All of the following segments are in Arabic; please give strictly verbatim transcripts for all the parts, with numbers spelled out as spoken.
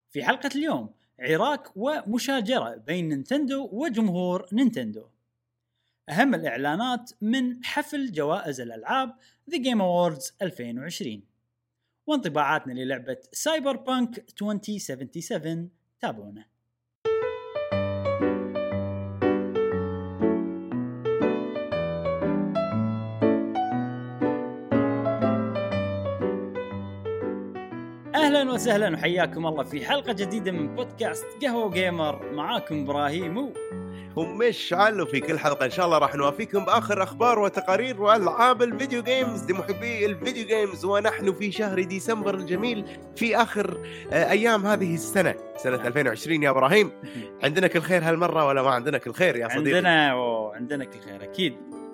في حلقة اليوم عراك ومشاجرة بين نينتندو وجمهور نينتندو. أهم الإعلانات من حفل جوائز الألعاب The Game Awards ألفين وعشرين، وانطباعاتنا للعبة سايبر بانك ألفين وسبعة وسبعين. تابعونا. أهلا وسهلا وحياكم الله في حلقة جديدة من بودكاست قهوة جيمر. معاكم إبراهيم و... ومشعل، وفي كل حلقة إن شاء الله راح نوافيكم بآخر أخبار وتقارير وألعاب الفيديو جيمز لمحبي الفيديو جيمز. ونحن في شهر ديسمبر الجميل في آخر أيام هذه السنة، سنة ألفين وعشرين. يا إبراهيم، عندنا كل خير هالمرة ولا ما عندنا كل خير يا صديقي؟ عندنا وعندنا كل خير أكيد.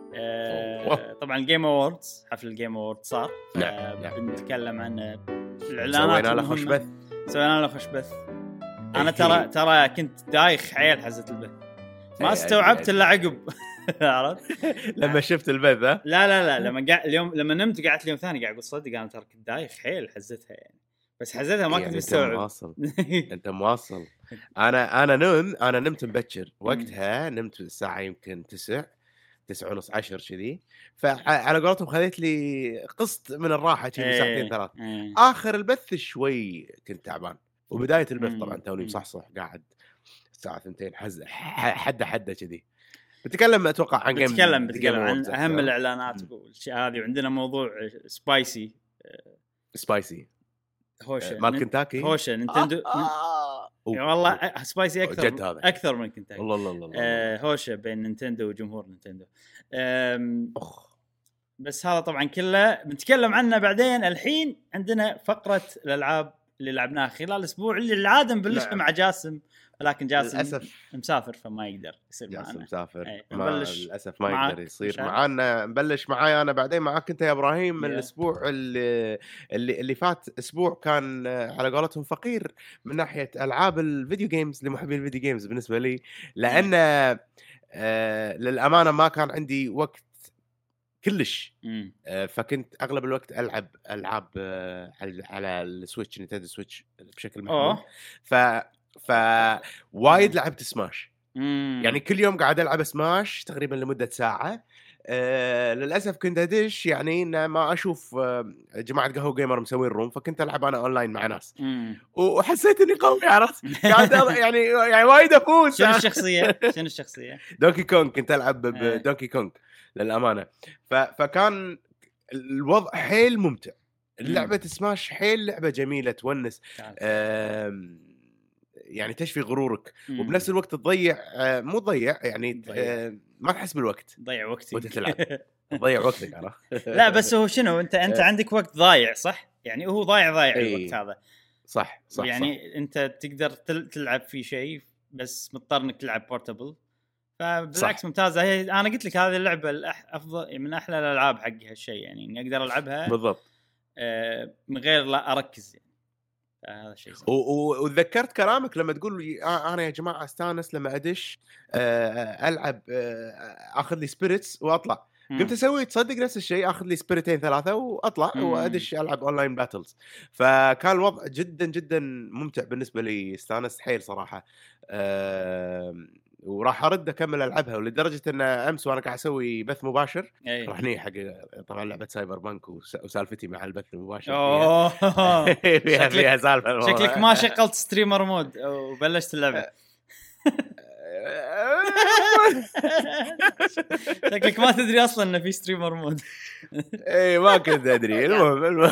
آه طبعا الجيم أووردز، حفل الجيم أووردز صار. نعم نعم. بنتكلم عن الإعلانات. سوينا له خوش بث سوينا له خوش بث أنا ترى ترى كنت دايخ حيل حزة البث، ما استوعبت إلا عقب. عرفت لما شفت البث؟ لا لا لا لما قاعد اليوم لما نمت قعدت اليوم ثاني قاعد أقول صدق أنا ترى كنت دايخ حيل حزتها يعني، بس حزتها ما يعني كنت مستوعب. أنت مواصل أنت مواصل أنا أنا نوم أنا نمت مبكر وقتها، نمت الساعة يمكن تسع تسعة ونص عشر كذي، فعلى قولتهم خذيت لي قسط من الراحة شيء ايه ساعتين ثلاث. ايه. آخر البث شوي كنت تعبان، وبداية البث طبعا توني مصحصح قاعد الساعة اثنتين حز حد حد كذي. بتكلم أتوقع عن جيم بتكلم بتكلم عن أهم الإعلانات والشيء هذه. وعندنا موضوع سبايسي سبايسي هوشة مال كنتاكي، هوشة نينتندو. آه. ن... والله سبايسي أكثر أكثر من كنتاكي. الله الله الله. آه هوشة بين نينتندو وجمهور نينتندو. أخ. بس هذا طبعا كله بنتكلم عنه بعدين. الحين عندنا فقرة الألعاب اللي لعبناها خلال الأسبوع، اللي العادة نبلشها مع جاسم، ولكن جاسم للأسف مسافر فما يقدر يصير معنا. جاسم مسافر أي. ما نبلش للأسف ما يقدر يصير معنا. نبلش معاي أنا بعدين معاك أنت يا إبراهيم. من الأسبوع اللي اللي اللي فات أسبوع كان على قولتهم فقير من ناحية ألعاب الفيديو جيمز لمحبي الفيديو جيمز بالنسبة لي، لأن آه للأمانة ما كان عندي وقت كلش. آه فكنت أغلب الوقت ألعب ألعاب آه على السويتش، نينتندو سويتش بشكل محمول. ف ف وايد لعبت سماش. مم. يعني كل يوم قاعد ألعب سماش تقريبا لمدة ساعة. آه للأسف كنت أدش يعني إن ما أشوف آه جماعة قهوة جيمر مسوين روم، فكنت ألعب أنا أونلاين مع ناس. مم. وحسيت إني قوي، عرفت؟ قاعد يعني يعني وايد أفوز. شنو الشخصية؟ شنو الشخصية؟ دونكي كونغ. كنت ألعب بدونكي كونغ للأمانة. ف فكان الوضع حيل ممتع. اللعبة سماش حيل لعبة جميلة تونس، يعني تشفي غرورك. مم. وبنفس الوقت تضيع آه مو تضيع يعني آه ما تحس بالوقت، تضيع وقتك وانت تلعب. تضيع وقتك أنا. لا بس هو شنو انت انت عندك وقت ضايع صح؟ يعني هو ضايع ضايع الوقت هذا. صح صح يعني صح. انت تقدر تلعب في شيء بس مضطر انك تلعب بورتابل، فبالعكس ممتازه. هي انا قلت لك هذه اللعبه الافضل من احلى الالعاب حق هالشيء، يعني اني اقدر العبها بالضبط آه من غير لا اركز يعني. هذا شيء. وتذكرت كلامك لما تقول لي انا يا جماعه استانس لما ادش العب اخذ لي سبيريتس واطلع. قمت اسوي تصدق نفس الشيء، اخذ لي سبيريتين ثلاثه واطلع مم. وادش العب اونلاين باتلز. فكان الوضع جدا جدا ممتع بالنسبه لي، استانست حيل صراحه. أه وراح ارد اكمل العبها، ولدرجه ان امس وانا قاعد اسوي بث مباشر راح ني حق طبعا لعبه سايبر بانك وسالفتي مع البث المباشر. اوه فيها فيها سالفه. شكلك ما شغلت ستريمر مود وبلشت اللعبه. شكلك ما تدري اصلا انه في ستريمر مود. اي ما كنت ادري. المهم المهم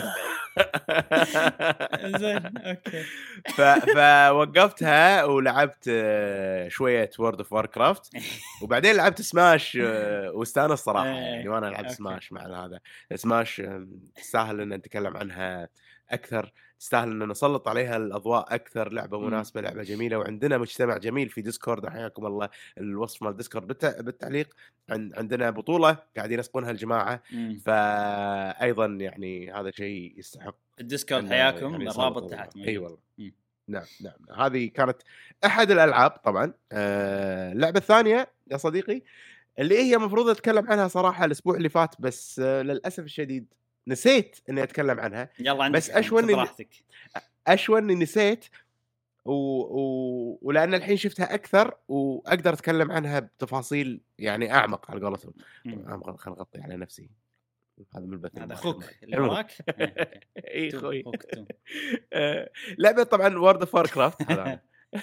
زين اوكي. ف فوقفتها ولعبت شويه وورد اوف واركرافت، وبعدين لعبت سماش واستانس صراحه. يعني وانا العب سماش مع هذا سماش تستاهل ان نتكلم عنها اكثر، تستاهل ان نسلط عليها الاضواء اكثر. لعبه مناسبه، لعبه جميله، وعندنا مجتمع جميل في ديسكورد. حياكم الله. الوصف مال ديسكورد بالتعليق. عندنا بطوله قاعدين يسقونها الجماعه، فايضا يعني هذا شيء يستحق الديسكورد. حياكم يعني الرابط تحت. اي والله. نعم نعم. هذه كانت احد الالعاب طبعا. آه اللعبه الثانيه يا صديقي اللي هي مفروض اتكلم عنها صراحه الاسبوع اللي فات، بس آه للاسف الشديد نسيت اني اتكلم عنها. يلا بس اشون إني... اشون اني نسيت و... و... ولان الحين شفتها اكثر واقدر اتكلم عنها بتفاصيل يعني اعمق على قولتهم. اعمق خلينا نغطي على نفسي هذا من البث هذا اخوك اللي وراك. اي اخوي لعبه طبعا وورد اوف وار كرافت هذا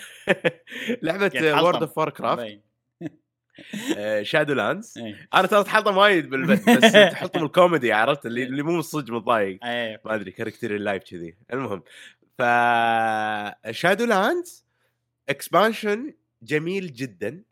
لعبه وورد اوف وار كرافت شادو لاندز. انا ترى اتحطم وايد بالبث بس تحطم الكوميدي عرفت اللي اللي مو صدق متضايق ما ادري كاركتير اللايف كذي. المهم ف شادو لاندز اكسبانشن جميل جدا.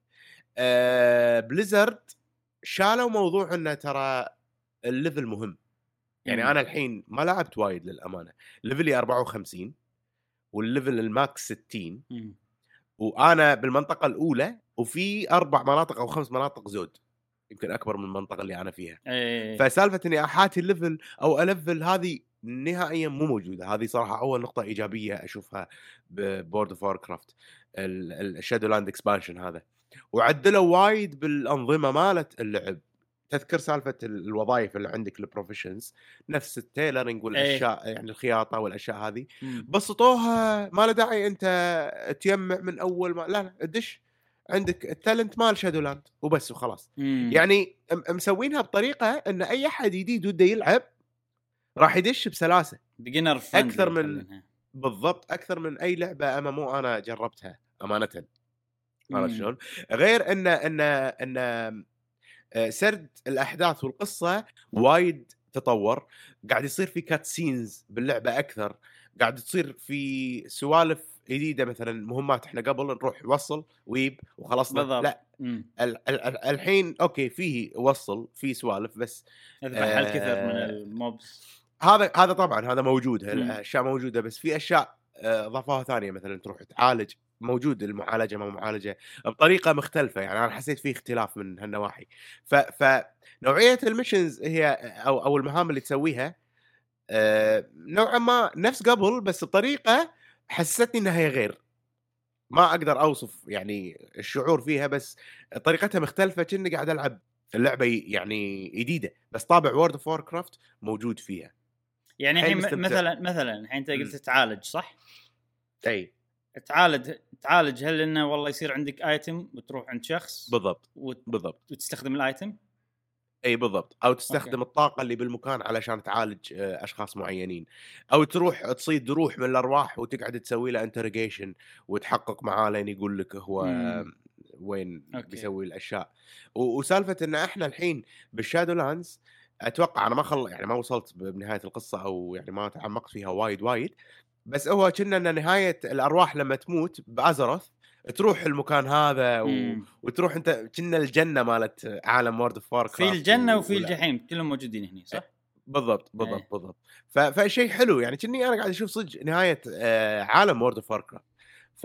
أه بليزرد شالوا موضوع انه ترى الليفل مهم يعني. مم. انا الحين ما لعبت وايد للامانه. ليفلي أربعة وخمسين والليفل الماكس ستين. مم. وانا بالمنطقه الاولى وفي اربع مناطق او خمس مناطق زود يمكن اكبر من المنطقه اللي انا فيها. أيه. فسالفه اني احاتي الليفل او الفل هذه نهائيا مو موجوده. هذه صراحه اول نقطه ايجابيه اشوفها ببورد اوف واركرافت الشادو لاند اكسبانشن هذا. وعدلوا وايد بالانظمه مالت اللعب. تذكر سالفه الوظائف اللي عندك البروفيشنز نفس التيلرينج والاشياء أيه. يعني الخياطه والاشياء هذه بسطوها. ما له داعي انت تجمع من اول ما لا لا ادش عندك التالنت مال شادو لاند وبس وخلاص. مم. يعني مسوينها بطريقه ان اي احد جديد وده يلعب راح يدش بسلاسه بيجنر اكثر من بالضبط اكثر من اي لعبه امامو انا جربتها امانه. عرفت شلون؟ غير ان ان ان سرد الاحداث والقصه وايد تطور. قاعد يصير في كات سينز باللعبه اكثر. قاعد تصير في سوالف جديده مثلا مهمات احنا قبل نروح وصل ويب وخلصنا بالضبط. لا ال- ال- الحين اوكي فيه وصل في سوالف بس اذبح آه الكثير من الموبس. هذا هذا طبعا هذا موجود الاشياء موجوده بس في اشياء اضافوها ثانيه مثلا تروح تعالج موجود المعالجه ما معالجه بطريقه مختلفه. يعني انا حسيت فيه اختلاف من هالنواحي. ف فنوعيه الميشنز هي او او المهام اللي تسويها أه نوعا ما نفس قبل بس بطريقه حسستني انها هي غير. ما اقدر اوصف يعني الشعور فيها بس طريقتها مختلفه. كأني قاعد العب اللعبه يعني جديده بس طابع وورد اوف واركرافت موجود فيها. يعني الحين مثلا مثلا الحين انت قلت تعالج صح؟ اي تعالج تعالج هل انه والله يصير عندك ايتم وتروح عند شخص بالضبط وت... بالضبط وتستخدم الايتم. اي بالضبط او تستخدم أوكي. الطاقه اللي بالمكان علشان تعالج اشخاص معينين او تروح تصيد روح من الارواح وتقعد تسوي له انترجيشن وتحقق معاه لين يقول لك هو مم. وين أوكي. بيسوي الاشياء. وسالفه ان احنا الحين بالشادو لاندز اتوقع انا ما خل يعني ما وصلت بنهايه القصه او يعني ما تعمقت فيها وايد وايد بس هو كنا ان نهايه الارواح لما تموت بازروث تروح المكان هذا و... وتروح انت كنا الجنه مالت عالم وورد اوف واركرافت. في الجنه و... وفي الجحيم كلهم موجودين هنا صح؟ بالضبط بالضبط ايه. بالضبط ف... فشيء حلو يعني كني انا قاعد اشوف صدق نهايه آه عالم وورد اوف واركرافت. ف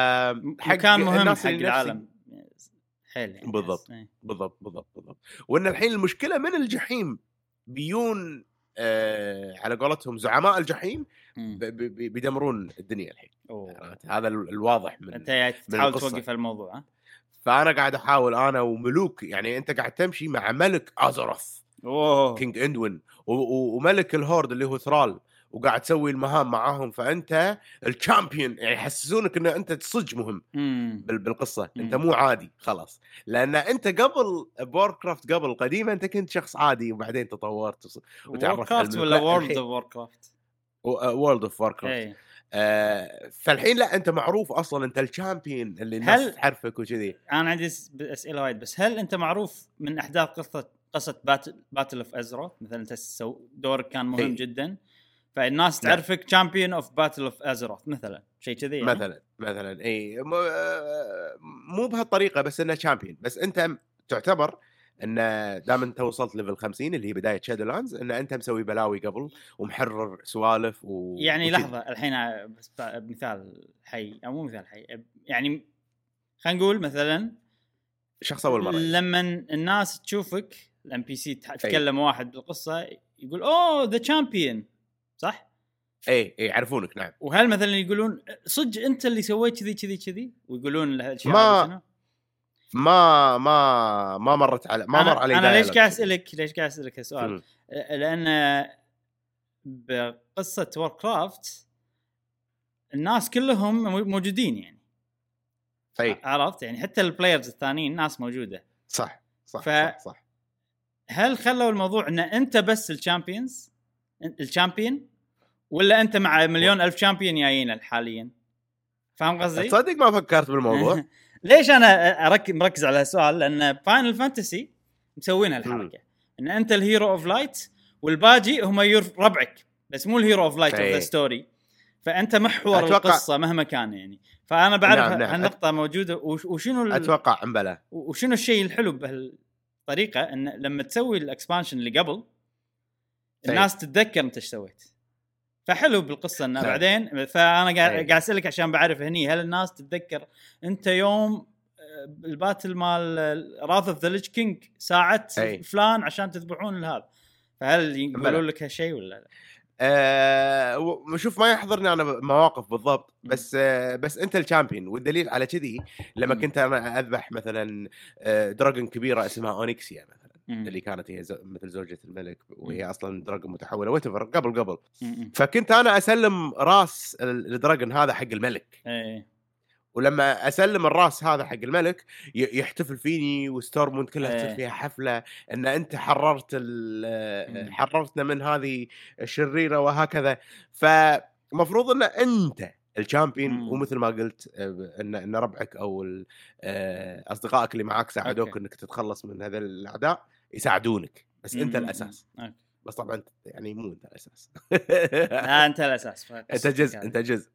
كان مهم حق العالم حلو يعني بالضبط ايه. بالضبط بالضبط بالضبط وان الحين المشكله من الجحيم بيون آه على قولتهم زعماء الجحيم بيدمرون الدنيا الحين. هذا الواضح من انت تحاول توقف الموضوع ها؟ فانا قاعد احاول انا وملوك يعني انت قاعد تمشي مع ملك ازروث كينج اندوين وملك الهورد اللي هو ثرال وقاعد تسوي المهام معاهم. فانت الشامبيون يعني يحسسونك ان انت صدق مهم مم. بالقصه مم. انت مو عادي خلاص لان انت قبل ووركرافت قبل قديما انت كنت شخص عادي وبعدين تطورت وتعرف ووركرافت ولا وورلد اوف ووركرافت وورلد اوف واركرافت. فالحين لا انت معروف اصلا انت الشامبيون اللي الناس تعرفك وكذي. انا عندي اسئله وايد بس هل انت معروف من احداث قصه قصه باتل باتل اوف ازروث مثلا انت دورك كان مهم ايه. جدا فالناس تعرفك شامبيون اوف باتل اوف ازروث مثلا شيء كذي يعني؟ مثلا مثلا اي مو بهالطريقه بس انه شامبيون بس انت تعتبر ان دام انت وصلت ليفل خمسين اللي هي بدايه شادو لاندز ان انت مسوي بلاوي قبل ومحرر سوالف و... يعني وكد. لحظه الحين مثال حي او مو مثال حي يعني خلينا نقول مثلا شخص اول مره لما الناس تشوفك الام بي سي تتكلم أي. واحد بالقصه يقول اوه ذا تشامبيون صح اي اي يعرفونك نعم. وهل مثلا يقولون صدق انت اللي سويت كذي كذي كذي ويقولون الاشياء ما ما ما ما مرت على ما مر علي. انا ليش قاعد اسالك ليش قاعد اسالك السؤال لان بقصه ووركرافت الناس كلهم موجودين يعني أي. عرفت يعني حتى البلايرز الثانيين ناس موجوده صح صح ف... صح, صح. هل خلوا الموضوع ان انت بس الشامبيونز الشامبيون ولا انت مع مليون الف شامبيون جايين حاليا؟ فاهم قصدي؟ تصدق ما فكرت بالموضوع. ليش انا اركز مركز على هالسؤال؟ لان فاينل فانتسي مسوين هالحركه ان انت الهيرو اوف لايت والباجي هم ربعك بس مو الهيرو اوف لايت اوف ذا ستوري، فانت محور أتوقع... القصه مهما كان يعني. فانا بعرف نعم نعم. هالنقطه موجوده وشنو ال... اتوقع امبلا وشنو الشيء الحلو بهالطريقه ان لما تسوي الاكسبانشن اللي قبل الناس تتذكر انت ايش سويت، فحلو بالقصه انه بعدين. فانا قاعد قاعد اسالك عشان بعرف هني هل الناس تتذكر انت يوم الباتل مال راث اوف ذا ليتش كينج ساعه فلان عشان تذبحون هذا، فهل يقولوا لك هالشيء ولا لا؟ أه شوف ما يحضرني انا مواقف بالضبط بس أه بس انت الشامبيون، والدليل على كذي لما كنت انا اذبح مثلا أه دراجون كبيره اسمها اونيكسيا مثلا مم. اللي كانت هي زو... مثل زوجة الملك وهي اصلا دراجون متحوله وتفر قبل قبل مم. فكنت انا اسلم راس الدراجون هذا حق الملك ايه. ولما اسلم الراس هذا حق الملك يحتفل فيني وستورموند كلها تصير فيها حفله ان انت حررت حررتنا من هذه الشريره وهكذا. فمفروض ان انت الشامبيون ومثل ما قلت ان ان ربعك او اصدقائك اللي معاك ساعدوك أوكي. انك تتخلص من هذا الاعداء يساعدونك بس انت الاساس أوكي. بس طبعا يعني مو انت الاساس. لا انت الاساس انت جزء انت جزء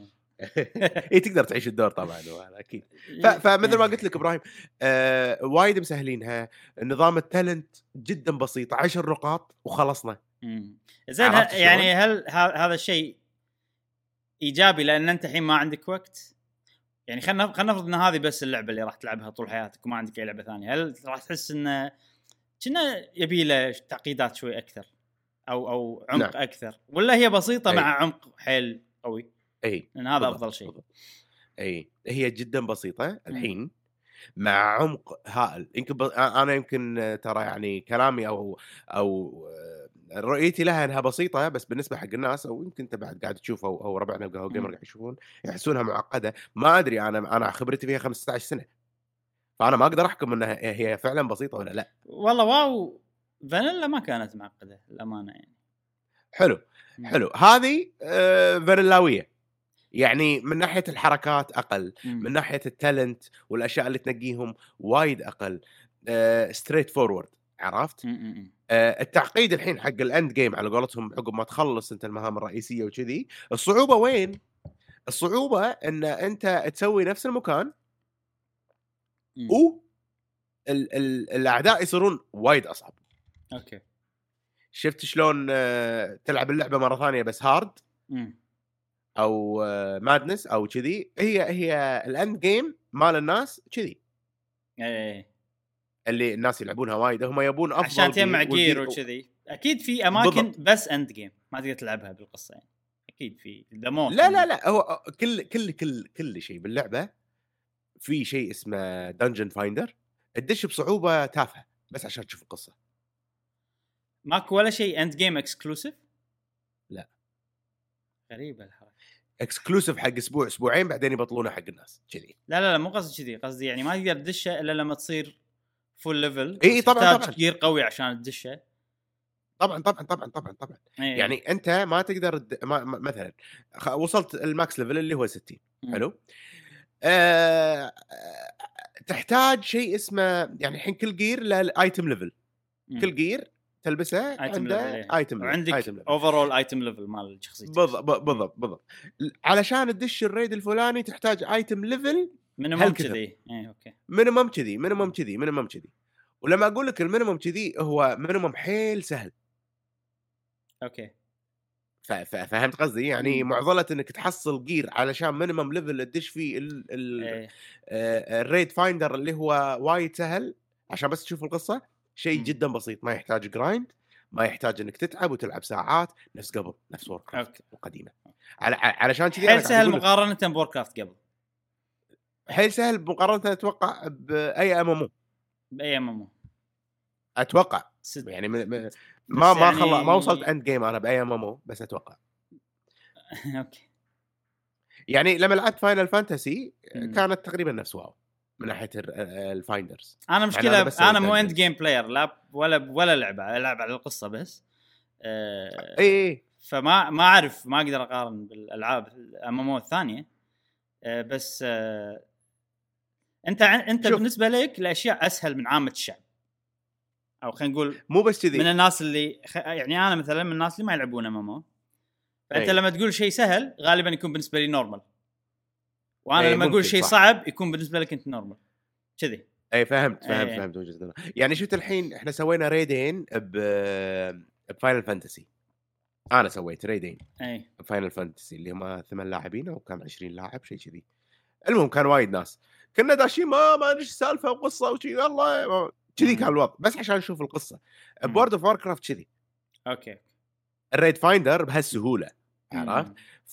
اي تقدر تعيش الدور طبعا اكيد. فمثل ما قلت لك ابراهيم آه وايد مسهلينها. النظام التالنت جدا بسيط عشر نقاط وخلصنا. زين يعني هل هذا الشيء ايجابي لان انت الحين ما عندك وقت؟ يعني خلينا خلينا نفرض ان هذه بس اللعبه اللي راح تلعبها طول حياتك وما عندك اي لعبه ثانيه، هل راح تحس انه كنا يبي له تعقيدات شوي اكثر او او عمق نعم. اكثر ولا هي بسيطه أي. مع عمق حيل قوي؟ اي لان هذا افضل شيء. اي هي جدا بسيطه الحين م. مع عمق هائل. يمكن ب... انا يمكن ترى يعني كلامي او او رؤيتي لها انها بسيطه بس بالنسبه حق الناس او يمكن انت بعد قاعد تشوفها او, أو ربعنا بقهوه جيمر قاعد يشوفون يحسونها معقده. ما ادري انا انا خبرتي فيها خمسة عشر سنه فانا ما اقدر احكم انها هي فعلا بسيطه ولا لا. والله واو فانيلا ما كانت معقده الامانه يعني. حلو حلو هذه آه فانيلاويه يعني من ناحيه الحركات اقل م. من ناحيه التالنت والاشياء اللي تنقيهم وايد اقل آه ستريت فورورد عرفت. م- آه التعقيد الحين حق الاند جيم على قولتهم عقب ما تخلص انت المهام الرئيسيه وكذي. الصعوبه وين؟ الصعوبه ان انت تسوي نفس المكان م. و ال- ال- الاعداء يصيرون وايد اصعب. اوكي شفت شلون آه تلعب اللعبه مره ثانيه بس هارد م. او مادنس او كذي. هي هي الاند جيم مال الناس كذي اي اللي الناس يلعبونها وايد هم يبون افضل عشان تجمع جير وكذي. اكيد في اماكن بالضبط. بس اند جيم ما تقدر تلعبها بالقصه يعني اكيد في دموع. لا لا لا هو كل كل كل كل شيء باللعبه في شيء اسمه دنجن فايندر تدش بصعوبه تافهه بس عشان تشوف القصه. ماكو ولا شيء اند جيم اكسكلوسيف؟ لا غريبه الحركه. اكسكلوسيف حق اسبوع اسبوعين بعدين يبطلونه حق الناس كذي. لا لا لا مو قصدي كذي، قصدي يعني ما تقدر تدشه الا لما تصير فول ليفل. اي طبعا طبعا جير قوي عشان تدشه. طبعا طبعا طبعا طبعا طبعا أيه. يعني انت ما تقدر د... ما... مثلا وصلت الماكس ليفل اللي هو ستين م. حلو أه... تحتاج شيء اسمه يعني الحين كل جير له الايتم ليفل. كل جير تلبسه عنده ايتم وعندك اوفرول ايتم ليفل مال شخصيتك. بالضبط بالضبط بالضبط. علشان تدش الريد الفلاني تحتاج ايتم ليفل مينيمم كذي. اي اوكي مينيمم كذي مينيمم كذي مينيمم كذي. ولما اقول لك المينيمم كذي هو مينيمم حيل سهل. اوكي فهمت قصدي يعني مم. معضله انك تحصل جير علشان مينيمم ليفل تدش فيه ال ال ايه. آه الريد فايندر اللي هو وايد سهل عشان بس تشوف القصه. شيء جدا بسيط ما يحتاج جرايند ما يحتاج انك تتعب وتلعب ساعات نفس قبل نفس ووركرافت القديمه. على علشان كذي حيل سهل مقارنه بوركرافت قبل. حيل سهل مقارنه اتوقع باي ام ام او باي ام ام او اتوقع ست... يعني م... م... ما ما يعني... خلص ما وصلت اند جيم انا باي ام ام او بس اتوقع. اوكي يعني لما لعبت فاينل فانتسي كانت تقريبا نفس واو من ناحيه الفايندرز. انا مشكله انا, أنا مو اند جيم بلاير لا ولا ولا لعبه العب على القصه بس أه اي فما ما اعرف ما اقدر اقارن بالالعاب الامامو الثانيه أه بس أه انت انت شوف. بالنسبه لك الاشياء اسهل من عامه الشعب او خلينا نقول مو بس كذي من الناس اللي خ... يعني انا مثلا من الناس اللي ما يلعبون امامو فانت أي. لما تقول شيء سهل غالبا يكون بالنسبه لي نورمال وانا لما اقول شيء صعب يكون بالنسبه لك انت نورمال كذي. اي فهمت فهمت أي. فهمت وجهة نظرك. يعني شفت الحين احنا سوينا ريدين ب بفاينل فانتسي انا سويت ريدين اي فاينل فانتسي اللي هم ثمان لاعبين او كان عشرين لاعب شيء كذي. المهم كان وايد ناس كنا داشين ما ما ادري ايش السالفه وقصه وشي يلا كذي كان الوضع بس عشان نشوف القصه. بورد اوف واركرافت كذي اوكي الريد فايندر بهالسهوله عرفت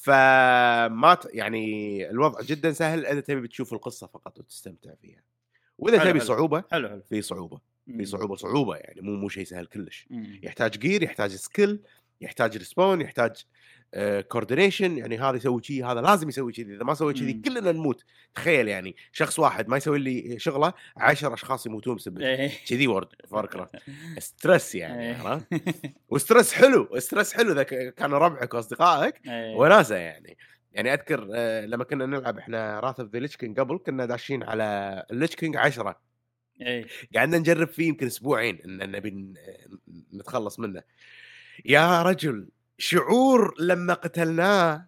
فما يعني الوضع جدا سهل اذا تبي بتشوف القصه فقط وتستمتع فيها واذا تبي صعوبه حلو حلو في صعوبه في صعوبه صعوبه يعني مو مو شيء سهل كلش. مم. يحتاج جير يحتاج سكيل يحتاج ريسبون يحتاج كوردينيشن. يعني هذا يسوي شيء هذا لازم يسوي كذي اذا ما سوي كذي كلنا نموت. تخيل يعني شخص واحد ما يسوي لي شغله عشرة اشخاص يموتون بسبب كذي. وورد فاركرافت ستريس يعني عرفت وستريس حلو ستريس حلو اذا كانوا ربعك واصدقائك وناسه يعني. يعني اذكر لما كنا نلعب احنا راث اوف ذا ليتش كينج قبل كنا داشين على الليتش كينج عشرة اي قعدنا نجرب فيه يمكن اسبوعين ان نبي نتخلص منه. يا رجل شعور لما قتلناه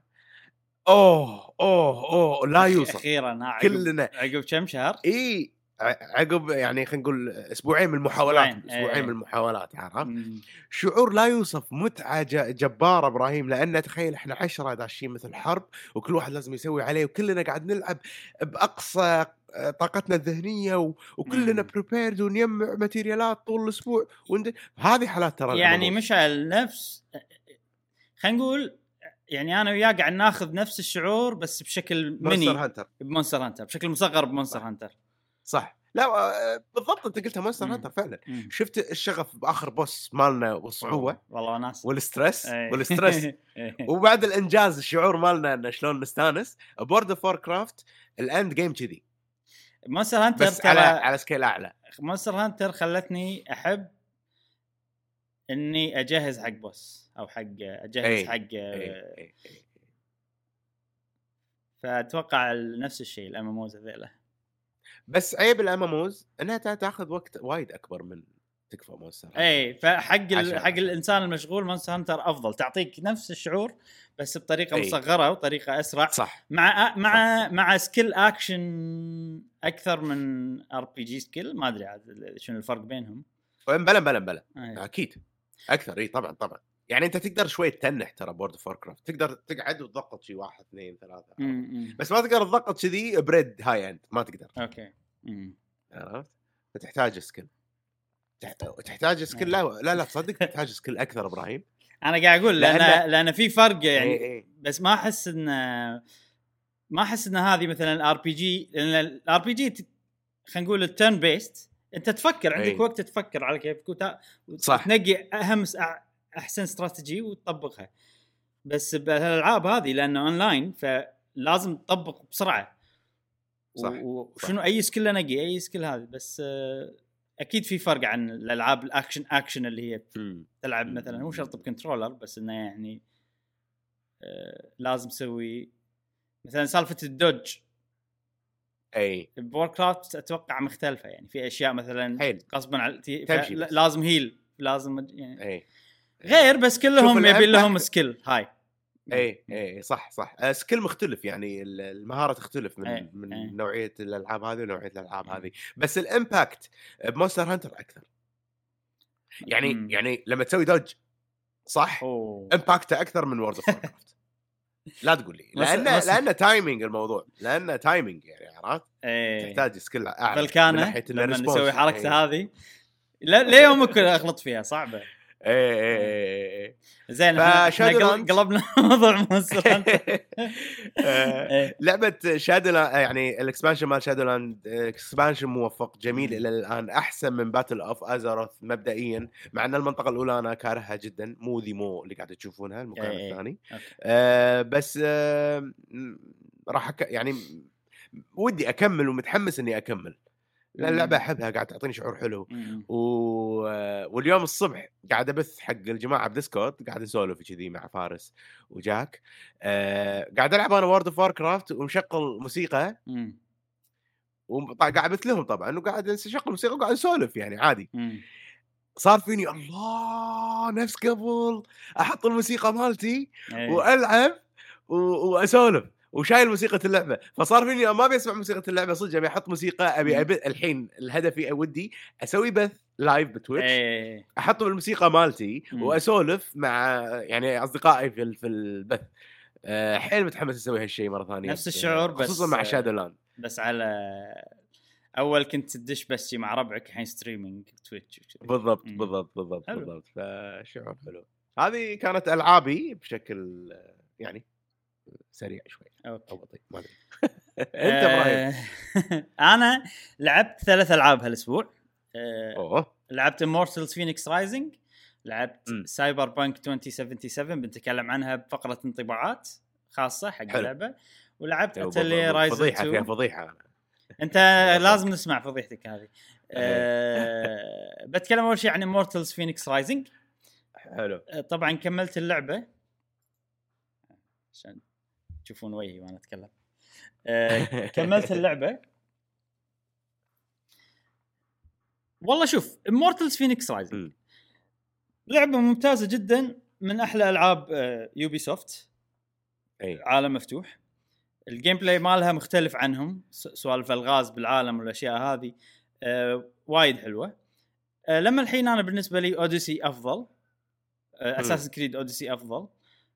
اوه اوه اوه لا يوصف. اخيرا كلنا عقب كم شهر اي عقب يعني خلينا نقول اسبوعين من المحاولات اسبوعين, أسبوعين ايه. من المحاولات عرفت شعور لا يوصف متعه جباره ابراهيم. لان تخيل احنا عشرة داشين مثل حرب وكل واحد لازم يسوي عليه وكلنا قاعد نلعب باقصى طاقتنا الذهنيه وكلنا بريبيرد ونجمع ماتيريالات طول الاسبوع وند... هذه حالات ترى يعني مش على نفس خلينا نقول يعني انا وياه قاعد ناخذ نفس الشعور بس بشكل ميني بمونستر هانتر بشكل مصغر بمونستر هانتر صح. لا بالضبط انت قلتها مونستر هانتر فعلا. مم. شفت الشغف باخر بوس مالنا والصعوبه والله ناس والستريس والستريس وبعد الانجاز الشعور مالنا ان شلون نستانس. بورد اوف واركرافت الاند جيم كذي مونستر هانتر بس على على سكيل اعلى. مونستر هانتر خلتني احب اني اجهز حق بوس او حق اجهز أي. حق أي. أي. فاتوقع نفس الشيء الاماموز هذيله. بس عيب الاماموز انها تاخذ وقت وايد اكبر من تكفى مونستر. اي فحق ال... حق الانسان المشغول مونستر هانتر افضل تعطيك نفس الشعور بس بطريقه أي. مصغره وطريقه اسرع صح. مع مع صح. مع سكيل اكشن اكثر من ار بي جي سكيل. ما ادري عاد شنو الفرق بينهم. بلا بلا بلا اكيد اكثر. اي طبعا طبعا يعني انت تقدر شويه تنح ترى بورد اوف واركرافت تقدر تقعد وتضغط شيء واحد اثنين ثلاثه بس ما تقدر تضغط كذي بريد هاي اند ما تقدر. اوكي عرفت فتحتاج سكيل تحتاج سكيل. لا لا لا تصدق تحتاج سكيل اكثر ابراهيم. انا قاعد اقول لان لان, لأن في فرق يعني إيه إيه. بس ما احس ان ما احس ان هذه مثلا ار بي جي. لان الار بي جي خلينا نقول التيرن بيست انت تفكر عندك إيه. وقت تفكر على كيف وتنقي اهم احسن استراتيجي وتطبقها. بس بالالعاب هذه لانه اونلاين فلازم تطبق بسرعه صح. وشنو اي سكيل انقي اي سكيل هذه. بس اكيد في فرق عن الالعاب الاكشن اكشن اللي هي تلعب مثلا مو شرط بكنترولر بس انه يعني لازم تسوي مثلا سالفه الدوج. اي بوركرافت اتوقع مختلفه يعني في اشياء مثلا غصبا على لازم هيل لازم يعني أي. غير بس كلهم يبي لهم سكيل هاي. اي اي صح صح سكيل مختلف يعني المهاره تختلف من أي. من أي. نوعيه الالعاب هذه ونوعيه الالعاب هذه. بس الامباكت بمونستر هانتر اكثر يعني م. يعني لما تسوي دوج صح امباكته اكثر من وورد اوف واركرافت. لا تقول لي لان لان تايمينج الموضوع لان تايمينج يعني عرفت تحتاج سكيل اعلى بالكانه لما نسوي حركته هذه لا ليه يومك اغلط فيها صعبه. ايه ايه ايه زين احنا قلبنا موضوع مونستر. لعبه شادولاند يعني الاكسبانشن مال شادولاند اكسبانشن موفق جميل الى الان احسن من باتل اوف ازاروث مبدئيا مع ان المنطقه الاولى انا كارهها جدا مو ذي مو اللي قاعد تشوفونها المكان الثاني. آه بس آه راح أك... يعني ودي اكمل ومتحمس اني اكمل لان اللعبه احبها قاعد تعطيني شعور حلو و... واليوم الصبح قاعد ابث حق الجماعه بديسكورد قاعد نسولف كذي مع فارس وجاك أه... قاعد العب انا وورد اوف واركرافت ومشغل موسيقى وقاعد ابث لهم طبعا وقاعد اشغل موسيقى وقاعد اسولف يعني عادي. مم. صار فيني الله نفس قبل احط الموسيقى مالتي أيه. والعب و... واسولف وشايل موسيقى اللعبه فصار فيني ما ابي اسمع موسيقى اللعبه صدق ابي احط موسيقى ابي أبي الحين الهدفي اودي اسوي بث لايف بتويتش أيه. احط الموسيقى مالتي مم. واسولف مع يعني اصدقائي في في البث. أه حيل متحمس اسوي هالشيء مره ثانيه نفس الشعور بس خصوصا مع شادو لاند. بس على اول كنت تدش بس مع ربعك الحين ستريمينج تويتش بالضبط بالضبط بالضبط حلو. بالضبط فشعور حلو. هذه كانت العابي بشكل يعني سريع شوي او بطيء ما ادري. انت ابراهيم؟ انا لعبت ثلاث العاب هالاسبوع. اوه لعبت امورتلز فينيكس رايزنج، لعبت سايبر بانك ألفين وسبعة وسبعين بنتكلم عنها بفقره انطباعات خاصه حق حلو. اللعبه. ولعبت اتلي رايزنج فضيحه فيها فضيحه. انت لازم نسمع فضيحتك هذه. أه بتكلم اول شيء عن امورتلز فينيكس رايزنج. حلو. طبعا كملت اللعبه عشان تشوفون وجهي وانا اتكلم. أه كملت اللعبه. والله شوف امورتلز فينيكس رايزنج لعبه ممتازه جدا، من احلى العاب يوبي سوفت. اي عالم مفتوح، الجيم بلاي مالها مختلف عنهم، سوالف الغاز بالعالم والاشياء هذه أه وايد حلوه. أه لما الحين انا بالنسبه لي اوديسي افضل، اساسن كريد اوديسي افضل.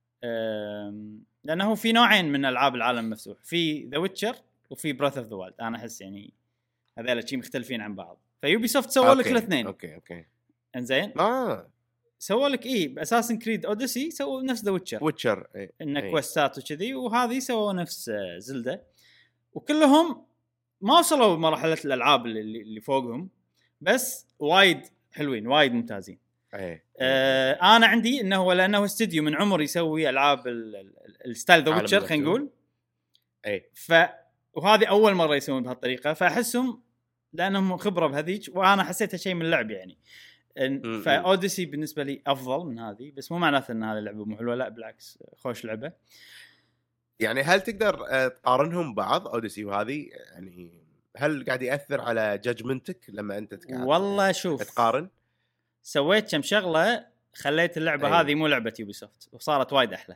أه لانه في نوعين من العاب العالم المفتوح، في ذا ويتشر وفي براث اوف ذا وايلد. انا احس يعني هذول شيء مختلفين عن بعض، فيوبي سوفت سووا لك الاثنين. اوكي اوكي انزين اه سووا لك ايه باساسن كريد اوديسي سووا نفس ذا ويتشر ويتشر إيه. انك إيه. كوستات وكذي، وهذه سووا نفس زلدة، وكلهم ما وصلوا مرحله الالعاب اللي, اللي فوقهم، بس وايد حلوين وايد ممتازين. ايه. آه انا عندي انه هو لانه استديو من عمر يسوي العاب الستايل ذا ويتشر خلينا نقول اي ف وهذه اول مره يسوون بهالطريقه، فاحسهم لانهم خبره بهذيك، وانا حسيتها شيء من اللعب يعني. فاوديسي بالنسبه لي افضل من هذه، بس مو معناته ان هذه اللعبه مو حلوه، لا بالعكس خوش لعبه. يعني هل تقدر تقارنهم بعض اوديسي وهذه؟ يعني هل قاعد ياثر على جادجمنتك لما انت تقعد والله شوف تقارن؟ سويت كم شغله خليت اللعبه أيوه. هذه مو لعبه يوبي سوفت وصارت وايد احلى.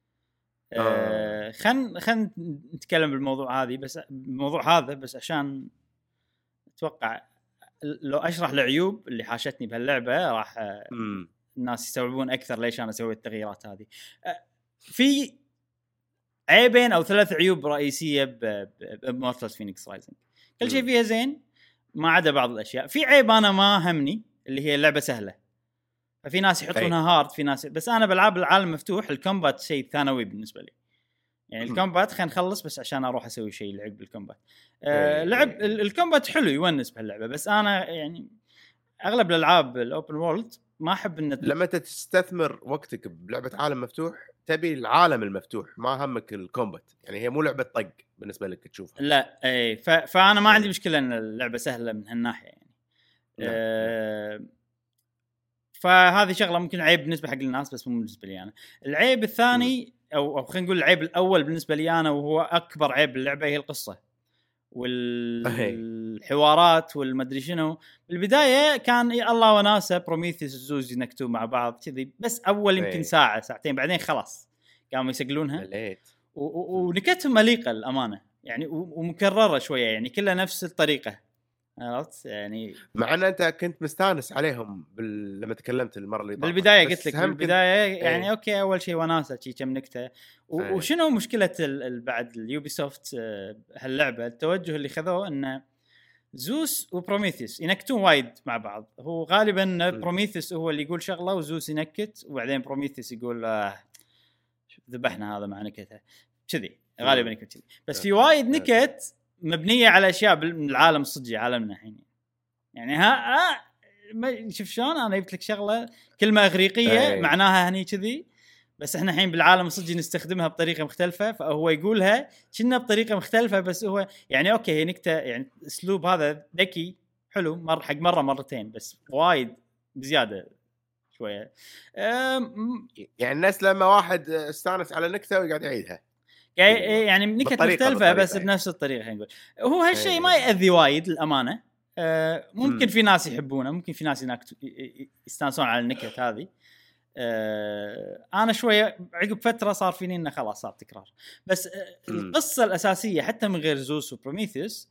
آه خن خن نتكلم بالموضوع هذه بس الموضوع هذا بس عشان اتوقع لو اشرح العيوب اللي حاشتني بهاللعبه راح مم. الناس يستوعبون اكثر ليش انا سويت التغييرات هذه. في عيبين او ثلاث عيوب رئيسيه بمورتلز فينيكس رايزنج، كل شيء فيها زين ما عدا بعض الاشياء. في عيب انا ما همني اللي هي اللعبه سهله، ففي ناس يحطونها هارد، في ناس، بس انا بلعب العالم مفتوح الكومبات شيء ثانوي بالنسبه لي. يعني الكومبات خلينا نخلص بس عشان اروح اسوي شيء لعب بالكومبات. آه لعب الكومبات حلو يونس بهاللعبه، بس انا يعني اغلب الالعاب الاوبن وورلد ما احب ان لما تستثمر وقتك بلعبه عالم مفتوح تبي العالم المفتوح، ما همك الكومبات. يعني هي مو لعبه طق بالنسبه لك تشوفها. لا اي ف... فانا ما عندي مشكله ان اللعبه سهله من هالناحيه يعني. آه... فهذه شغله ممكن عيب بالنسبه حق الناس بس مو بالنسبه لي انا. العيب الثاني او, أو خلينا نقول العيب الاول بالنسبه لي انا وهو اكبر عيب باللعبه هي القصه والحوارات والمدري شنو. بالبدايه كان إيه الله وناسه بروميثيوس وزوز ينكتوا مع بعض كذي، بس اول يمكن ساعه ساعتين بعدين خلاص قاموا يسجلونها ونكتهم مليقه الامانه يعني، ومكرره شويه يعني كلها نفس الطريقه. عرفت يعني مع ان انت كنت مستانس عليهم بال... لما تكلمت المره اللي طافت بالبدايه قلت لك بالبدايه كنت... يعني ايه. اوكي اول شيء وناسه شيء كم نكته و... ايه. وشنو مشكله ال... بعد اليوبي سوفت هاللعبه التوجه اللي خذوه ان زوس وبروميثيوس ينكتون وايد مع بعض. هو غالبا بروميثيوس هو اللي يقول شغله وزوس ينكت، وبعدين بروميثيوس يقول آه ذبحنا هذا مع نكته كذي غالبا يكون كذي. بس في وايد نكت مبنيه على اشياء من العالم الصجي عالمنا الحين يعني. ها, ها شوف شلون انا جبت لك شغله كلمه اغريقيه أي. معناها هني كذي بس احنا الحين بالعالم الصجي نستخدمها بطريقه مختلفه، فهو يقولها كنا بطريقه مختلفه، بس هو يعني اوكي هي نكته يعني اسلوب هذا ذكي حلو مر حق مره مرتين بس وايد بزياده شويه. يعني الناس لما واحد استانس على نكته ويقعد يعيدها يعني نكت مختلفه بس يعني. بنفس الطريقه خلينا نقول هو هالشيء ما يأذي وايد للامانه. أه ممكن م. في ناس يحبونه، ممكن في ناس يستانسون على النكت هذه. أه انا شويه عقب فتره صار فيني انه خلاص صار تكرار، بس أه القصه الاساسيه حتى من غير زوس وبروميثيوس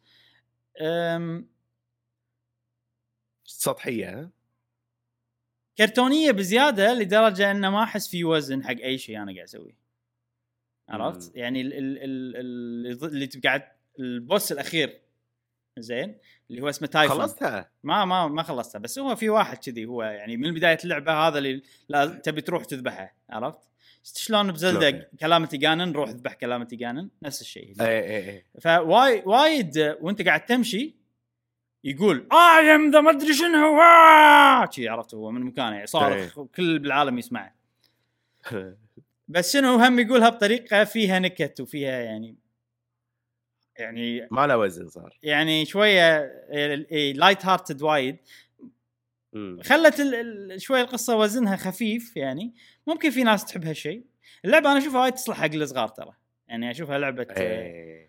سطحيه كرتونيه بزياده لدرجه انه ما احس في وزن حق اي شيء انا قاعد اسويه. عرفت مم. يعني ال ال ال اللي تقعد البوس الاخير زين اللي هو اسمه تايفون خلصتها؟ ما ما ما خلصتها، بس هو في واحد كذي هو يعني من بدايه اللعبه هذا اللي لازم تبي تروح تذبحه. عرفت شلون بزلدة كلامتي جانن روح ذبح كلامتي جانن نفس الشيء. اي اي اي فواي وايد وانت قاعد تمشي يقول اي ام ذا ما ادري شنو هو شي. عرفت هو من مكانه يعني صارخ كل بالعالم يسمعه. بس شنو هم يقولها بطريقه فيها نكت وفيها يعني يعني ما له وزن صار يعني شويه لايت هارتد وايد. خلت شويه القصه وزنها خفيف يعني ممكن في ناس تحب هالشيء. اللعبه انا اشوفها وايد تصلح حق الصغار ترى يعني اشوفها لعبه أي.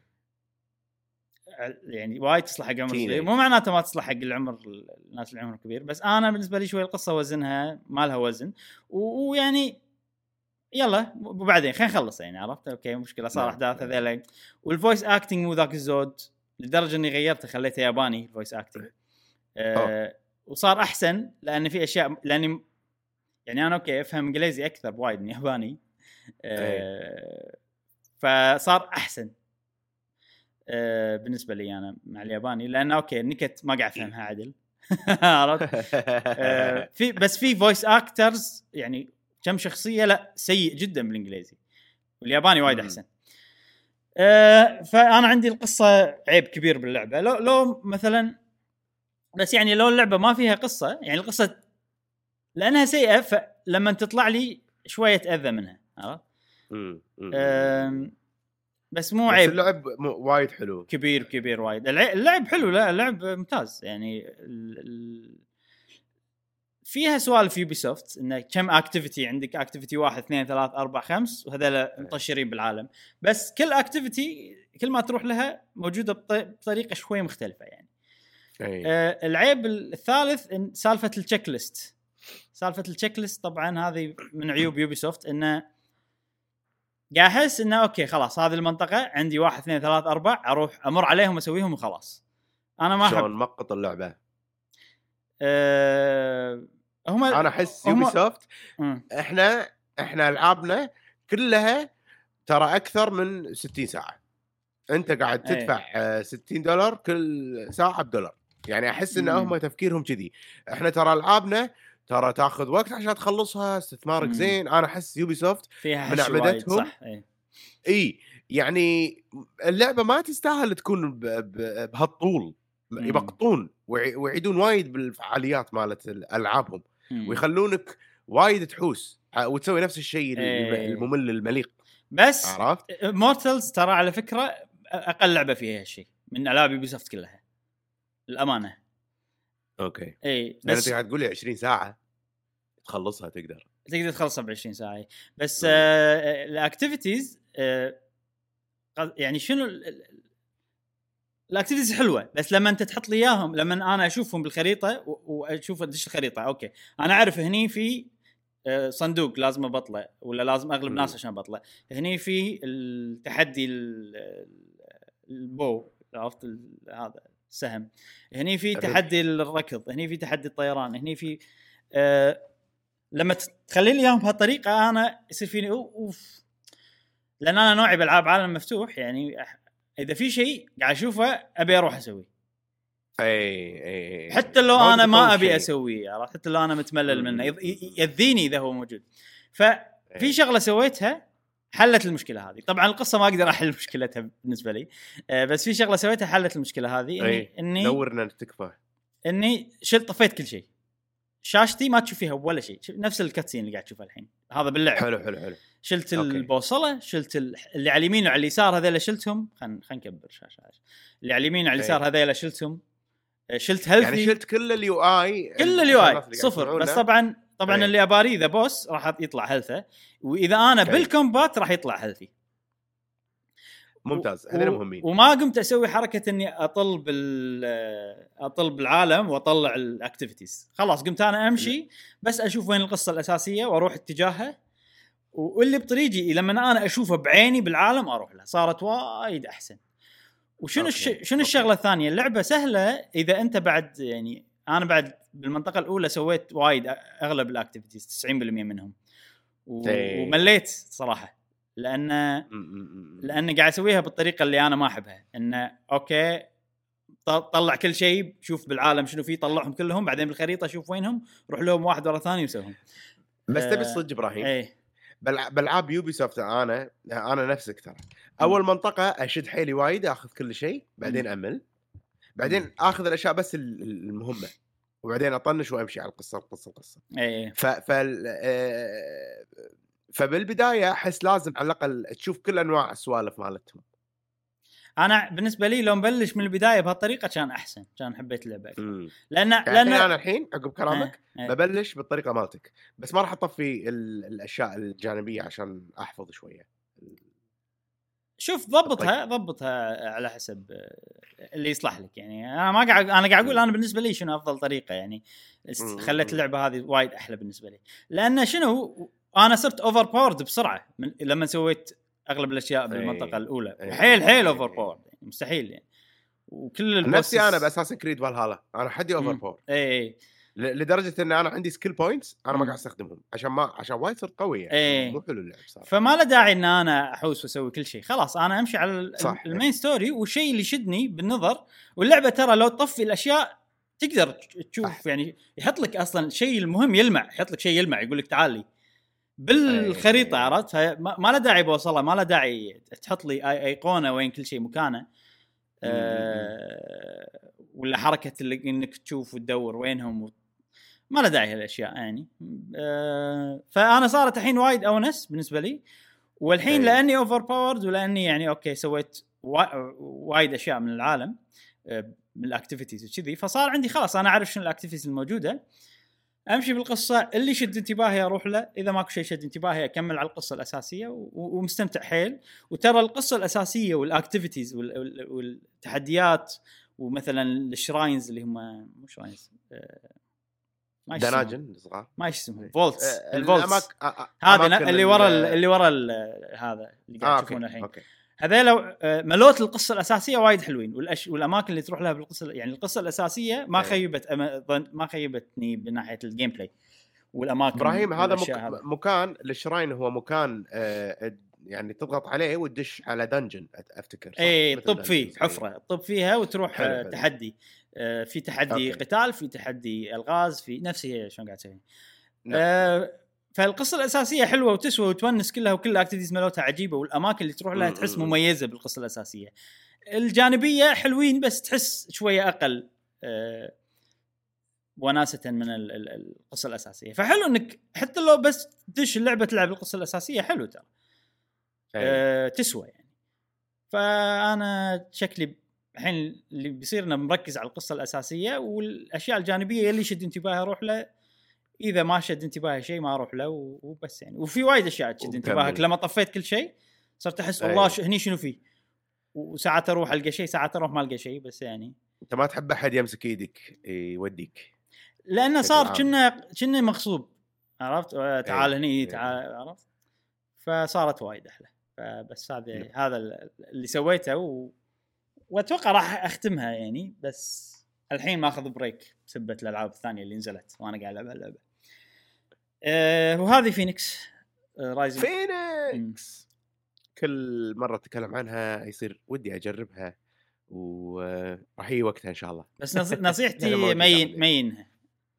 يعني وايد تصلح حق عمر صغير مو معناته ما تصلح حق العمر الناس اللي عمرهم كبير. بس انا بالنسبه لي شويه القصه وزنها ما لها وزن ويعني يلا وبعدين خلينا نخلص يعني. عرفت اوكي مشكله صار احداث هذول والفويس اكتنج مو ذاك الزود لدرجه اني غيرته خليته ياباني الفويس اكتنج أه وصار احسن لان في اشياء لاني يعني انا اوكي افهم انجليزي اكثر بوايد من ياباني أه فصار احسن أه بالنسبه لي انا مع الياباني لان اوكي النكت ما قاعد افهمها عدل. عرفت أه في بس في فويس اكترز يعني كم شخصيه لا سيء جدا بالانجليزي والياباني وايد احسن. أه فانا عندي القصه عيب كبير باللعبه. لو لو مثلا بس يعني لو اللعبه ما فيها قصه يعني القصه لانها سيئه فلما تطلع لي شويه اذى منها. عرفت أه بس مو عيب. بس اللعب وايد حلو كبير كبير وايد اللعب حلو. لا اللعب ممتاز يعني ال ال فيها سؤال في يوبيسوفت انه كم اكتيفيتي عندك اكتيفيتي واحد اثنين ثلاث أربعة خمس وهذول منتشرين بالعالم بس كل اكتيفيتي كل ما تروح لها موجوده بطريقه شوي مختلفه يعني. آه العيب الثالث إن سالفه التشيك ليست. سالفه التشيك ليست طبعا هذه من عيوب يوبيسوفت انه قاعد احس انه اوكي خلاص هذه المنطقه عندي واحد اثنين ثلاث أربعة اروح امر عليهم اسويهم وخلاص. انا ما احب شلون مقط اللعبه. أه هم انا احس يوبيسوفت احنا احنا العابنا كلها ترى اكثر من ستين ساعه. انت قاعد تدفع أيه. ستين دولار كل ساعه بدولار يعني احس ان هم تفكيرهم كذي. احنا ترى العابنا ترى تاخذ وقت عشان تخلصها استثمارك مم. زين. انا احس يوبيسوفت من عبدتهم اي اي يعني اللعبه ما تستاهل تكون بهالطول. يبقطون ويعيدون وايد بالفعاليات مالت الالعابهم ويخلونك وايد تحوس وتسوي نفس الشيء ايه. الممل المليق. بس عرفت مورتلز ترى على فكره اقل لعبه فيها هالشيء من العاب يوبيسوفت كلها الامانه. اوكي اي بس انت قاعد تقول لي عشرين ساعه تخلصها تقدر تقدر تخلصها ب عشرين ساعه بس آه الاكتيفيتيز آه يعني شنو الاكتيفيتيز حلوه بس لما انت تحط لي اياهم لما انا اشوفهم بالخريطه واشوف ادش الخريطه اوكي انا اعرف هني في صندوق لازم ابطله ولا لازم اغلب ناس عشان ابطله. هني في التحدي البو عرفت هذا السهم. هني في تحدي الركض. هني في تحدي الطيران. هني في آه لما تخلي لي اياهم بهالطريقه انا يصير فيني اوف لان انا نوعي بالعاب عالم مفتوح يعني اذا في شيء قاعد اشوفه ابي اروح اسويه. اي اي حتى لو انا ما ابي اسويه عرفت حتى لو انا متملل منه يذيني اذا هو موجود. ففي شغله سويتها حلت المشكله هذه. طبعا القصه ما اقدر احل مشكلتها بالنسبه لي بس في شغله سويتها حلت المشكله هذه اني اني دورنا تكفى اني شلت طفيت كل شيء شاشتي ما تشوف فيها ولا شيء، نفس الكاتسين اللي قاعد تشوفه الحين هذا باللعب. حلو حلو حلو. شلت أوكي. البوصله، شلت اللي على اليمين وعلى اليسار هذول شلتهم. خلينا خلينا نكبر شاشه. اللي على اليمين وعلى اليسار هذول شلتهم. شلت هيلثي، يعني شلت كل اليو اي، كل اليو اي صفر. بس طبعا طبعا أي. اللي اباري ذا بوس راح يطلع هيلثه، واذا انا أي. بالكومبات راح يطلع هيلثي. ممتاز، هذول مهمين. وما قمت اسوي حركه اني اطل بال اطل بالعالم واطلع الاكتيفيتيز. خلاص قمت انا امشي بس اشوف وين القصه الاساسيه واروح اتجاهها، واللي بطريقي لما انا اشوفه بعيني بالعالم اروح له. صارت وايد احسن. وشنو الش... شنو الشغله الثانيه؟ اللعبه سهله اذا انت بعد يعني انا بعد بالمنطقه الاولى سويت وايد اغلب الاكتيفيتيز تسعين بالمية منهم و... ومليت صراحه، لان لان قاعد اسويها بالطريقه اللي انا ما احبها. انه اوكي طلع كل شيء، شوف بالعالم شنو فيه، طلعهم كلهم، بعدين بالخريطه شوف وينهم، روح لهم واحد ورا ثاني وسوهم. بس تبي صدق ابراهيم؟ ايه بالعاب يوبي سوفت انا انا نفسك ترى اول منطقه اشد حيلي وايد، اخذ كل شيء، بعدين امل، بعدين اخذ الاشياء بس المهمه، وبعدين اطنش وامشي على القصه القصه القصه. ايه ف ف فبالبدايه احس لازم على الاقل تشوف كل انواع السوالف مالتهم. انا بالنسبه لي لو مبلش من البدايه بهالطريقه كان احسن، كان حبيت اللعبه اكثر. لان يعني لان انا الحين عقب كلامك اه اه. ببلش بالطريقه مالتك، بس ما راح اطفي الاشياء الجانبيه عشان احفظ شويه. شوف ضبطها ضبطها على حسب اللي يصلح لك. يعني انا ما قاعد انا قاعد اقول انا بالنسبه لي شنو افضل طريقه، يعني خليت اللعبه هذه وايد احلى بالنسبه لي. لان شنو انا صرت اوفر باورد بسرعه من لما سويت اغلب الاشياء بالمنطقه الاولى. حيل حيل اوفر باورد، يعني مستحيل يعني. وكل البوسس نفسي انا باساسا كريد فالهالا انا حدي اوفر باورد اي لدرجه ان انا عندي سكيل بوينتس انا ما قاعد استخدمهم عشان ما عشان وايد صرت قوي يعني. ايه. مو حلو اللعب صار، فما له داعي ان انا احوس واسوي كل شيء. خلاص انا امشي على المين ستوري والشيء اللي يشدني بالنظر. واللعبه ترى لو تطفي الاشياء تقدر تشوف أح. يعني يحط لك اصلا شيء المهم يلمع، يحط لك شيء يلمع يقول لك تعالي بالخريطه. عرفت؟ ما له داعي بوصله، ما له داعي تحط لي ايقونه وين كل شيء مكانه. أه ولا حركه اللي انك تشوف وتدور وينهم و... ما له داعي هالاشياء يعني. أه فانا صارت الحين وايد اونس بالنسبه لي. والحين أيه. لاني اوفر باورد ولاني يعني اوكي سويت وايد اشياء من العالم أه من الاكتيفيتيز وكذي، فصار عندي خلاص انا اعرف شنو الاكتيفيتيز الموجوده، امشي بالقصه اللي شد انتباهي اروح له، اذا ماكو شيء شد انتباهي اكمل على القصه الاساسيه ومستمتع حيل. وترى القصه الاساسيه والاكتيفيتيز والتحديات ومثلا الشراينز اللي هم مو شراينز ما دناجن صغار ما اسمهم فولتس الفولتس هذا اللي ورا اللي ورا هذا اللي قاعد تشوفونه الحين. هذول ملوت القصه الاساسيه وايد حلوين، والأش... والاماكن اللي تروح لها بالقصه يعني القصه الاساسيه ما خيبت أم... ما خيبتني بناحيه الجيم بلاي والاماكن. ابراهيم هذا مك... مكان للشراين، هو مكان آه يعني تضغط عليه وتدش على دنجن افتكر اي طب فيه حفره طب فيها وتروح حلو حلو. تحدي آه في تحدي أوكي. قتال، في تحدي الغاز، في نفس هي شلون قاعد تسوي. آه فالقصه الاساسيه حلوه وتسوى وتونس كلها، وكل الاكتيفيتيز مالتها عجيبه، والاماكن اللي تروح لها تحس مميزه بالقصه الاساسيه. الجانبيه حلوين بس تحس شويه اقل آه وناسه من القصه الاساسيه. فحلو انك حتى لو بس تدش اللعبه تلعب القصه الاساسيه حلو ترى أه تسوى يعني. فانا شكلي الحين اللي بيصيرنا مركز على القصه الاساسيه، والاشياء الجانبيه اللي شد انتباهي اروح له، اذا ما شد انتباهي شيء ما اروح له وبس يعني. وفي وايد اشياء تشد انتباهك لما طفيت كل شيء صرت احس والله شو هني شنو فيه، وساعات اروح القى شيء ساعات اروح ما القى شيء. بس يعني انت ما تحب احد يمسك ايدك يوديك، لانه صار كنا كنا مغصوب. عرفت؟ تعال هني تعال. عرفت؟ فصارت وايد احلى. فبس هذا هذا اللي سويته و... واتوقع راح اختمها يعني. بس الحين ما اخذ بريك بسبه الالعاب الثانيه اللي نزلت وانا قاعد العب اللعبه. أه وهذه فينيكس رايزنج. فينيكس كل مره اتكلم عنها يصير ودي اجربها، وراح يجي وقتها ان شاء الله. بس نصيحتي مين مينها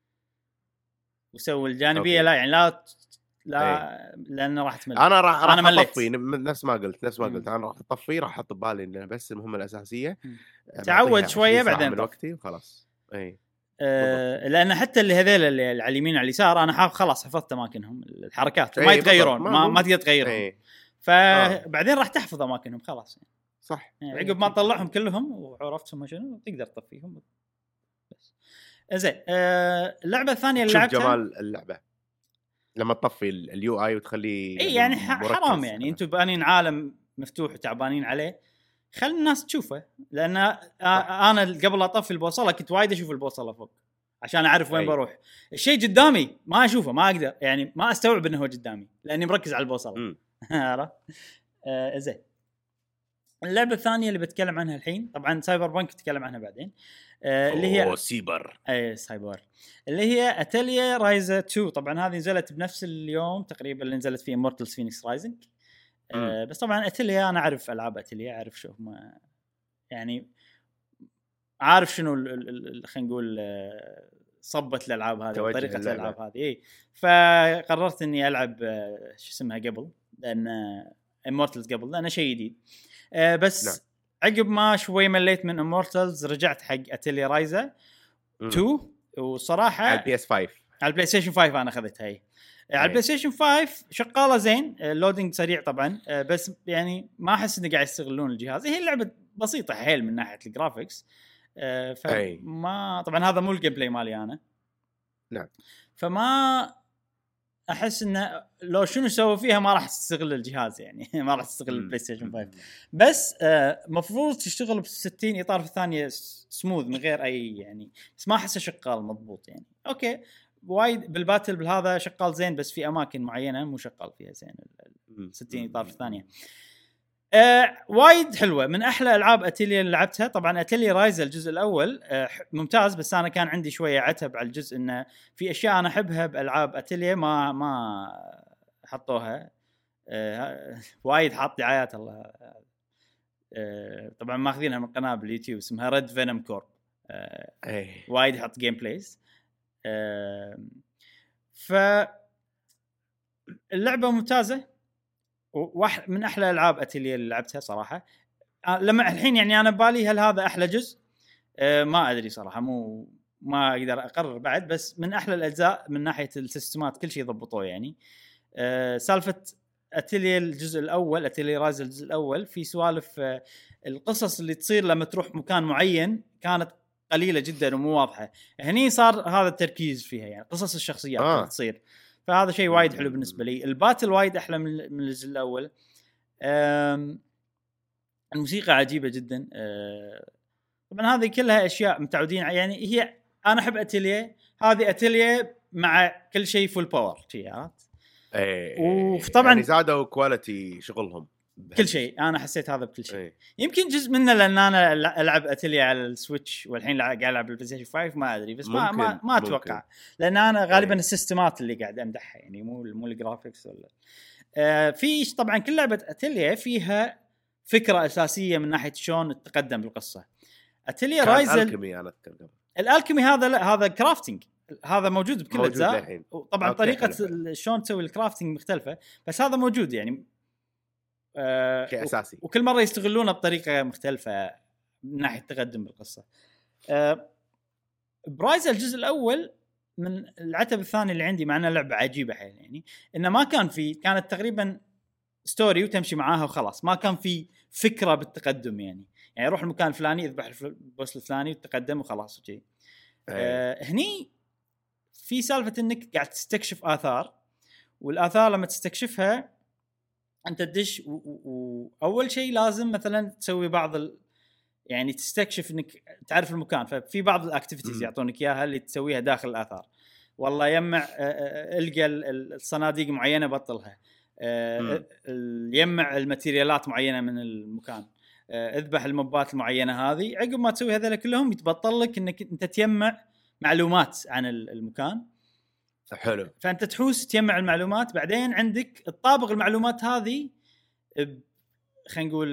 وسوي الجانبيه. لا يعني لا لا أيه. لانه راح تمل. انا راح راح اطفي نفس ما قلت نفس ما قلت انا راح اطفي راح احط ببالي ان بس المهمه الاساسيه تعود شويه بعدين من وقتي وخلاص. اي أه لان حتى اللي هذول اللي على اليمين وعلى اليسار انا حاف خلاص حفظت اماكنهم الحركات ما يتغيرون ما, ما, ما تقدر تغيرهم فبعدين راح تحفظ اماكنهم خلاص صح يعني عقب ما تطلعهم كلهم وعرفتهم شنو تقدر تطفيهم بس زين. أه اللعبه الثانيه اللي لعبتها جمال اللعبه لما تطفي اليو اي وتخليه اي يعني حرام يعني انتم بانين عالم مفتوح وتعبانين عليه خلي الناس تشوفه لان انا قبل اطفي البوصله كنت وايد اشوف البوصله فوق عشان اعرف وين أي. بروح الشيء قدامي ما اشوفه ما اقدر يعني ما استوعب انه هو قدامي لاني مركز على البوصله عرفت. آه زين اللعبه الثانيه اللي بتكلم عنها الحين طبعا سايبر بانك تتكلم عنها بعدين آه اللي هي سيبر اي سايبر اللي هي اتليا رايزا تو طبعا هذه نزلت بنفس اليوم تقريبا اللي نزلت فيه مورتلز فينيكس رايزنج آه بس طبعا اتليا انا اعرف العاب اتليا اعرف شو هم يعني عارف شنو خلينا نقول صبت الالعاب هذه وطريقه الالعاب هذه اي فقررت اني العب شو اسمها قبل لان امورتلز قبل لانه شيء جديد آه بس لا. عقب ما شوي مليت من امورتلز رجعت حق اتليا رايزا تو وصراحه على البي اس خمسة على البلاي ستيشن خمسة انا اخذتها هي على البلاي ستيشن خمسة شغاله زين اللودينج سريع طبعا بس يعني ما احس انه قاعد يستغلون الجهاز هي اللعبه بسيطه حيل من ناحيه الجرافيكس فما طبعا هذا مو الجيم بلاي مالي انا نعم فما احس انه لو شنو سووا فيها ما راح تستغل الجهاز يعني ما راح تستغل البلاي ستيشن خمسة بس مفروض تشتغل ب ستين اطار في الثانيه سموث من غير اي يعني بس ما احسه شغال مضبوط يعني اوكي وايد بالباتل بالهذا شغال زين بس في اماكن معينه مو شغال فيها زين ستين اطار في الثانيه آه وايد حلوه من احلى العاب اتليا اللي لعبتها طبعا اتليا رايزا الجزء الاول آه ممتاز بس انا كان عندي شويه عتب على الجزء انه في اشياء انا احبها بالعاب اتليا ما ما حطوها آه وايد حاط دعايات الله آه طبعا ماخذينها من قناه باليوتيوب اسمها ريد فينوم كورب آه وايد يحط جيم بلايز آه ف اللعبه ممتازه واحد من احلى العاب اتليا اللي لعبتها صراحه لما الحين يعني انا ببالي هل هذا احلى جزء أه ما ادري صراحه مو ما اقدر اقرر بعد بس من احلى الاجزاء من ناحيه السيستمات كل شيء ضبطوه يعني أه سالفه اتليا الجزء الاول اتليا رايز الجزء الاول في سوالف أه القصص اللي تصير لما تروح مكان معين كانت قليله جدا ومو واضحه هني صار هذا التركيز فيها يعني قصص الشخصيات آه. اللي تصير فهذا شيء وايد حلو بالنسبه لي الباتل وايد احلى من الجزء الاول الموسيقى عجيبه جدا طبعا هذه كلها اشياء متعودين يعني هي انا احب اتليا هذه اتليا مع كل شيء فول باور شيء عرفت ايه وطبعا يعني زادوا كواليتي شغلهم كل شيء انا حسيت هذا بكل شيء ايه. يمكن جزء منه لان انا العب اتليا على السويتش والحين قاعد العب البلاي ستيشن خمسة ما ادري بس ما ما, ما اتوقع لان انا غالبا ايه. السيستمات اللي قاعد امدحها يعني مو مو الجرافيكس ولا آه في طبعا كل لعبه اتليا فيها فكره اساسيه من ناحيه شلون التقدم بالقصه اتليا رايزل الالكيمي انا اتكلم الالكيمي هذا لا هذا كرافتنج هذا موجود بكل الاجزاء طبعا طريقه شلون تسوي الكرافتنج مختلفه بس هذا موجود يعني آه كأساسي وكل مرة يستغلونه بطريقة مختلفة من ناحية التقدم بالقصة آه برايز الجزء الأول من العتب الثاني اللي عندي معنا لعبة عجيبة حيل يعني إنه ما كان في كانت تقريبا ستوري وتمشي معاها وخلاص ما كان في فكرة بالتقدم يعني يعني يروح المكان الفلاني يذبح البوس الفلاني وتقدم وخلاص وشي آه هني في سالفة إنك قاعد تستكشف آثار والآثار لما تستكشفها انت تدش واول شيء لازم مثلا تسوي بعض ال... يعني تستكشف انك تعرف المكان ففي بعض الاكتيفيتيز يعطونك اياها اللي تسويها داخل الاثار والله يجمع القى الصناديق معينه بطلها يجمع الماتيريالات معينه من المكان اذبح الموبات المعينه هذه عقب ما تسوي هذول كلهم يتبطل لك انك انت تجمع معلومات عن المكان حلو فانت تحوس تجمع المعلومات بعدين عندك الطابق المعلومات هذه خلينا نقول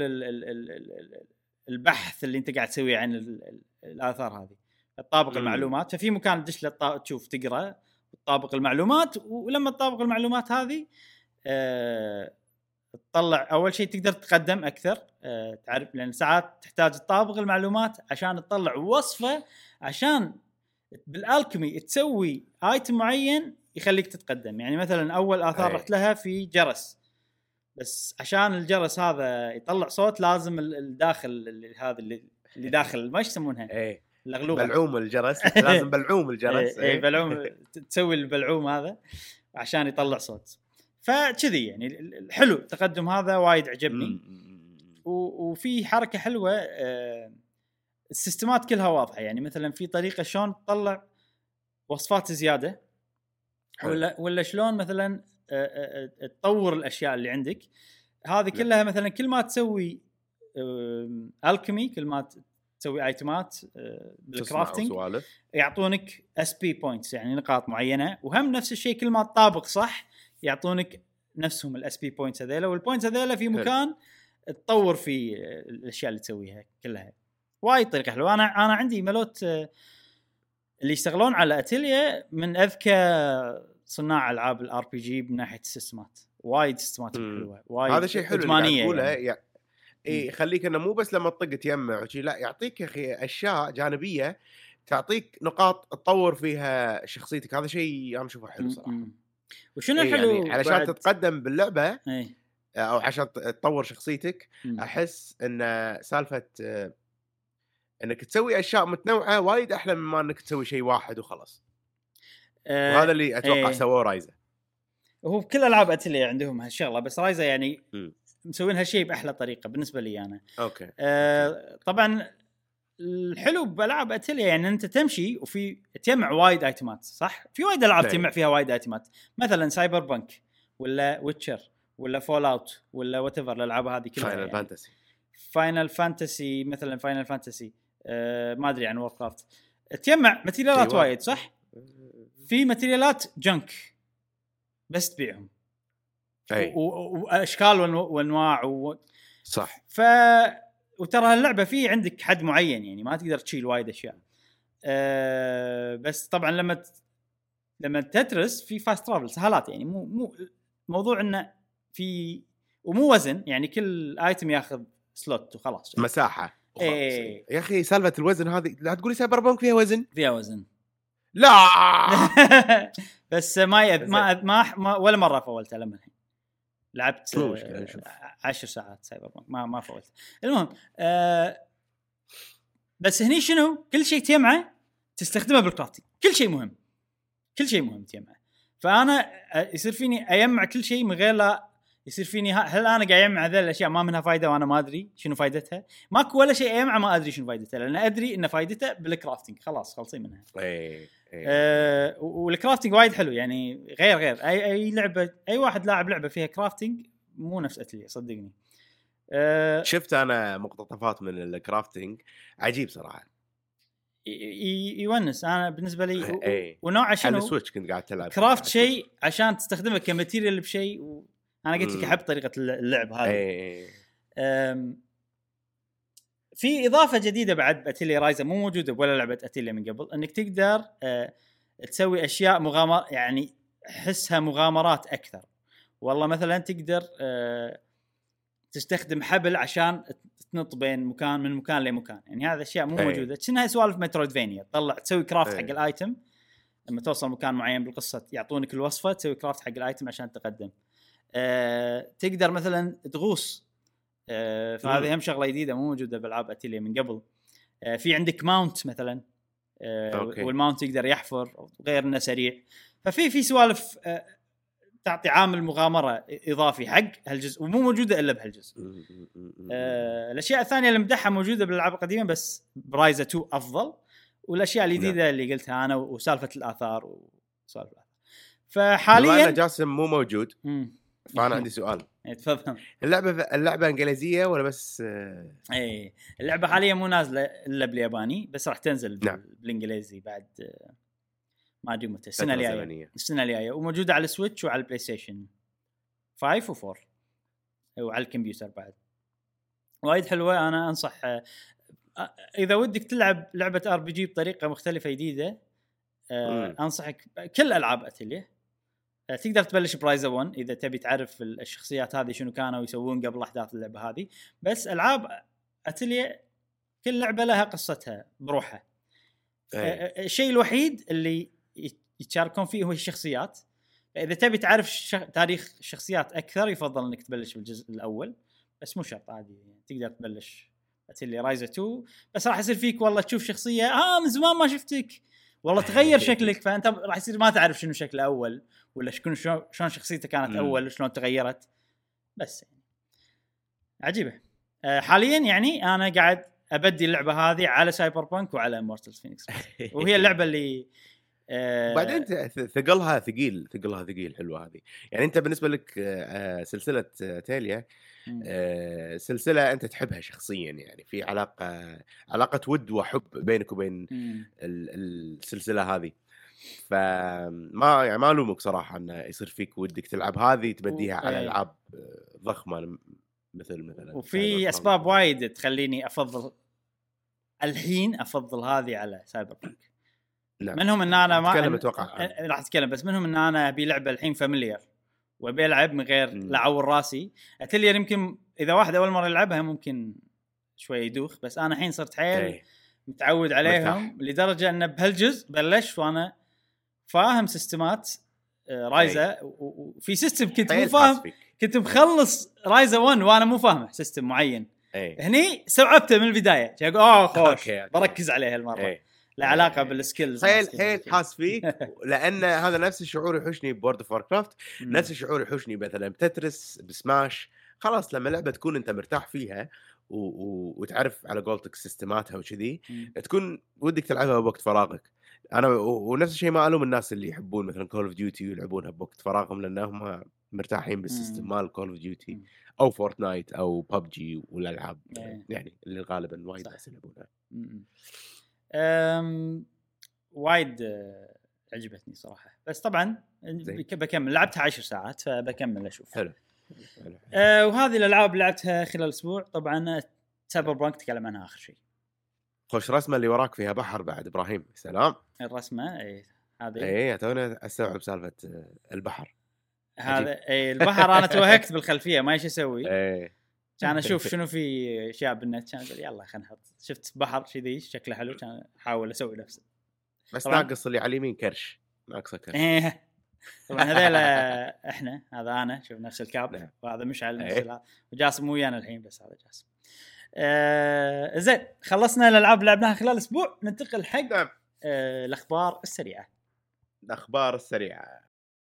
البحث اللي انت قاعد تسويه عن الاثار هذه الطابق المعلومات ففي مكان تدش له تشوف تقرا طابق المعلومات ولما تطابق المعلومات هذه أه تطلع اول شيء تقدر تقدم اكثر أه تعرف لان ساعات تحتاج تطابق المعلومات عشان تطلع وصفه عشان بالالكيمي تسوي ايتم معين يخليك تتقدم. يعني مثلا اول اثار أي. رحت لها في جرس، بس عشان الجرس هذا يطلع صوت لازم الداخل اللي هذا اللي, اللي داخل ما يسمونها ايه الغلوغه بلعوم الجرس لازم بلعوم الجرس اي بلعوم تسوي البلعوم هذا عشان يطلع صوت. فكذي يعني الحلو التقدم هذا وايد عجبني. وفي حركه حلوه السيستمات كلها واضحه. يعني مثلا في طريقه شلون تطلع وصفات زياده ولا ولا شلون مثلا تطور الاشياء اللي عندك هذه كلها. مثلا كل ما تسوي الكيمي كل ما تسوي ايتمات بالكرافتنج يعطونك اس بي بوينتس يعني نقاط معينه. وهم نفس الشيء كل ما تطابق صح يعطونك نفسهم الاس بي بوينتس هذيلا. والبوينتس هذيلا في مكان تطور في الاشياء اللي تسويها كلها. وايد طريقه حلوه. انا انا عندي ملوت اللي يشتغلون على اتيليا من اذكى صناع العاب الار بي جي من ناحيه السيستمات. وايد سيستمات حلوه وايد. هذا شيء حلو اللي تقوله يعني. يعني اي يخليك انه مو بس لما تطق تجمع وشي، لا يعطيك يا اخي اشياء جانبيه تعطيك نقاط تطور فيها شخصيتك. هذا شيء انا اشوفه حلو صراحه. وشنو الحلو يعني علشان بعد... تتقدم باللعبه أي. او عشان تطور شخصيتك مم. احس ان سالفه انك تسوي اشياء متنوعه وايد احلى مما انك تسوي شيء واحد وخلاص. أه وهذا اللي اتوقع أي. سووه رايزا. هو بكل العاب اتلي عندهم هالشغله، بس رايزا يعني م. مسوين هالشيء باحلى طريقه بالنسبه لي انا. اوكي أه طبعا الحلو بالعاب اتليا يعني انت تمشي وفي تجمع وايد ايتمات صح. في وايد العاب تجمع فيها وايد ايتمات مثلا سايبر بانك ولا ويتشر ولا فول اوت ولا وات ايفر الالعاب هذه كلها. فاينل يعني. فانتسي فاينل فانتسي مثلا فاينل فانتسي أه ما ادري عن ووركرافت. تجمع ماتيريالات وايد صح. في ماتيريالات جنك بس تبيعهم واشكال وانواع و... صح. ف وترى اللعبه فيه عندك حد معين يعني ما تقدر تشيل وايد اشياء. أه بس طبعا لما ت... لما تترس في فاست ترافل سهالات يعني مو مو موضوع انه في ومو وزن يعني كل ايتم ياخذ سلوت وخلاص يعني. مساحه ايه. يا اخي سالفه الوزن هذه لا تقولي سايبر بانك فيها وزن. فيها وزن لا بس ما يب... ما ما, ما ولا مره فولتها لما الحين لعبت عشر ساعات سايبر بانك ما ما فولت. المهم آه بس هني شنو كل شيء تجمعه تستخدمه بالكرافتنج. كل شيء مهم كل شيء مهم تجمعه. فانا يصير فيني اجمع كل شيء من غير لا يصير فيني هل انا قاعد اجمع هذه الاشياء ما منها فايده وانا ما ادري شنو فايدتها. ماكو ولا شيء اجمع ما ادري شنو فايدته لان ادري ان فايدته بالكرافتنج خلاص خلصين منها. اي آه والكرافتنج وايد حلو يعني غير غير اي اي لعبه اي واحد لاعب لعبه فيها كرافتنج مو نفس اتلي صدقني. أه شفت انا مقتطفات من الكرافتنج عجيب صراحه يونس. انا بالنسبه لي و... ونوع شنو على السويتش كنت قاعد تلعب كرافت شيء عشان تستخدمه كماتيريال بشيء و... انا قلت لك احب طريقه اللعب هذه. في اضافه جديده بعد اتيليا رايزا مو موجوده ولا لعبه اتيليا من قبل انك تقدر أه تسوي اشياء مغامره يعني حسها مغامرات اكثر. والله مثلا تقدر أه تستخدم حبل عشان تنط بين مكان من مكان لمكان يعني هذا اشياء مو موجوده. شنها سوالف مترويدفينيا تطلع تسوي كرافت حق الايتم لما توصل مكان معين بالقصه يعطونك الوصفه تسوي كرافت حق الايتم عشان تقدم. أه تقدر مثلا تغوص أه فهذه هم شغله جديده مو موجوده بالعاب اتيليا من قبل. أه في عندك ماونت مثلا أه والماونت يقدر يحفر غير انه سريع. ففي في سوالف أه تعطي عامل مغامره اضافي حق هالجزء ومو موجوده الا بهالجزء. أه الاشياء الثانيه اللي مدحها موجوده بالالعاب القديمه بس برايزا اثنين افضل. والاشياء الجديده اللي قلتها انا وسالفه الاثار وسالفه الاثار. فحاليا انا جاسم مو موجود مم. فانا عندي سؤال. تفضل. اللعبه اللعبه انجليزيه ولا بس اي اللعبه حاليا مو نازله الا بالياباني بس راح تنزل نعم. بالانجليزي بعد ما ادري متى السنه الجايه السنه الجايه وموجوده على السويتش وعلى البلاي ستيشن خمسة وأربعة وعلى الكمبيوتر بعد. وايد حلوه. انا انصح اذا ودك تلعب لعبه ار بي جي بطريقه مختلفه جديده انصحك كل العاب اتليا. تقدر تبلش برايزا واحد اذا تبي تعرف الشخصيات هذه شنو كانوا يسوون قبل احداث اللعبه هذه. بس العاب اتليا كل لعبه لها قصتها بروحها. الشيء الوحيد اللي يتشاركون فيه هو الشخصيات. اذا تبي تعرف شخ... تاريخ الشخصيات اكثر يفضل انك تبلش بالجزء الاول، بس مو شرط عادي يعني تقدر تبلش اللي رايزا تو، بس راح يصير فيك والله تشوف شخصيه اه من زمان ما شفتك والله تغير شكلك، فانت راح يصير ما تعرف شنو شكله اول ولا شكون شلون شخصيته كانت اول وشلون تغيرت. بس يعني عجيبه. أه حاليا يعني انا قاعد ابدي اللعبه هذه على سايبر بانك وعلى مورتلز فينيكس، وهي اللعبه اللي أه بعدين ثقلها ثقيل ثقلها ثقيل حلوه هذه. يعني انت بالنسبه لك أه سلسله تاليا أه سلسله انت تحبها شخصيا، يعني في علاقه علاقه ود وحب بينك وبين السلسله هذه، فما يعني ما الومك صراحه انه يصير فيك ودك تلعب هذه تبديها على العاب ضخمه مثل مثلا. وفي اسباب وايد تخليني افضل الحين افضل هذه على سايبر بانك. نعم. منهم ان انا ما اتكلم اتوقع راح اتكلم، بس منهم ان انا ابي لعبه الحين فاميليار وابي العب من غير لا اعور راسي. اتلير يمكن اذا واحد اول مره يلعبها ممكن شوي يدوخ، بس انا الحين صرت حيل ايه. متعود عليهم مرتاح. لدرجه ان بهالجزء بلش وانا فاهم سيستمات رايزا ايه. وفي سيستم كنت مو فاهم، كنت مخلص رايزا واحد وانا مو فاهم سيستم معين ايه. هني استوعبته من البدايه، اقول اه خوش بركز عليه هالمره ايه. لا علاقه ايه. بالسكيلز حيل حيل حاس فيك لان هذا نفس الشعور يحوشني بورد اوف واركرافت، نفس الشعور يحوشني مثلا بتترس بسماش. خلاص لما لعبه تكون انت مرتاح فيها و... و... وتعرف على قولتك سيستماتها وكذي تكون ودك تلعبها بوقت فراغك. انا و... ونفس الشيء ما الوم الناس اللي يحبون مثلا كول اوف ديوتي ويلعبونها بوقت فراغهم لانهم مرتاحين بالسيستم مال كول اوف ديوتي او فورتنايت او ببجي والالعاب يعني اللي غالبا وايد ناس يلعبونها. أم... وايد عجبتني صراحه، بس طبعا بكمل لعبتها عشر ساعات فبكمل اشوف. حلو. أه وهذه الالعاب اللي لعبتها خلال اسبوع. طبعا سايبر بانك تكلم عنها اخر شيء. خوش رسمه اللي وراك فيها بحر بعد ابراهيم. سلام. الرسمه اي هذه اي تونا استوعب سالفه البحر هذا. اي البحر انا توهقت بالخلفيه ما ايش اسوي. اي كان اشوف شنو في اشياء بالنت، كان اقول يلا خلينا نحط. شفت بحر كذي شكله حلو كان احاول اسوي نفسه، بس ناقص اللي على اليمين كرش، ناقصه كرش. طبعا هذول احنا، هذا انا شوف نفس الكاب وهذا مشعل نفس الكاب وجاسم ويانا الحين، بس هذا جاسم. آه زين خلصنا الالعاب اللي لعبناها خلال اسبوع، ننتقل حق آه الاخبار السريعه. الاخبار السريعه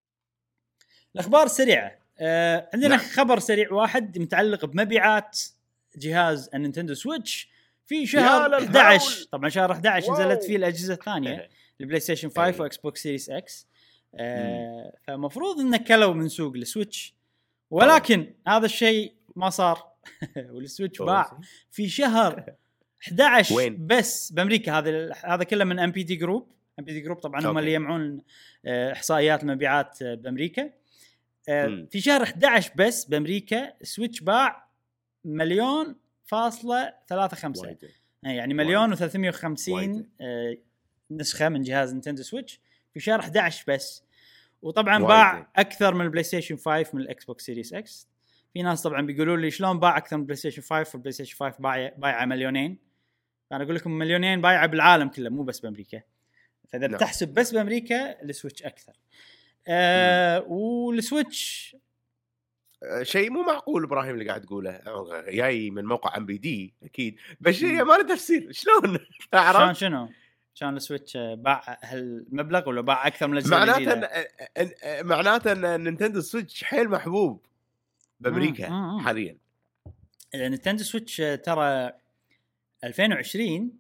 الاخبار السريعه آه عندنا نعم. خبر سريع واحد متعلق بمبيعات جهاز النينتندو سويتش في شهر أحد عشر. طبعا شهر أحد عشر نزلت فيه الاجهزه الثانيه البلاي ستيشن خمسة واكس بوكس سيريس اكس. آه فمفروض انه كلوا من سوق السويتش، ولكن أوه. هذا الشيء ما صار. والسويتش باع في شهر أحد عشر وين؟ بس بامريكا. هذا هذا كله من ام بي دي جروب. ام بي دي جروب طبعا هم اللي يجمعون احصائيات المبيعات بامريكا. آه في شهر أحد عشر بس بامريكا سويتش باع مليون فاصلة ثلاثة خمسة، يعني مليون وثلاثمية وخمسين آه نسخه من جهاز نينتندو سويتش في شهر أحد عشر بس. وطبعا باع اكثر من البلاي ستيشن خمسة من الاكس بوكس سيريس اكس. في ناس طبعا بيقولوا لي شلون باع اكثر من البلاي ستيشن خمسة والبلاي ستيشن خمسة بايع بايع مليونين. انا اقول لكم مليونين بايعه بالعالم كله مو بس بامريكا، فاذا no. بتحسب بس بامريكا السويتش اكثر. آه والسويتش شيء مو معقول ابراهيم اللي قاعد تقوله، جاي من موقع ام بي دي اكيد، بس شيء ما له تفسير. شلون تعرف شلون شنو شلون السويتش باع هالمبلغ ولا باع اكثر من الاجهزه الجديده؟ معناته معناته ان نينتندو سويتش حيل محبوب بامريكا مم. مم. حاليا نينتندو سويتش ترى ألفين وعشرين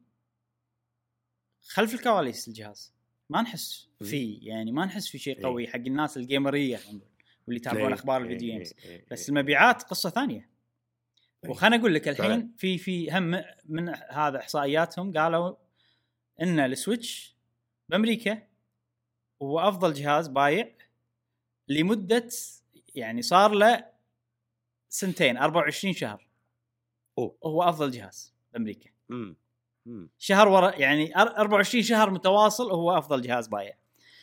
خلف الكواليس الجهاز ما نحس فيه، يعني ما نحس في شيء قوي حق الناس الجيمريه واللي يتابعون اخبار الفيديو جيمز، بس المبيعات قصه ثانيه. وخلنا اقول لك الحين في في هم من هذا احصائياتهم قالوا ان السويتش بامريكا هو افضل جهاز بايع لمده، يعني صار له سنتين أربعة وعشرين شهر. أوه. هو افضل جهاز بامريكا. امم امم شهر ورا يعني أربعة وعشرين شهر متواصل هو افضل جهاز بايع.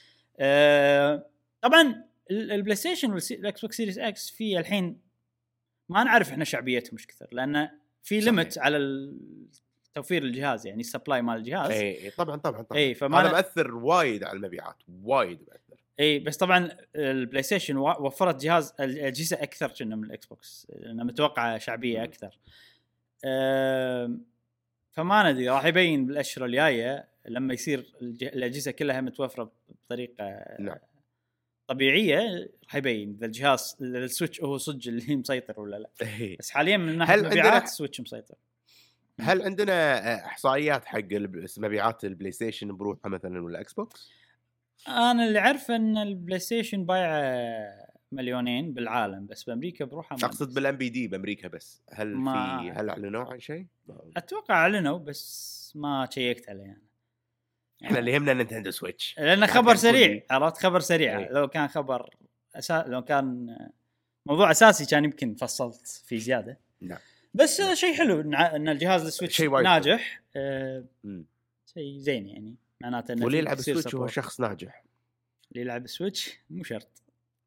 أه طبعا البلاي ستيشن والاكس بوكس سيريس اكس في الحين ما نعرف احنا شعبيتهم مش كثر، لان في ليميت على توفير الجهاز يعني السبلاي مال الجهاز. اي طبعا طبعا طبعا اي فما هذا مأثر وايد على المبيعات وايد مأثر. اي بس طبعا البلاي ستيشن وفرت جهاز الاجهزه اكثر كنا من الاكس بوكس، انا متوقع شعبيه اكثر. أه فما ندري راح يبين بالاشهر الجايه لما يصير الاجهزه كلها متوفره بطريقه نعم. طبيعيه، راح يبين اذا الجهاز السويتش هو صدق اللي مسيطر ولا لا. بس حاليا من ناحيه مبيعات السويتش مسيطر. هل عندنا احصائيات حق مبيعات البلاي ستيشن بروحها مثلا ولا اكس بوكس؟ انا اللي عارف ان البلاي ستيشن بايع مليونين بالعالم، بس بامريكا بروحها اقصد بالام بي دي بامريكا بس. هل ما... في هل اعلنوا عن شيء؟ اتوقع اعلنوا بس ما شيكت عليه يعني. احنا اللي يهمنا نينتندو سويتش لأنه خبر سريع، عرفت خبر سريع. أي. لو كان خبر أسا... لو كان موضوع أساسي كان يمكن فصلت فيه زيادة. نعم. بس شيء حلو إن الجهاز السويتش ناجح. آه... شيء زين يعني، معناته إنه واللي يلعب السويتش هو شخص ناجح. اللي يلعب السويتش مو شرط.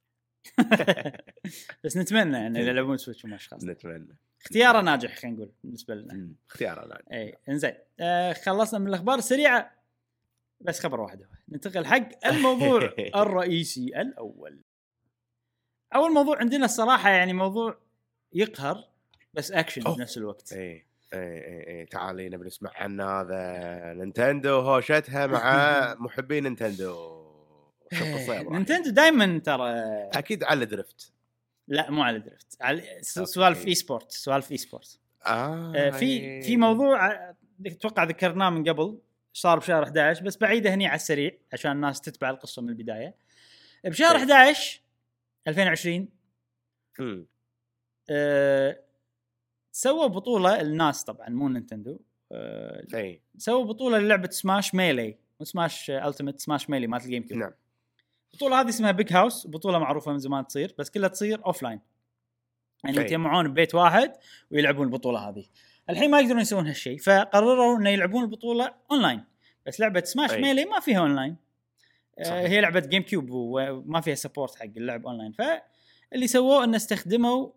بس نتمنى إن يلعبون سويتش وما أشخاص. نتمنى. اختياره ناجح خلينا نقول بالنسبة لنا. اختياره ناجح. إيه إنزين. آه خلصنا من الأخبار السريعة. بس خبر واحد هو. ننتقل حق الموضوع الرئيسي الأول. أول موضوع عندنا الصراحة يعني موضوع يقهر بس أكشن أوه. بنفس الوقت. إيه إيه إيه تعالي نبي نسمع عن هذا. نينتندو هوشتها مع محبين نينتندو. شو القصة؟ نينتندو دايما ترى أكيد على درفت. لا مو على درفت، على سوالف إي سبورت. سوالف إي سبورت. آه آه في في موضوع أتوقع ذكرناه من قبل، صار بشهر أحد عشر بس بعيده هني على السريع عشان الناس تتبع القصة من البداية. بشهر أحد عشر ألفين وعشرين أه سووا بطولة الناس طبعا مو نينتندو. أه سووا بطولة للعبة سماش ميلي وسماش ألتيميت سماش ميلي مالت الجيم كيوب. نعم. البطولة هذه اسمها بيج هاوس، بطولة معروفة من زمان تصير بس كلها تصير أوفلاين يعني يتجمعون ببيت واحد ويلعبون البطولة هذه. الحين ما يقدرون يسوون هالشيء فقرروا إنه يلعبون البطولة أونلاين. بس لعبة سماش أي. ميلي ما فيها أونلاين. آه هي لعبة جيم كيوب وما فيها سبورت حق اللعب أونلاين. فاللي سووه إن استخدموا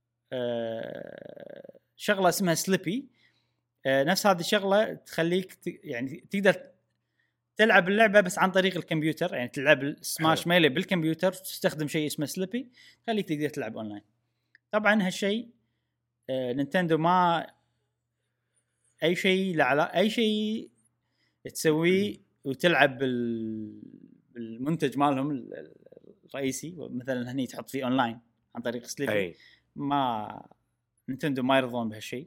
آه شغلة اسمها سليبي. آه نفس هذه الشغلة تخليك ت... يعني تقدر تلعب اللعبة بس عن طريق الكمبيوتر. يعني تلعب سماش ميلي بالكمبيوتر تستخدم شيء اسمه سليبي تخليك تقدر تلعب أونلاين. طبعا هالشيء آه نينتندو ما أي شيء لا على أي شيء تسويه وتلعب بالمنتج مالهم الرئيسي مثلا هني تحط فيه أونلاين عن طريق سليبي. ما نينتندو ما يرضون بهالشيء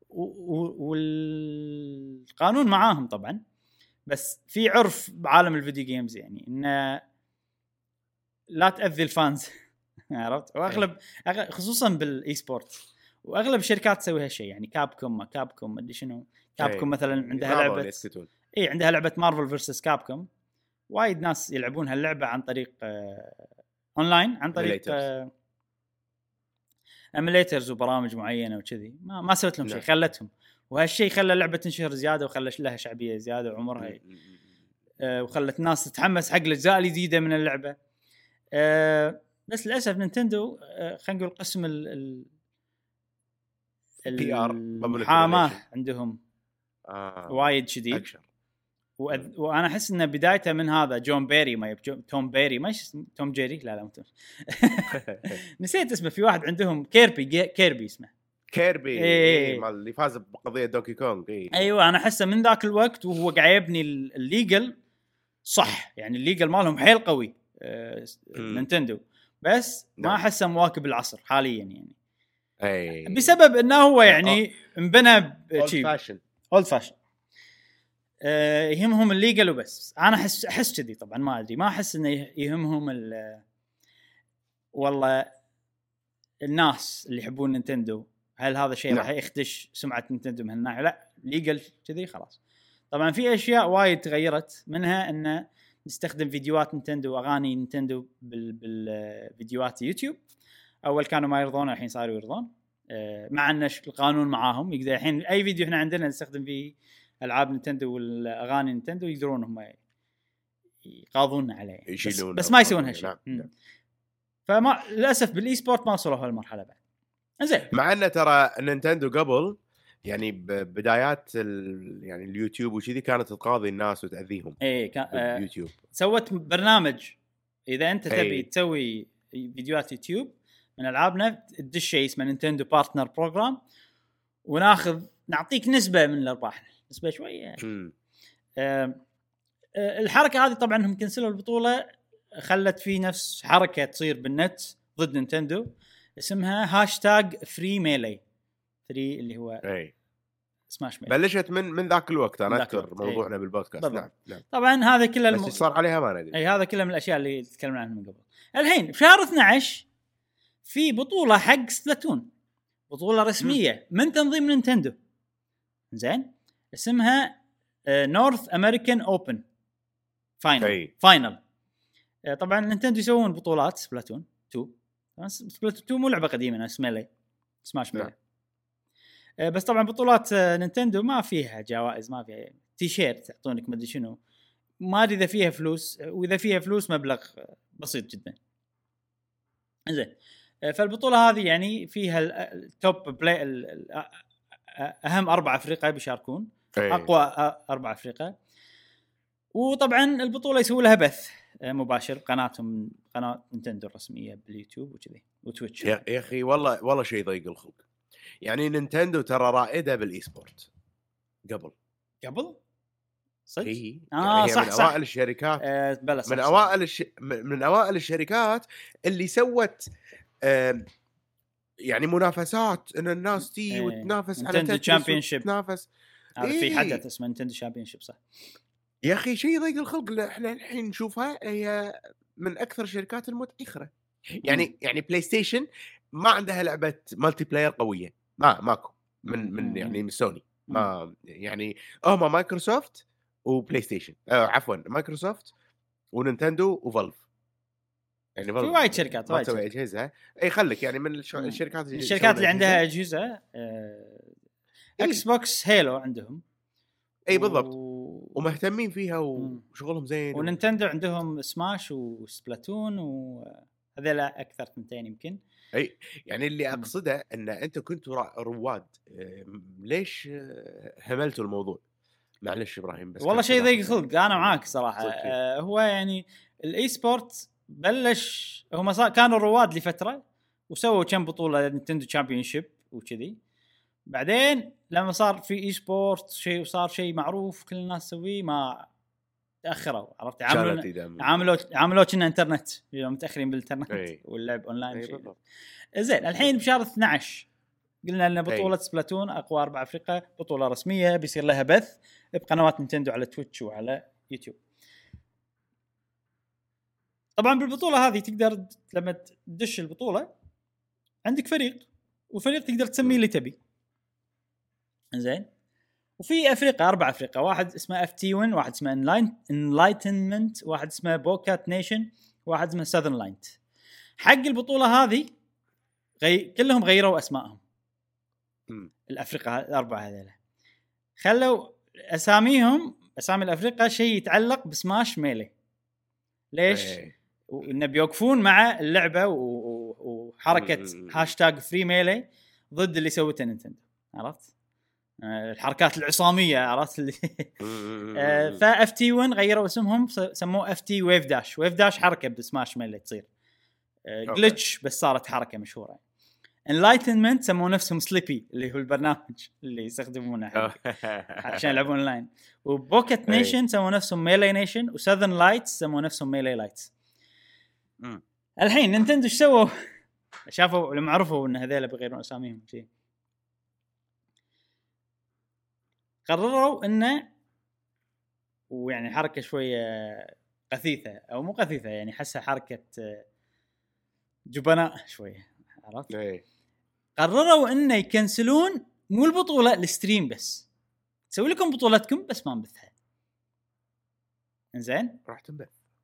والقانون معاهم طبعا. بس في عرف بعالم الفيديو جيمز يعني إنه لا تأذي الفانز. عرفت؟ وأغلب خصوصا بالإي سبورت واغلب الشركات تسوي هالشيء يعني كابكوم ما كابكوم ادري شنو. كابكوم مثلا عندها لعبه اي عندها لعبه مارفل فيرسس كابكوم. وايد ناس يلعبون هاللعبه عن طريق آه اونلاين عن طريق آه ايميليترز وبرامج معينه وكذي. ما ما سوت لهم شيء خلتهم، وهالشيء خلى اللعبه تنشهر زياده وخلى لها شعبيه زياده وعمرها آه وخلت الناس تتحمس حق الاجزاء الجديده من اللعبه. آه بس للاسف نينتندو آه خلينا نقول قسم ال المحاماة عندهم آه. وايد شديد وأذ... وانا احس ان بدايته من هذا جون بيري ما يب... توم بيري ما اسمه توم جيري لا لا مو نسيت اسمه. في واحد عندهم كيربي جي... كيربي اسمه كيربي إيه. مال اللي فاز بقضيه دوكي كونغ. إيه. ايوه انا احسه من ذاك الوقت وهو قاعد يبني الليجل صح يعني الليجل مالهم حيل قوي آه... نينتندو بس ما احسه مواكب العصر حاليا يعني. أي. بسبب انه هو يعني انبنى بشيء فاشن اولد فاشن أه يهمهم الليجل وبس. انا احس احس كذي طبعا ما ادري ما احس انه يهمهم ال والله الناس اللي يحبون نينتندو هل هذا شيء راح يخدش سمعه نينتندو من هالناحيه. لا ليجل كذي خلاص. طبعا في اشياء وايد تغيرت منها انه نستخدم فيديوهات نينتندو واغاني نينتندو بالفيديوهات يوتيوب. اول كانوا ما يرضون الحين صاروا يرضون مع ان القانون معاهم يقدر الحين اي فيديو احنا عندنا نستخدم فيه العاب نينتندو والاغاني نينتندو يقدرون هم يقاضون عليه بس, بس ما يسوون هالشيء. فما للاسف بالاي سبورت ما وصلوا هالمرحله بعد. زين مع ان ترى نينتندو قبل يعني بدايات ال... يعني اليوتيوب وكذي كانت تقاضي الناس وتأذيهم. ايه كان آه اليوتيوب سوت برنامج اذا انت تبي أي. تسوي فيديوهات يوتيوب من العابنا تدش شيء اسمه نينتندو بارتنر بروجرام وناخذ نعطيك نسبه من الارباح نسبه شويه. آه آه الحركه هذه طبعا هم كنسلوا البطوله خلت في نفس حركه تصير بالنت ضد نينتندو اسمها هاشتاج فري ميلي فري اللي هو أي. سماش ميلي. بلشت من من ذاك الوقت انا ذاك اذكر الوقت. موضوعنا أي. بالبودكاست. نعم نعم طبعا هذا كله الم... بس صار عليها ما ندري. اي هذا كله من الاشياء اللي تكلمنا عنها من قبل. الحين بشهر اثناشر في بطوله حق سبلاتون بطوله رسميه م. من تنظيم نينتندو زين اسمها نورث امريكان اوبن فاينل فاينل. طبعا نينتندو يسوون بطولات سبلاتون اثنين سبلاتون اثنين مو لعبه قديمه اسمها ميلي سماش ميلي. بس طبعا بطولات نينتندو ما فيها جوائز ما فيها تي شيرت يعطونك ما ادري شنو ما ادري اذا فيها فلوس واذا فيها فلوس مبلغ بسيط جدا زين. فالبطوله هذه يعني فيها التوب بلاي اهم اربع افريقيا بيشاركون اقوى اربع افريقيا. وطبعا البطوله يسوي لها بث مباشر قناتهم قناه نينتندو الرسميه باليوتيوب وكذي وتويتش. يا اخي والله والله شيء ضيق الخلق. يعني نينتندو ترى رائده بالاي سبورت قبل قبل صدق هي آه يعني صح من صح. اوائل الشركات آه بلا صح من صح. اوائل الش... من اوائل الشركات اللي سوت آه يعني منافسات ان الناس تي إيه. وتنافس على نينتندو تشامبيونشيب تنافس هذا إيه. في حدث اسمه نينتندو تشامبيونشيب صح يا اخي شيء ضيق الخلق. احنا الحين نشوفها هي من اكثر الشركات المتاخره. يعني م. يعني بلاي ستيشن ما عندها لعبه مالتي بلاير قويه ما ماكو من من يعني من سوني ما يعني هم مايكروسوفت وبلاي ستيشن آه عفوا مايكروسوفت ونينتندو وفالف. يعني في وايد شركات وايد تسوي اجهزه اي خليك يعني من الش... الشركات الشركات اللي عندها اجهزه آه... اكس بوكس هيلو عندهم اي بالضبط و... ومهتمين فيها وشغلهم زين ونينتندو و... عندهم سماش وسبلاتون وهذول اكثر ثنتين يمكن. اي يعني اللي اقصده ان انتم كنتوا رواد ليش هملتوا الموضوع؟ معلش ابراهيم بس والله شيء ضيق خلق انا معاك صراحه. آه هو يعني الاي سبورت بلش هم صار كانوا رواد لفتره وسووا كم بطوله نينتندو تشامبيونشيب وكذي بعدين لما صار في اي سبورت شيء وصار شيء معروف كل الناس تسويه ما تاخروا عرفت عاملوا عاملوا عاملوا كنا انترنت اليوم متاخرين بالانترنت أي. واللعب اونلاين شيء زين. الحين بشهر اثناشر قلنا لنا بطوله أي. سبلاتون اقوى اربع افريقيا بطوله رسميه بيصير لها بث بقنوات نينتندو على تويتش وعلى يوتيوب. طبعا بالبطوله هذه تقدر لما تدش البطوله عندك فريق وفريق تقدر تسميه اللي تبي زين. وفي افريقيا اربع افريقيا واحد اسمه اف تي واحد واحد اسمه انلايتنمنت واحد اسمه بوكات نيشن واحد اسمه ساذرن لاينت. حق البطوله هذه غي... كلهم غيروا اسمائهم م. الافريقيا الاربعه هذول خلوا اساميهم اسامي الافريقيا شيء يتعلق بسماش ميلي. ليش؟ وإنه بيوقفون مع اللعبه و... وحركه هاشتاج فري ميلي ضد اللي سوته نينتندو عرفت الحركات العصاميه عرفت اللي فاف تي واحد غيروا اسمهم سموه اف تي ويف داش. ويف داش حركه بسماش ميلي تصير جلتش بس صارت حركه مشهوره. انلايتنمنت سموه نفسهم سليبي اللي هو البرنامج اللي يستخدمونه عشان يلعبون اونلاين. وبوكيت نيشن سموه نفسهم ميلي نيشن وساذرن لايتس سموه نفسهم ميلي لايتس. الحين نينتندو ايش سووا؟ شافوا لما عرفوا ان هذول بيغيرون اساميهم شيء قرروا انه ويعني حركه شويه قثيثه او مو قثيثه يعني حسها حركه جبناء شويه عرفت. اي قرروا انه يكنسلون مو البطوله الستريم بس تسوي لكم بطولتكم بس ما نبثها. انزين راح تنبث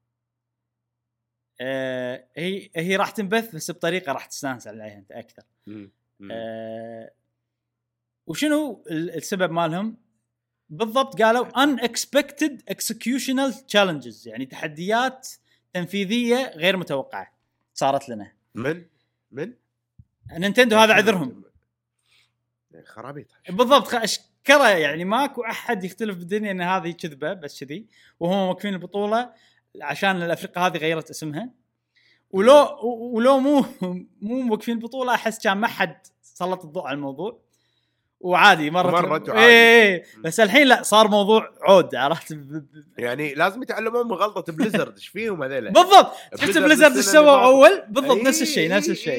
آه هي هي راح تنبث بس بطريقه راح تستانس عليها انت اكثر. آه وشنو السبب مالهم بالضبط؟ قالوا unexpected executional challenges يعني تحديات تنفيذيه غير متوقعه صارت لنا من من نينتندو. هذا عذرهم خرابيط بالضبط. اشكره يعني ماكو احد يختلف بالدنيا ان هذه كذبه بس كذي، وهم موقفين البطوله عشان الافريقيا هذه غيرت اسمها. ولو ولو مو مو موقفين البطوله احس كان ما حد سلط الضوء على الموضوع وعادي مرت مرت عادي. إيه بس الحين لا صار موضوع عود عرفت يعني لازم يتعلمون من غلطه بليزرد ايش فيهم هذول بالضبط. تحس بليزرد ايش سووا اول بالضبط نفس الشيء نفس الشيء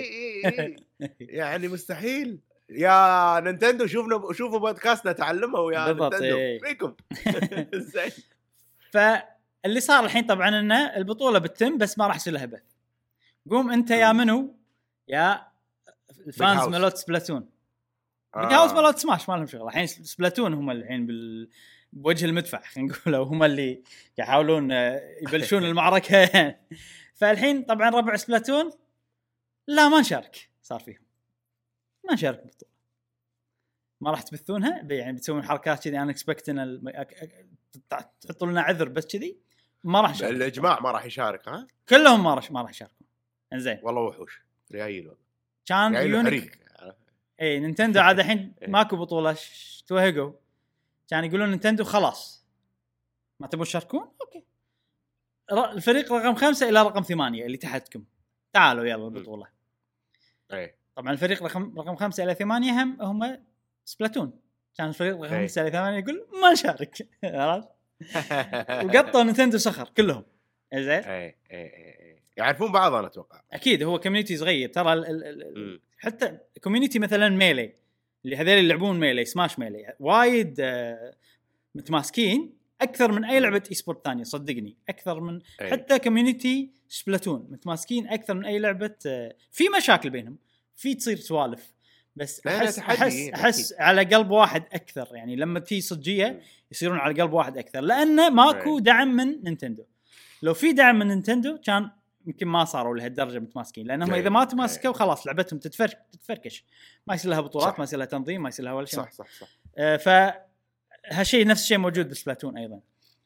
يعني مستحيل يا نينتندو شوفنا شوفوا بودكاستنا تعلموا يا نينتندو إيه. فيكم زين. فاللي صار الحين طبعا ان البطوله بتتم بس ما راح يصير لها بث. قوم انت يا منو يا الفانز مالوت سبلاتون بيج هاوس مالوت سماش ما لهم شغل. الحين سبلاتون هم الحين بال بوجه المدفع خلينا نقول هم اللي يحاولون يبلشون المعركه. فالحين طبعا ربع سبلاتون لا ما نشارك صار فيهم ما نشارك بالبطوله ما راح تبثونها يعني بتسوون حركات كذي انا اكسبكت ان تحطوا لنا عذر بس كذي ما راح نشارك. الاجماع ما راح يشارك ها كلهم ما راح ما راح يشاركون. انزين والله وحوش ريايل والله كان يونيك. اي نينتندو عاد الحين ماكو بطوله توهقوا كان يقولون نينتندو خلاص ما تبون تشاركون اوكي الفريق رقم خمسة الى رقم ثمانية اللي تحتكم تعالوا يلا البطوله. اي طبعا الفريق رقم رقم خمسة الى ثمانية هم هم سبلاتون كان الفريق رقم خمسة الى ثمانية يقول ما نشارك عرفت وقطوا نينتندو سخر كلهم. زين اي اي يعرفون بعض انا اتوقع اكيد هو كوميونيتي صغير ترى ال ال ال حتى كوميونيتي مثلا ميلي اللي هذول اللي يلعبون ميلي سماش ميلي وايد آه متماسكين اكثر من اي لعبه اي سبورت ثانيه صدقني اكثر من أي. حتى كوميونيتي سبلاتون متماسكين اكثر من اي لعبه آه في مشاكل بينهم في تصير سوالف بس احس احس, أحس على قلب واحد اكثر يعني لما تي صجيه يصيرون على قلب واحد اكثر لانه ماكو أي. دعم من نينتندو. لو في دعم من نينتندو كان يمكن ما صاروا لهالدرجه متماسكين لانهم اذا ما تماسكوا خلاص لعبتهم تتفرك تتفركش ما يصير لها بطولات صح. ما يصير لها تنظيم ما يصير لها ولا شيء صح صح صح آه فهالشيء نفس الشيء موجود بسبلاتون ايضا.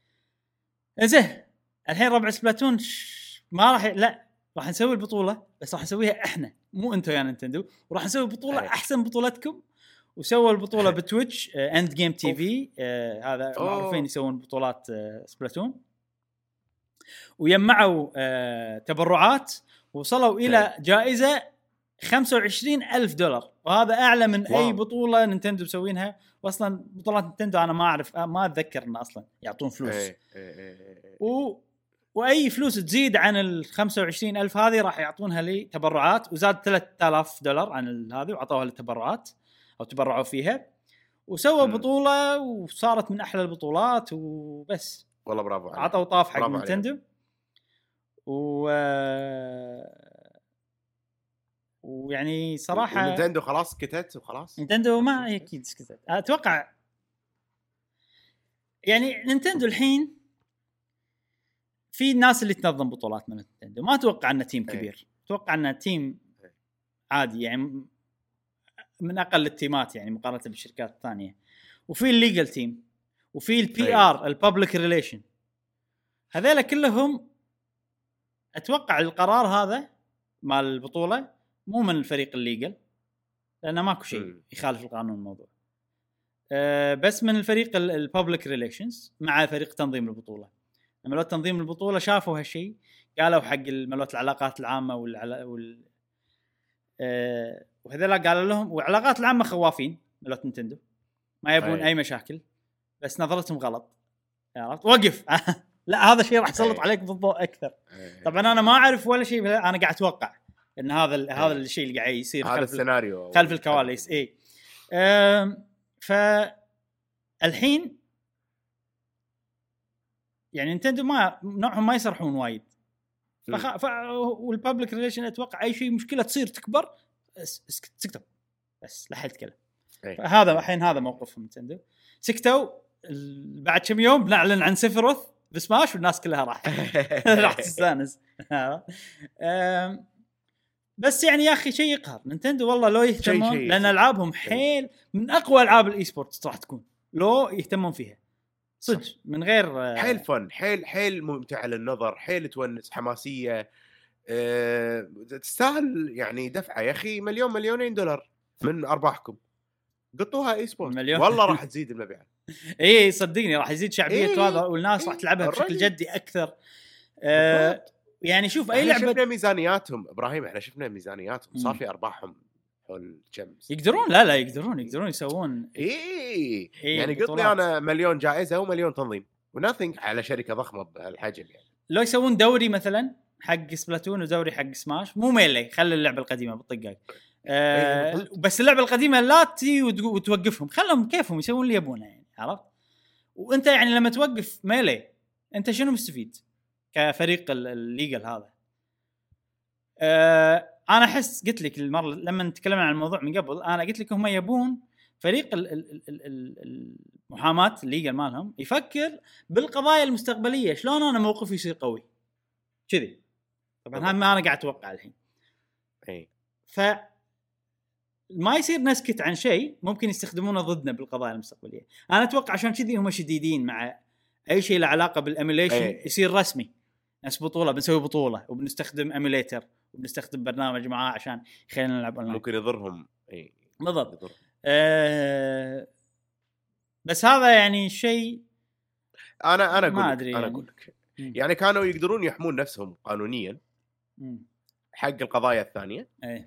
زين الحين ربع سبلاتون ما راح لا راح نسوي البطوله بس راح نسويها احنا مو انتم يا نينتندو وراح نسوي بطوله أي. احسن بطولتكم وسووا البطوله بتويتش آه اند جيم تي في آه هذا معروفين يسوون بطولات آه سبلاتون ويجمعوا آه تبرعات وصلوا إلى جائزة خمسة وعشرين ألف دولار وهذا أعلى من واو. أي بطولة نينتندو مسوينها. وأصلا بطولات نينتندو أنا ما أعرف ما أتذكر إن أصلا يعطون فلوس اي اي اي و... وأي فلوس تزيد عن ال خمسة وعشرين ألف هذه راح يعطونها لي تبرعات وزاد ثلاثة آلاف دولار عن هذه وعطوها للتبرعات أو تبرعوا فيها وسووا م. بطولة وصارت من أحلى البطولات وبس والله برافو عليك عطوا طاف حق نينتندو و ويعني صراحه نينتندو خلاص سكتت وخلاص نينتندو ما اكيد سكتت اتوقع يعني نينتندو الحين في الناس اللي تنظم بطولات من نينتندو ما اتوقع انه تيم كبير اتوقع انه تيم عادي يعني من اقل التيمات يعني مقارنه بالشركات الثانيه وفي الليجل تيم وفي البي ار الببليك ريليشن هذول كلهم اتوقع القرار هذا مال البطوله مو من الفريق الليجل لانه ماكو شيء يخالف القانون الموضوع أه بس من الفريق الببليك ريليشنز مع فريق تنظيم البطوله. لما لو تنظيم البطوله شافوا هالشيء قالوا حق الملوت العلاقات العامه والعلا... وال أه وهذول قالوا لهم والعلاقات العامه خوافين ملوت نينتندو ما يبون أي. اي مشاكل بس نظرتهم غلط عرفت وقف لا هذا الشيء راح يسلط عليك بالضوء اكثر. طبعا انا ما اعرف ولا شيء انا قاعد اتوقع ان هذا ال... هذا الشيء اللي قاعد يصير هذا السيناريو خلف الكواليس اي ف الحين يعني نينتندو ما نوعهم ما يصرحون وايد فخ... ف... والببليك ريليشن اتوقع اي شيء مشكله تصير تكبر سكتوا بس لا حد يتكلم. هذا الحين هذا موقفهم نينتندو سكتوا بعد كم يوم بنعلن عن سيفروث بسماش والناس كلها راح راح تستانس. بس يعني يا اخي شيء يقهر نينتندو والله لو يهتمون لان العابهم حيل من اقوى العاب الاي سبورت راح تكون لو يهتمون فيها صدق من غير حيل فن حيل حيل ممتع للنظر حيل تونس حماسيه أه... تستاهل يعني دفعه يا اخي مليون مليونين دولار من ارباحكم قطوها اي سبورت مليون. والله راح تزيد المبيعات. اي صدقني راح يزيد شعبيه إيه هذا والناس إيه راح تلعبها بشكل الرجل. جدي اكثر. آه يعني شوف اي احنا لعبه شفنا ميزانياتهم ابراهيم، احنا شفنا ميزانياتهم مم. صار في ارباحهم حول كم يقدرون لا لا يقدرون يقدرون يسوون اي إيه يعني قلت لي بطولات. انا مليون جائزه ومليون تنظيم وناثينج على شركه ضخمه بهالحجم يعني. لو يسوون دوري مثلا حق سبلاتون ودوري حق سماش مو ميلي، خلي اللعبه القديمه بالطقاق. آه إيه بس اللعبه القديمه لا تي وتوقفهم، خلهم كيفهم يسوون اللي يبونه يعني، عرفت؟ وانت يعني لما توقف ميلي انت شنو مستفيد كفريق الليجل هذا؟ آه انا احس قلت لك المره لما تكلمنا عن الموضوع من قبل، انا قلت لك هم يبون فريق ال ال ال المحاماه الليجل مالهم يفكر بالقضايا المستقبليه، شلون انا موقفي يصير قوي كذي. طبعا هذا ما انا قاعد اتوقع الحين. اي ف ما يصير نسكت عن شيء ممكن يستخدمونه ضدنا بالقضايا المستقبليه. انا اتوقع عشان كذي هم شديدين مع اي شيء له علاقه بالاميليشن أي. يصير رسمي. ناس بطوله بنسوي بطوله وبنستخدم ايميليتر وبنستخدم برنامج معاه عشان يخلينا نلعب اونلاين. ممكن يضرهم. اي بالضبط. يضرهم. أه بس هذا يعني شيء انا انا ما اقول أدري انا يعني. اقول لك يعني كانوا يقدرون يحمون نفسهم قانونيا مم. حق القضايا الثانيه. اي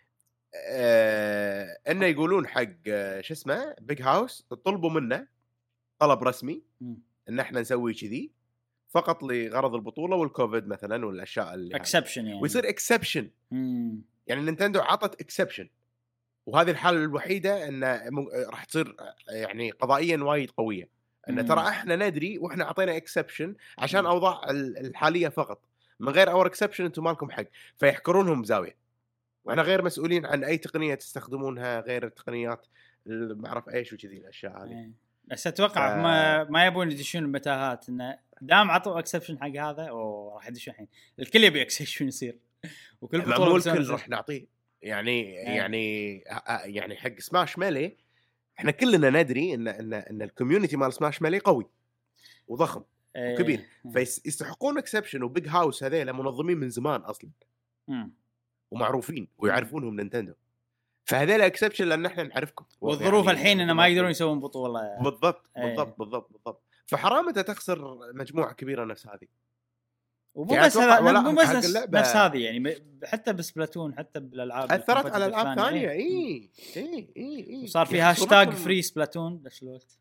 آه انه يقولون حق آه، شو اسمه بيج هاوس طلبوا منه طلب رسمي مم. ان احنا نسوي كذي فقط لغرض البطوله والكوفيد مثلا والاشياء اللي اكسبشن يعني. ويصير اكسبشن. مم. يعني نينتندو عطت اكسبشن، وهذه الحاله الوحيده ان م- راح تصير يعني قضائيا وايد قويه، ان مم. ترى احنا ندري واحنا اعطينا اكسبشن عشان مم. اوضاع ال- الحاليه فقط، من غير اور اكسبشن انتم مالكم حق، فيحكرونهم بزاويه واحنا غير مسؤولين عن اي تقنيه تستخدمونها غير التقنيات ما اعرف ايش وكذي الاشياء هذه. إيه. بس اتوقع ف... ما ما يبون يدشون المتاهات، انه دام عطوا اكسبشن حق هذا او راح يدشون الحين الكل يبي اكسبشن يصير وكل بطوله مو الكل راح نعطيه يعني إيه. يعني يعني حق سماش ميلي احنا كلنا ندري ان ان ان الكوميونتي مال سماش ميلي قوي وضخم إيه. وكبير، فيستحقون اكسبشن. وبيج هاوس هذيلا منظمين من زمان اصلا مم. ومعروفين ويعرفونهم نينتندو، فهذيلا اكسبشن لان احنا نعرفكم. والظروف يعني الحين انه ما يقدرون يسوون بطوله. بالضبط إيه. بالضبط بالضبط بالضبط. فحرام انت تخسر مجموعه كبيره نفس هذه. ومو يعني بس هذا ولا مو بس حق نفس, اللعبة نفس هذه يعني ب- حتى بسبلاتون حتى بالالعاب اثرت على العاب الثانية. ثانيه. إيه. اي اي اي اي وصار في هاشتاج فري سبلاتون بس الوقت.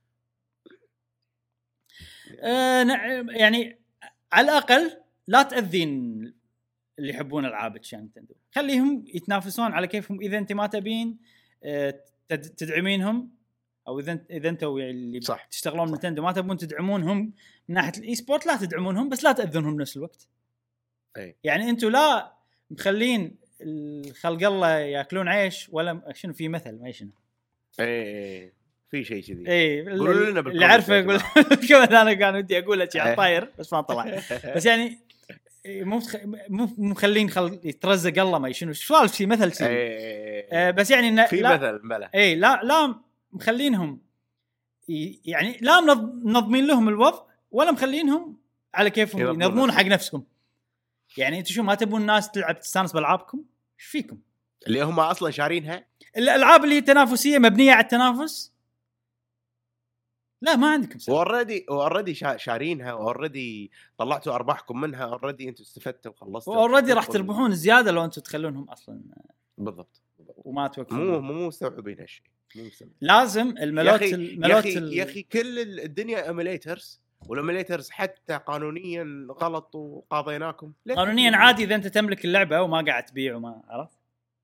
آه نع- يعني على الاقل لا تاذين اللي يحبون العاب نينتندو، خليهم يتنافسون على كيفهم. اذا انت ما تبين آه تد- تدعمينهم، او اذا اذا انتوا اللي صح. تشتغلون نينتندو ما تبون تدعمونهم من ناحيه الاي سبورت، لا تدعمونهم بس لا تاذونهم بنفس الوقت. أي. يعني انتوا لا مخلين الخلق الله ياكلون عيش ولا شنو، في مثل ما شنو اي في شيء كذي. اي قولوا لنا اللي عارفه يقول كذا. انا كان ودي اقول لك على أي. طاير بس ما طلع. بس يعني مو متخ... مو مخلين خل يترزق الله ما شنو سوالف في مثل شيء. آه بس يعني إن في لا... مثل بلا اي لا لا مخلينهم ي... يعني لا منظمين لهم الوضع ولا مخلينهم على كيفهم ينظمون حق نفسهم. يعني انتم شو ما تبون الناس تلعب تستانس بالعابكم؟ ايش فيكم اللي هم اصلا شارينها الالعاب اللي هي تنافسيه مبنيه على التنافس؟ لا ما عندكم سبب. اوريدي اوريدي شارينها اوريدي طلعتوا ارباحكم منها اوريدي انتم استفدتوا وخلصتوا اوريدي راح تربحون زياده لو انتم تخلونهم اصلا. بالضبط وما توقفون. مو مو مستوعبين هالشيء. مو مستوعب. لازم الملوت يا الملوت اخي ال... يا اخي كل الدنيا ايميليترز، والايميليترز حتى قانونيا غلط وقاضيناكم. قانونيا عادي اذا انت تملك اللعبه وما قاعد تبيع وما عرفت.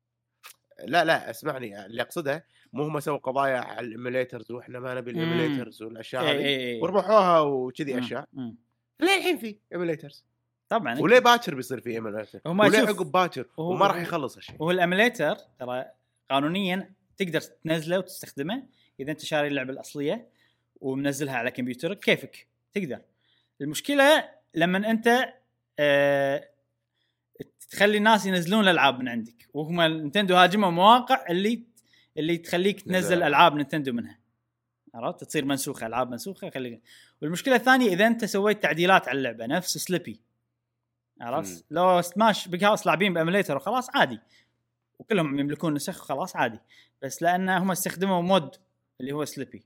لا لا اسمعني، اللي اقصده مو هم سووا قضايا على الايميليترز واحنا ما نبي الايميليترز والاشياء هذه اي اي وربحوها وكذي اشياء. مم. ليه الحين في ايميليترز طبعا وليه باكر بيصير في ايميليتر وليه عقب باكر وهو... وما راح يخلص هالشيء. وهو الاميليتر ترى قانونيا تقدر تنزله وتستخدمه اذا انت شاري اللعبه الاصليه ومنزلها على كمبيوترك كيفك تقدر. المشكله لما انت أه تخلي الناس ينزلون الالعاب من عندك، وهم نينتندو هاجموا مواقع اللي اللي تخليك تنزل نزل. العاب نينتندو منها، عرفت؟ تصير منسوخه، العاب منسوخه خليك. والمشكله الثانيه اذا انت سويت تعديلات على اللعبه نفس سليبي، عرفت؟ لو سماش بيج هاوس لاعبين باميليتر وخلاص عادي وكلهم يملكون نسخ خلاص عادي، بس لان هم استخدموا مود اللي هو سليبي.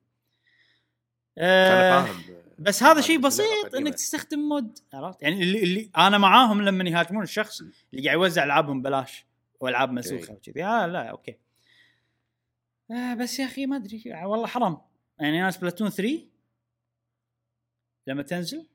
أه آه بس هذا شيء بسيط انك تستخدم مود، عرفت يعني اللي, اللي انا معاهم لما يهاجمون الشخص اللي قاعد يوزع العابهم ببلاش والعاب مسوخه وكذي. آه لا اوكي آه بس يا اخي ما ادري والله حرام يعني. انا سبلاتون ثري لما تنزل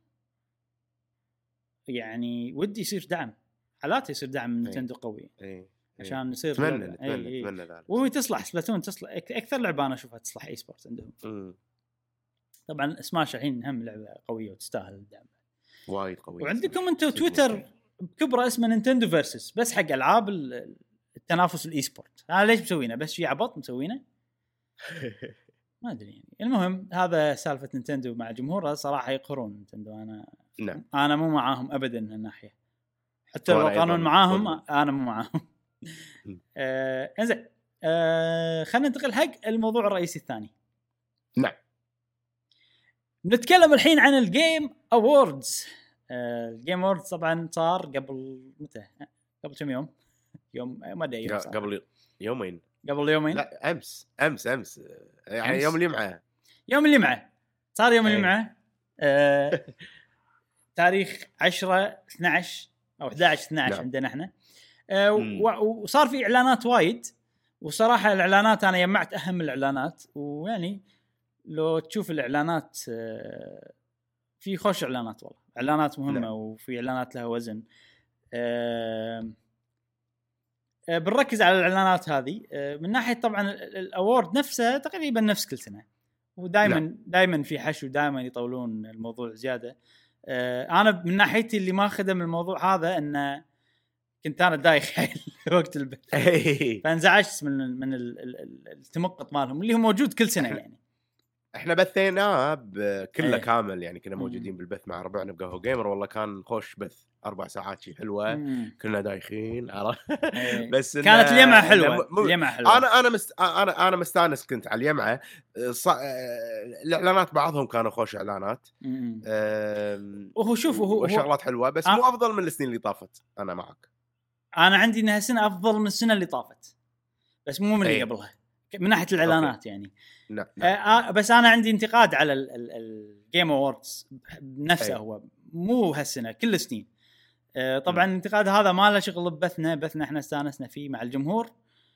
يعني ودي يصير دعم، حالات يصير دعم من نينتندو قوي اي عشان يصير اتمنى اتمنى اتمنى ذلك. وهو تصلح سبلاتون، تصلح اكثر لعبه انا اشوفها تصلح اي سبورت عندهم. م. طبعا سماش الحين هم لعبه قويه وتستاهل الدعم وايد قويه. وعندكم انتم تويتر بكبره اسمه نينتندو فيرسس، بس حق العاب التنافس الاي سبورت. انا ليش مسوينه؟ بس في عبط مسوينه ما ادري يعني. المهم هذا سالفه نينتندو مع جمهورها صراحه يقهرون نينتندو. انا نعم انا مو معاهم ابدا من الناحيه، حتى لو قانون معاهم انا مو معاهم. آه انزين آه خلينا ننتقل حق الموضوع الرئيسي الثاني. نعم نتكلم الحين عن الجيم اووردز. الجيم اووردز طبعا صار قبل متى؟ قبل كم يوم؟ يوم ما ادري يوم صار. قبل يومين قبل يومين لا امس امس امس يعني أمس. يوم الجمعه يوم الجمعه صار يوم الجمعه آه تاريخ عشرة اثناشر او احد عشر اثناشر نعم. عندنا احنا آه وصار في اعلانات وايد، وصراحه الاعلانات انا جمعت اهم الاعلانات، ويعني لو تشوف الاعلانات آه في خوش اعلانات والله، اعلانات مهمه نعم. وفي اعلانات لها وزن. آه آه بنركز على الاعلانات هذه آه من ناحيه طبعا الاوورد نفسه تقريبا نفس كل سنه، ودائما نعم. دائما في حشو، دائما يطولون الموضوع زياده. آه انا من ناحيتي اللي ما خدم الموضوع هذا انه كنت انا دايخ وقت البث فانزعجت من من التمقط مالهم اللي هو موجود كل سنه يعني. احنا بثيناه بكله ايه. كامل يعني كنا موجودين مم. بالبث مع ربعنا بقهوه جيمر، والله كان خوش بث اربع ساعات شيء حلوه مم. كلنا دايخين عرفت ايه. بس كانت اليمعه حلوه م... اليمعه حلوه. انا انا مست... انا انا مستانس كنت على اليمعه. ص... الاعلانات بعضهم كانوا خوش اعلانات أم... وهو شوف وهو وشغلات حلوه بس آه. مو افضل من السنين اللي طافت. انا معك، انا عندي انها سنه افضل من السنه اللي طافت بس مو من اللي قبلها من ناحيه الاعلانات أوكي. يعني نعم. آه بس انا عندي انتقاد على الجيم اووردز نفسه. هو مو هالسنه كل السنين آه طبعا م. الانتقاد هذا ما له شغل ببثنا، بثنا احنا استانسنا فيه مع الجمهور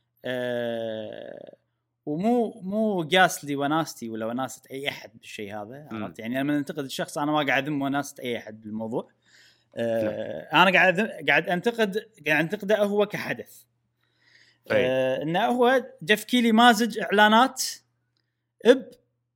آه ومو مو قاس لي وناستي ولا وناسه اي احد بالشيء هذا عرفت يعني. لما ننتقد الشخص انا ما قاعد اذم وناسه اي احد بالموضوع آه انا قاعد قاعد انتقد قاعد انتقده هو كحدث آه انه هو جيف كيلي مازج اعلانات اب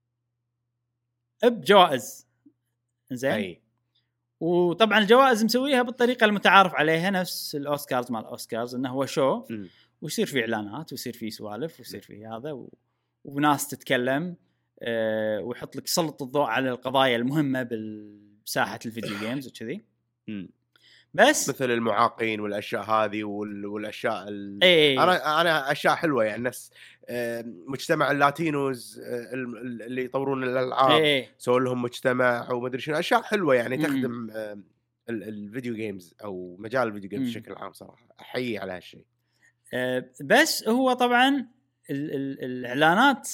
اب جوائز زين. وطبعا الجوائز مسويها بالطريقه المتعارف عليها نفس الاوسكارز مال الاوسكارز، انه هو شو م. ويصير في اعلانات ويصير في سوالف ويصير في هذا و... وناس تتكلم أه ويحط لك سلط الضوء على القضايا المهمه بساحه الفيديو جيمز وكذي. بس مثل المعاقين والاشياء هذه وال... والاشياء ال... ايه. انا انا اشياء حلوه يعني نفس مجتمع اللاتينوز اللي يطورون الالعاب ايه. سووا لهم مجتمع او ما ادري شنو، اشياء حلوه يعني تخدم الفيديو جيمز او مجال الفيديو جيمز بشكل عام. صراحه احيي على هالشيء. أه بس هو طبعا ال... ال... الاعلانات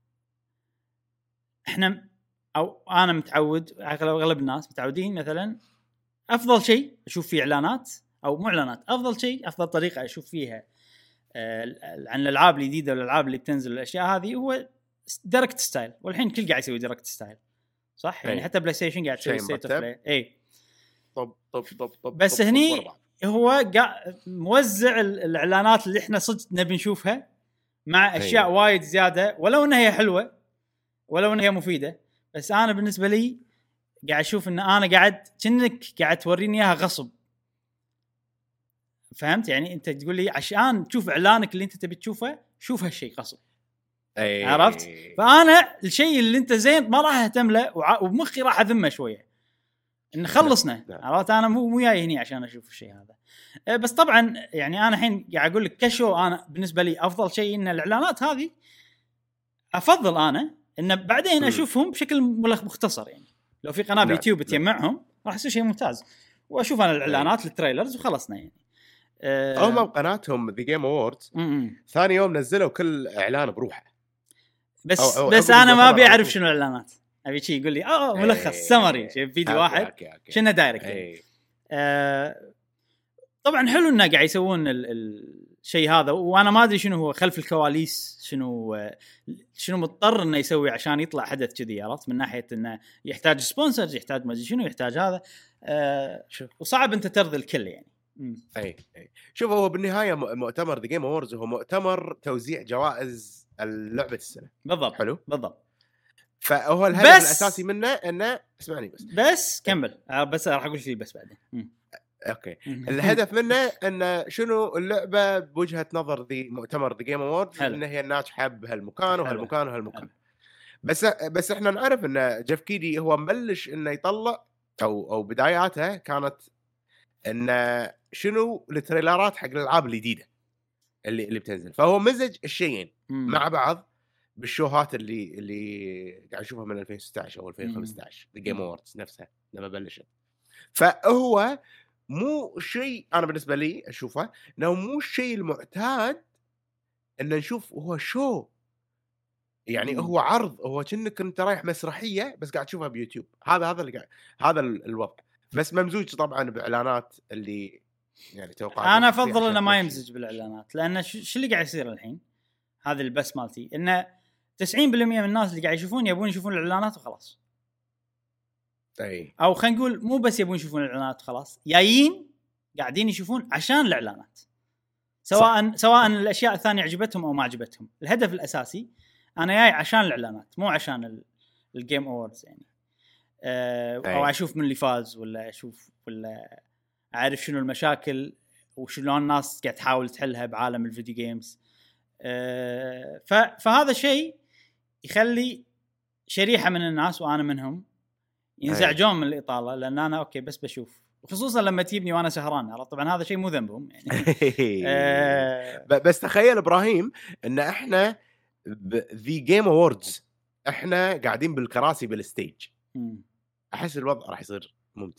احنا او انا متعود، اغلب الناس متعودين مثلا افضل شيء اشوف فيه اعلانات او مو اعلانات، افضل شيء افضل طريقه اشوف فيها آه عن الالعاب الجديده والالعاب اللي بتنزل الاشياء هذه هو دايركت ستايل. والحين كل قاعد يسوي دايركت ستايل صح يعني. حتى بلاي ستيشن قاعد يسوي ستيت اوف بلاي. اي طب طب طب طب بس طب هني طب هو قاعد موزع الاعلانات اللي احنا صدق نبي نشوفها مع اشياء هي. وايد زياده، ولو انها هي حلوه ولو انها مفيده، بس انا بالنسبه لي قاعد اشوف ان انا قاعد كأنك قاعد توريني اياها غصب. فهمت يعني؟ انت تقول لي عشان تشوف اعلانك اللي انت تبي تشوفه شوف هالشيء غصب. أي. عرفت؟ فانا الشيء اللي انت زين ما راح اهتم له وبمخي راح اذمه شويه ان خلصنا. عرفت؟ انا مو مو جاي هني عشان اشوف الشيء هذا. بس طبعا يعني انا الحين قاعد اقول لك كشو انا بالنسبه لي افضل شيء ان الاعلانات هذه افضل انا ان بعدين اشوفهم بشكل مختصر يعني. لو في قناه بيوتيوب تجمعهم راح يصير شيء ممتاز، واشوف انا الاعلانات التريلرز وخلصنا يعني. أه هم بقناتهم ذا جيم اووردز ثاني يوم نزلوا كل اعلان بروحه. بس أو أو بس عقب انا ما ابي المؤتمر على اعرف طول. شنو الاعلانات، ابي شيء يقول لي اه ملخص إيه. سمري شيء فيديو أوكي، واحد أوكي، أوكي. شنو دايركت. إيه. آه طبعا حلو انه قاعد يسوون ال- ال- الشيء هذا، وانا ما ادري شنو هو خلف الكواليس، شنو آه، شنو مضطر انه يسوي عشان يطلع حدث كذي، عرفت؟ من ناحيه انه يحتاج سبونسرز، يحتاج ما ادري شنو، يحتاج هذا آه شوف. وصعب انت ترضي الكل يعني. مم. اي اي شوف، هو بالنهايه م- مؤتمر ذا جيم اووردز هو مؤتمر توزيع جوائز لعبه السنه. بالضبط حلو. بالضبط. فهو الهدف بس- الاساسي منه انه اسمعني بس بس كمل آه، بس راح اقول شيء بس بعدين. مم. اوكي. الهدف منه انه شنو اللعبه بوجهه نظر ذي مؤتمر ذا جيم اووردز، حلو. ان هي الناجحه بهالمكان وهالمكان وهالمكان. حلو. بس بس احنا نعرف ان جيف كيدي هو مبلش انه يطلع او او بداياته كانت ان شنو التريلرات حق الالعاب الجديده اللي اللي بتنزل، فهو مزج الشيئين مم. مع بعض بالشوهات اللي اللي قاعد نشوفها من ألفين وستة عشر او ألفين وخمسة عشر الجيم اووردز نفسها لما بلشت. فهو مو شيء، انا بالنسبه لي اشوفه انه مو الشيء المعتاد ان نشوف هو شو، يعني مم. هو عرض، هو كأنك انت رايح مسرحيه بس قاعد تشوفها بيوتيوب. هذا هذا اللي قاعد هذا ال- الوضع، بس ممزوج طبعا باعلانات اللي يعني توقعات. انا افضل انه ما يمزج بالاعلانات، لان شو اللي قاعد يصير الحين، هذا البس مالتي، انه تسعين بالمئة من الناس اللي قاعد يشوفون يبون يشوفون الاعلانات وخلاص. اي او خلينا نقول مو بس يبون يشوفون الاعلانات وخلاص، جايين قاعدين يشوفون عشان الاعلانات، سواء صح. سواء الاشياء الثانيه عجبتهم او ما عجبتهم. الهدف الاساسي انا جاي عشان الاعلانات، مو عشان الجيم اووردز يعني. أه او اشوف من اللي فاز، ولا اشوف ولا اعرف شنو المشاكل وشلون الناس قاعد تحاول تحلها بعالم الفيديو جيمز. أه فهذا شيء يخلي شريحه من الناس وانا منهم ينزعجون من الاطاله، لان انا اوكي بس بشوف، وخصوصا لما تجيبني وانا سهران. طبعا هذا شيء مو ذنبهم يعني. أه بس تخيل ابراهيم ان احنا ذي جيم اووردز احنا قاعدين بالكراسي بالستيج، احس الوضع راح يصير ممتع.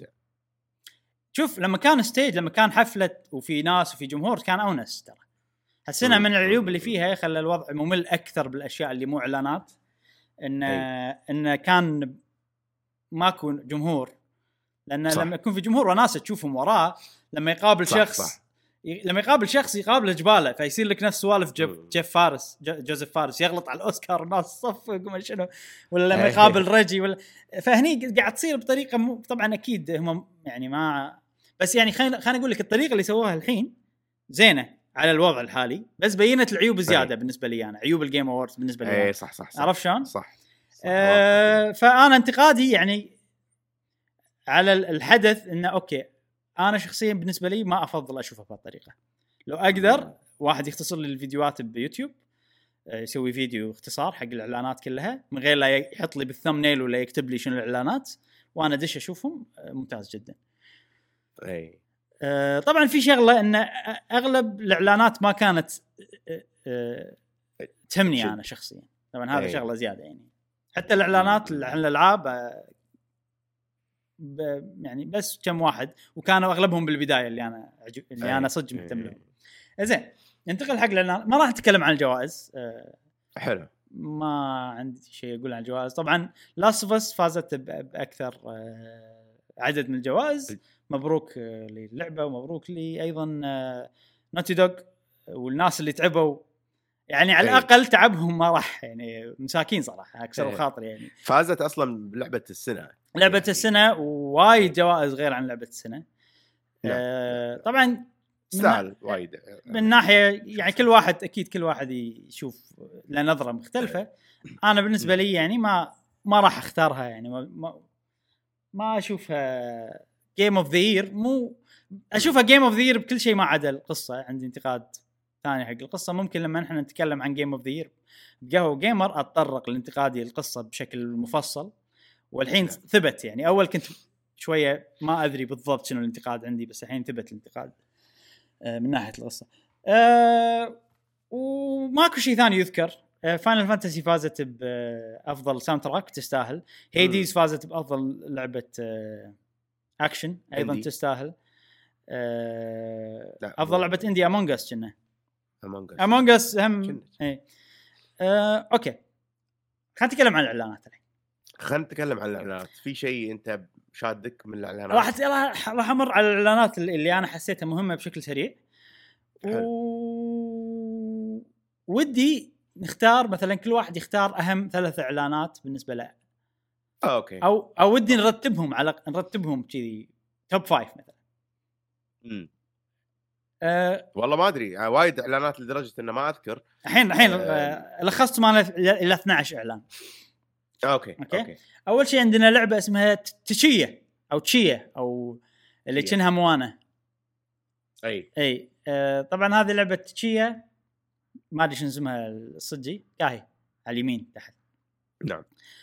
شوف لما كان ستيج، لما كان حفله وفي ناس وفي جمهور، كان اونس ترى. هالسنه من العيوب اللي فيها خلى الوضع ممل اكثر بالاشياء اللي مو اعلانات، ان ان كان ماكو جمهور، لان صح. لما يكون في جمهور وناس تشوفهم وراه، لما يقابل صح شخص صح. ي... لما يقابل شخص يقابله جباله، فيصير لك نفس سوالف جيف, جيف فارس ج... جوزيف فارس يغلط على الاوسكار والناس تصفق وما شنو، ولا لما يقابل ريجي ولا، فهني قاعد تصير بطريقه م... طبعا اكيد هم يعني ما، بس يعني خلينا خلينا اقول لك الطريقه اللي سووها الحين زينه على الوضع الحالي، بس بينت العيوب زياده أي. بالنسبه لي انا عيوب الجيم اووردز بالنسبه لي اي صح صح, صح عرفت شلون صح, صح, صح آه فانا انتقادي يعني على الحدث انه اوكي، انا شخصيا بالنسبه لي ما افضل اشوفه بهالطريقه. لو اقدر واحد يختصر لي الفيديوهات بيوتيوب، يسوي فيديو اختصار حق الاعلانات كلها من غير لا يحط لي بالثمنيل ولا يكتب لي شنو الاعلانات وانا ادش اشوفهم، ممتاز جدا. اي آه طبعا في شغله ان اغلب الاعلانات ما كانت آه آه تهمني انا شخصيا، طبعا هذا شغله زياده يعني. حتى الاعلانات عن الالعاب آه يعني بس كم واحد، وكانوا اغلبهم بالبدايه اللي انا عجب... اللي انا صدق مهتم لهم. زين ننتقل حق الاعلان. ما راح نتكلم عن الجوائز أه حلو، ما عندي شيء اقول عن الجوائز. طبعا لاست اوف اس فازت باكثر أه عدد من الجوائز، مبروك أه للعبه، ومبروك لي ايضا أه نوتي دوغ والناس اللي تعبوا يعني، على الاقل تعبهم ما راح يعني، مساكين صراحه اكسروا خاطري يعني. فازت اصلا بلعبه السنه، لعبه يعني السنه ووايد جوائز غير عن لعبه السنه. آه طبعا تستاهل وايد من ناحيه يعني، كل واحد اكيد كل واحد يشوف له نظره مختلفه. انا بالنسبه لي يعني ما ما راح اختارها يعني، ما ما, ما اشوفها جيم اوف ذا يير، مو اشوفها جيم اوف ذا يير بكل شيء ما عدا القصه. عندي انتقاد ثاني حق القصه، ممكن لما نحن نتكلم عن جيم اوف ذا يير بقهوه جيمر اتطرق لانتقادي القصه بشكل مفصل. والحين نعم. ثبت يعني، اول كنت شويه ما ادري بالضبط شنو الانتقاد عندي، بس الحين ثبت الانتقاد من ناحيه القصه. أه وماكو شيء ثاني يذكر. فاينل فانتسي فازت بافضل ساوند تراك، تستاهل. هيديز فازت بافضل لعبه اكشن، ايضا اندي. تستاهل. أه افضل لعبه اندي امونج اس كنا امونج اس هم اي أه اوكي. خلينا نتكلم عن الاعلانات الحين. خلينا نتكلم عن الاعلانات. في شيء انت شادك من الاعلانات؟ راح راح راح امر على الاعلانات اللي انا حسيتها مهمه بشكل سريع. و... ودي نختار مثلا كل واحد يختار اهم ثلاث اعلانات بالنسبه له. آه، اوكي. او او ودي نرتبهم على نرتبهم كذي توب فايف مثلا. امم أه... والله ما ادري وايد اعلانات لدرجه ان ما اذكر. الحين الحين أه... لخصت ما الى اثناشر اعلان. أوكي. اوكي, أوكي. اول شيء عندنا لعبه اسمها تشيا او تشيا او اللي كأنها موانا. اي اي أه... طبعا هذه لعبه تشيا ما ادري شنو اسمها الصجي كاهي على اليمين تحت. نعم.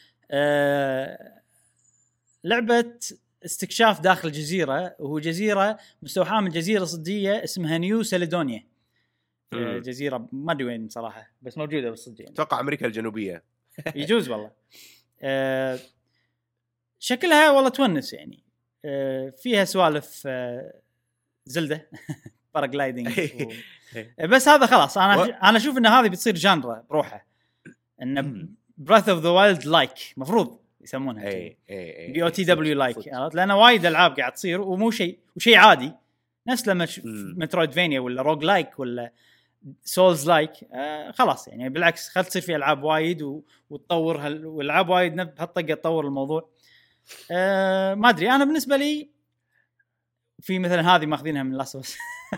أه... لعبه استكشاف داخل جزيره، وهو جزيره مستوحاه من جزيره صجيه اسمها نيو سيليدونيا. أه... جزيره ما ادري وين صراحه بس موجوده بالصجيه. اتوقع امريكا الجنوبيه. يجوز والله. أه... شكلها والله تونس يعني. أه... فيها سوالف أه... زلده باراجلايدنج و... بس هذا خلاص انا و... انا اشوف ان هذه بتصير جانرا بروحه، ان براث اوف ذا وايلد لايك مفروض يسمونها اي اي بي او تي دبليو لايك، لان وايد العاب قاعد تصير ومو شيء وشيء عادي، نفس لما مترويدفينيا ولا روج لايك ولا سولز لايك. آه خلاص يعني بالعكس خل تصير في العاب وايد و... وتطور هال... والعاب وايد بهالطقه تطور الموضوع. آه ما ادري انا بالنسبه لي في مثلا هذه ماخذينها من لاست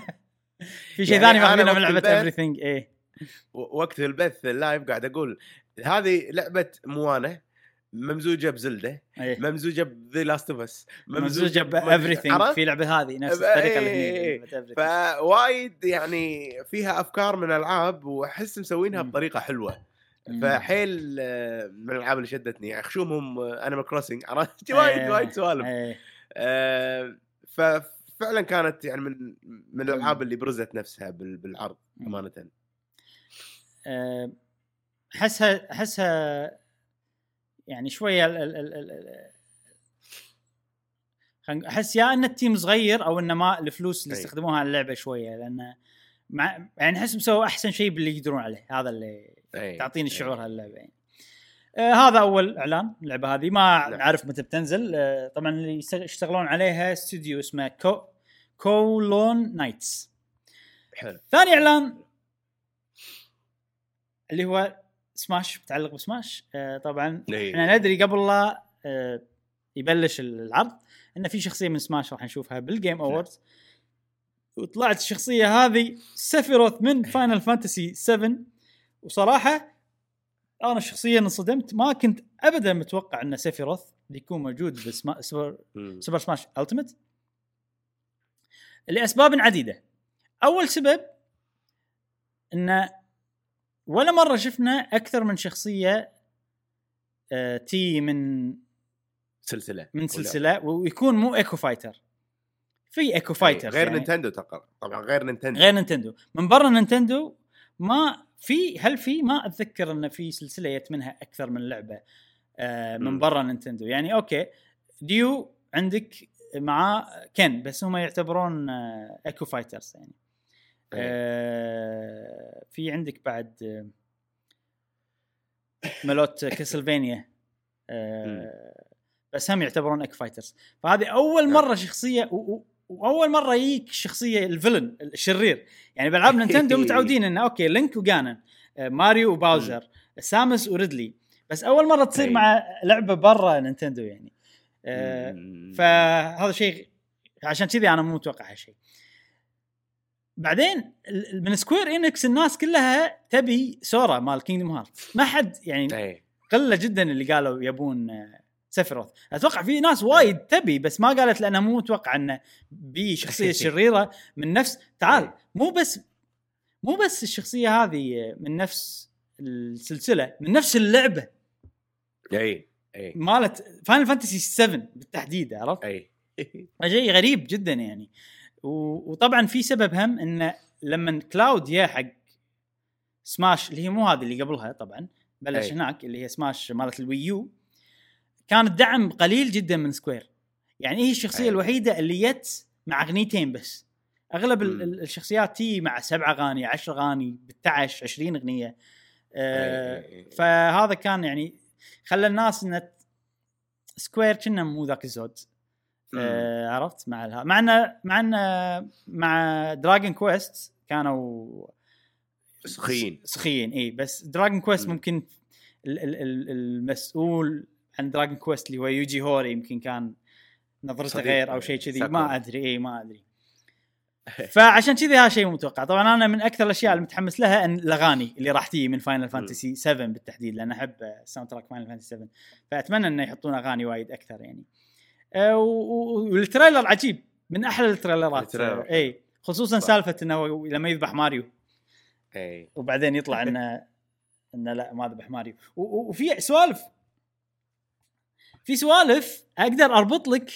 في شيء ثاني يعني ماخذينها من لعبه everything. ايه وقت البث اللايف قاعد اقول هذه لعبه موانا ممزوجه بزلده، أيه. ممزوجه بذي لاست اوف اس، ممزوجه بافريثينج. في لعبه هذه نفس الطريقه اللي هي فوايد يعني فيها افكار من الالعاب واحس مسوينها بطريقه حلوه. فحيل من الالعاب اللي شدتني يعني خشومهم انيمال كروسنج، عرفت وايد وايد سوالف. أه ففعلا كانت يعني من من الالعاب اللي برزت نفسها بالعرض امانه. احسها احسها يعني شويه ال ال ال ال احس يا ان التيم صغير او ان ما الفلوس اللي استخدموها على اللعبه شويه، لان مع يعني احس مسوي احسن شيء باللي يقدرون عليه. هذا اللي أي. تعطيني الشعور هاللعبه يعني. آه هذا اول اعلان. اللعبه هذه ما نعرف متى بتنزل. آه طبعا اللي يشتغلون عليها استوديو اسمه كو كولون نايتس. حلو. ثاني اعلان اللي هو سماش، متعلق بسماش. آه طبعا ليه. احنا ندري قبل لا آه يبلش العرض ان في شخصيه من سماش راح نشوفها بالجيم اووردز، وطلعت الشخصيه هذه سيفيروث من فاينل فانتسي سبعة. وصراحه انا شخصيا انصدمت، ما كنت ابدا متوقع ان سيفيروث يكون موجود بسما... سوبر... سوبر سماش التيمت لاسباب عديده. اول سبب ان ولا مره شفنا اكثر من شخصيه آه تي من سلسله من سلسله ويكون مو ايكو فايتر. في ايكو فايتر غير يعني. نينتندو طبعا غير نينتندو غير نينتندو من برا نينتندو ما في. هل في؟ ما اتذكر ان في سلسله يت منها اكثر من لعبه آه من برا نينتندو. يعني اوكي ديو عندك مع كين بس هم يعتبرون آه ايكو فايترز يعني. آه في عندك بعد آه ملوت كاسلفينيا آه بس هم يعتبرون ايكو فايترز. فهذه اول مره شخصيه و واول مره يجيك الشخصيه الفيلن الشرير. يعني بالعاب نينتندو متعودين انه اوكي لينك وغانن، ماريو وباوزر، سامس وريدلي، بس اول مره تصير مع لعبه برا نينتندو يعني. آه فهذا شيء عشان كذي انا مو متوقع هالشيء. بعدين من سكوير إنكس الناس كلها تبي سورا مال كينجدم هارت، ما حد يعني قله جدا اللي قالوا يبون سيفيروث. اتوقع في ناس وايد تبي بس ما قالت لانها مو متوقع انه بي شخصيه شريره من نفس تعال مو بس مو بس الشخصيه هذه من نفس السلسله من نفس اللعبه اي اي مالت فاينل فانتسي سبعة بالتحديد. عرفت اي شيء غريب جدا يعني. وطبعا في سبب هم انه لما كلاود يا حق سماش اللي هي مو هذه اللي قبلها طبعا بلش أي. هناك اللي هي سماش مالت الويو كان الدعم قليل جدا من سكوير. يعني هي الشخصيه أيه. الوحيده اللي يت مع اغنيتين بس. اغلب م. الشخصيات تي مع سبعة اغاني عشر اغاني بالتعش عشرين اغنيه. آه أيه. فهذا كان يعني خلى الناس ان سكوير كنا مو ذاك الزود. آه عرفت مع الها مع ان مع ان مع دراجون كويست كانوا سخين سخين اي بس دراجون كويست ممكن ال- ال- المسؤول عن دراجون كويست اللي هو يوجي هوري يمكن كان نظرته غير او شيء كذي ما ادري اي ما ادري فعشان كذي هذا شيء متوقع. طبعا انا من اكثر الاشياء اللي متحمس لها ان الاغاني اللي راح تيجي من فاينل فانتسي سبعة بالتحديد لان احب الساوند تراك فاينل فانتسي سبعة فاتمنى انه يحطون اغاني وايد اكثر يعني. أه والتريلر عجيب من احلى التريلرات اي خصوصا صح. سالفه انه لما يذبح ماريو اي وبعدين يطلع انه انه لا ما ذبح ماريو وفي سوالف في سوالف اقدر اربط لك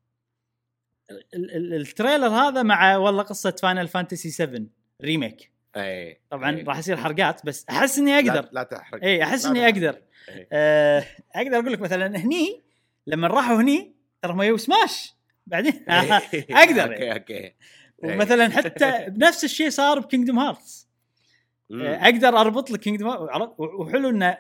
التريلر هذا مع والله قصه فاينل فانتسي سبعة ريميك. اي طبعا راح يصير حرقات بس احس اني اقدر لا, لا تحرق اي احس اني اقدر أه اقدر اقول لك مثلا هني لما راحوا هني ترى ما يو سماش بعدين اقدر اوكي اوكي ومثلا حتى بنفس الشيء صار بكينجدوم هارتس اقدر اربط لك كينجدوم وحلو انه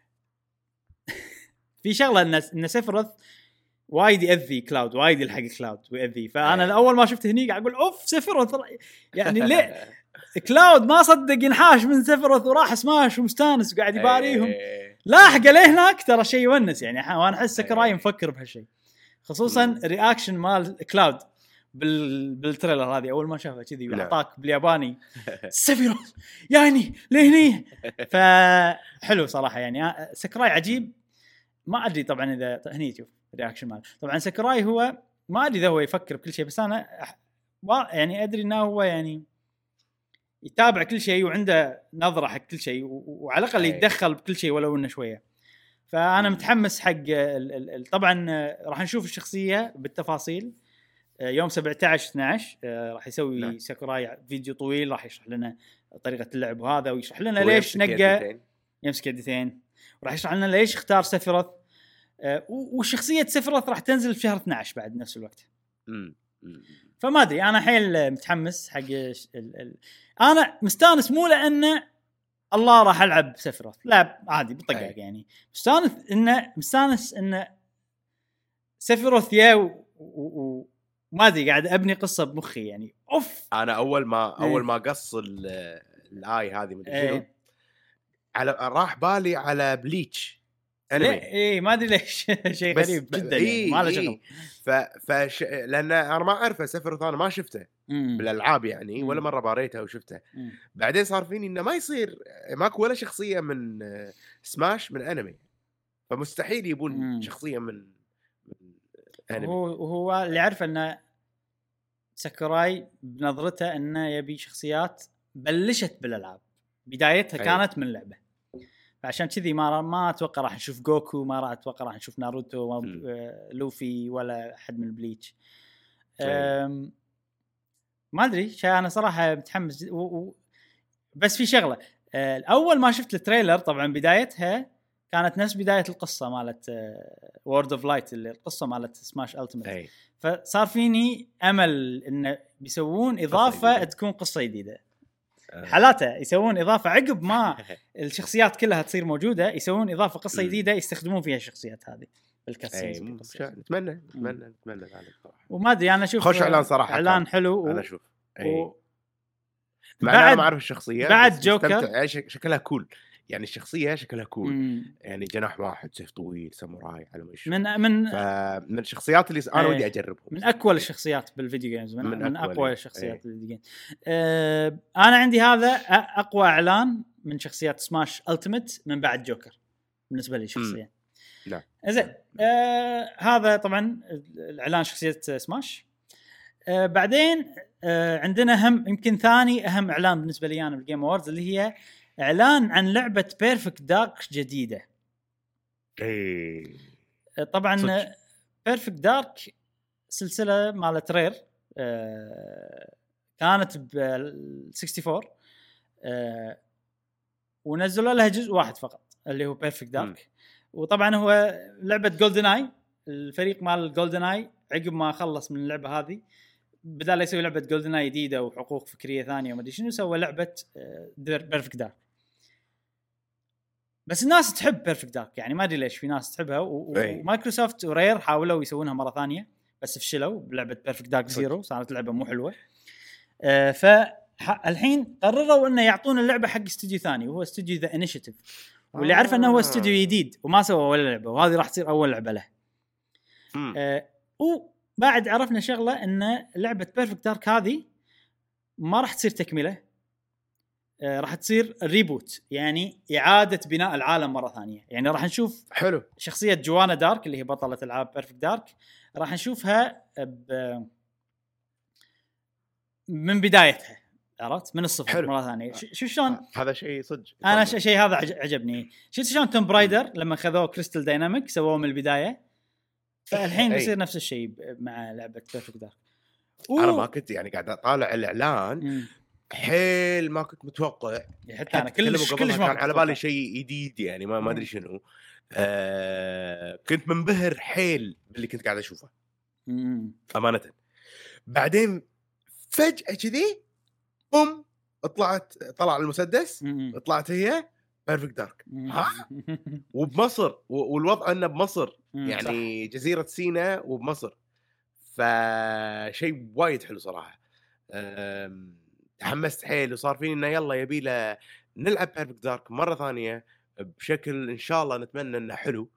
في شغله ان ان سيفروث وايد يأذي كلاود وايد يلحق كلاود ويأذي فانا اول ما شفت هني قاعد اقول اوف سيفروث يعني ليه كلاود ما صدق ينحاش من سيفروث وراح سماش ومستانس وقاعد يباريهم لاحق له هناك ترى شيء يونس يعني وانا احس سكراي مفكر بهالشيء خصوصا رياكشن مال كلاود بال بالتريلر هذه اول ما شافه كذي وعطاك بالياباني سيفروث يعني لهني فحلو صراحه يعني سكراي عجيب ما ادري طبعا اذا هني تشوف رياكشن مال طبعا سكراي هو ما ادري اذا هو يفكر بكل شيء بس انا يعني ادري انه هو يعني يتابع كل شيء وعنده نظره حق كل شيء وعلى الاقل يتدخل بكل شيء ولو انه شويه فانا متحمس حق ال ال طبعا راح نشوف الشخصيه بالتفاصيل يوم سبعة عشر اثنا عشر راح يسوي نعم. ساكوراي فيديو طويل راح يشرح لنا طريقه اللعب وهذا ويشرح لنا ليش نقى يمسك يدتين وراح يشرح لنا ليش اختار سيفروث وشخصيه سيفروث راح تنزل في شهر اثنا عشر بعد نفس الوقت امم فما ادري انا حيل متحمس حق ال ال انا مستانس مو لانه الله راح العب سيفروث لا عادي بطقق يعني مستانس انه مستانس انه سيفروث يا و ما ادري قاعد ابني قصه بمخي يعني اوف انا اول ما اول ما قص الاي هذه من شنو على راح بالي على بليتش اي ما ادري ليش شيء غريب جدا إيه يعني ما له شغل ف فش... لان انا ما اعرفه سيفروث انا ما شفته مم. بالالعاب يعني مم. ولا مره باريته وشفته مم. بعدين صار فيني انه ما يصير ماكو ولا شخصيه من سماش من انمي فمستحيل يبون مم. شخصيه من أنمي. هو هو اللي عارف انه ساكوراي بنظرته انه يبي شخصيات بلشت بالالعاب بدايتها أيوة. كانت من لعبه فعشان كذي ما ما اتوقع راح نشوف جوكو ما راح اتوقع راح نشوف ناروتو لوفي ولا حد من بليتش أيوة. ما ادري شيء انا صراحه متحمس و... و... بس في شغله اول ما شفت التريلر طبعا بدايتها كانت نفس بدايه القصه مالت وورد اوف لايت اللي القصه مالت سماش التيمت فصار فيني امل انه بيسوون اضافه تكون قصه جديده حالاته يسوون اضافه عقب ما الشخصيات كلها تصير موجوده يسوون اضافه قصه جديده يستخدمون فيها الشخصيات هذه بالكاسين نتمنى نتمنى نتمنى ذلك صراحه وما ادري انا اشوف خوش اعلان صراحه اعلان حلو و... انا اشوف و... مع بعد... انا ما اعرف الشخصيه بعد جوكر شكلها كول يعني الشخصيه شكلها كول مم. يعني جناح واحد سيف طويل ساموراي على ما يشوف من من من الشخصيات اللي انا ودي اجربهم من اقوى الشخصيات بالفيديو جيمز من, من, من اقوى الشخصيات بالفيديو جيمز أه انا عندي هذا اقوى اعلان من شخصيات سماش التيمت من بعد جوكر بالنسبه لي شخصيا لا زين أه هذا طبعا الاعلان شخصيه سماش أه بعدين أه عندنا هم يمكن ثاني اهم اعلان بالنسبه لي انا بالجيم اووردز اللي هي اعلان عن لعبه بيرفكت دارك جديده. اي طبعا بيرفكت دارك سلسله مالت رير آه كانت ب أربعة وستين آه ونزلوا لها جزء واحد فقط اللي هو بيرفكت دارك وطبعا هو لعبه جولدن اي الفريق مال جولدن اي عقب ما خلص من اللعبه هذه بدال يسوي لعبه جولدن اي جديده وحقوق فكريه ثانيه وما ادري شنو سوى لعبه بيرفكت دارك. بس الناس تحب بيرفكت دارك يعني ما ادري ليش في ناس تحبها و... ومايكروسوفت ورير حاولوا يسوونها مره ثانيه بس فشلوا بلعبه بيرفكت دارك زيرو صارت لعبه مو حلوه. آه فالحين قرروا انه يعطون اللعبه حق استوديو ثاني وهو استوديو ذا انيشيتيف واللي عارف انه هو استوديو جديد وما سوى ولا لعبه وهذه راح تصير اول لعبه له. آه وبعد عرفنا شغله ان لعبه بيرفكت دارك هذه ما راح تصير تكمله، آه راح تصير ريبوت يعني اعاده بناء العالم مره ثانيه. يعني راح نشوف حلو شخصيه جوانا دارك اللي هي بطله العاب بيرفكت دارك راح نشوفها ب... من بدايتها عرفت من الصفر مره ثانيه. شو شلون هذا شيء صدق انا شيء هذا عجبني. شفت شلون توم برايدر لما خذوه كريستال دايناميك سووه من البدايه، فالحين بيصير نفس الشيء مع لعبه بيرفكت دارك. انا ما كنت يعني قاعد اطالع الاعلان م. حيل ما كنت متوقع حتى انا كلش كلش كان على بالي شيء جديد يعني ما ما ادري شنو. آه كنت منبهر حيل باللي كنت قاعد اشوفه م. امانه. بعدين فجاه كذي بوم طلعت طلع المسدس م. طلعت هي بيرفكت دارك وبمصر والوضع انه بمصر يعني صح. جزيره سيناء وبمصر فشيء وايد حلو صراحه. تحمست حيل وصار فيني انه يلا يبي له نلعب بيرفكت دارك مره ثانيه بشكل ان شاء الله نتمنى انه حلو.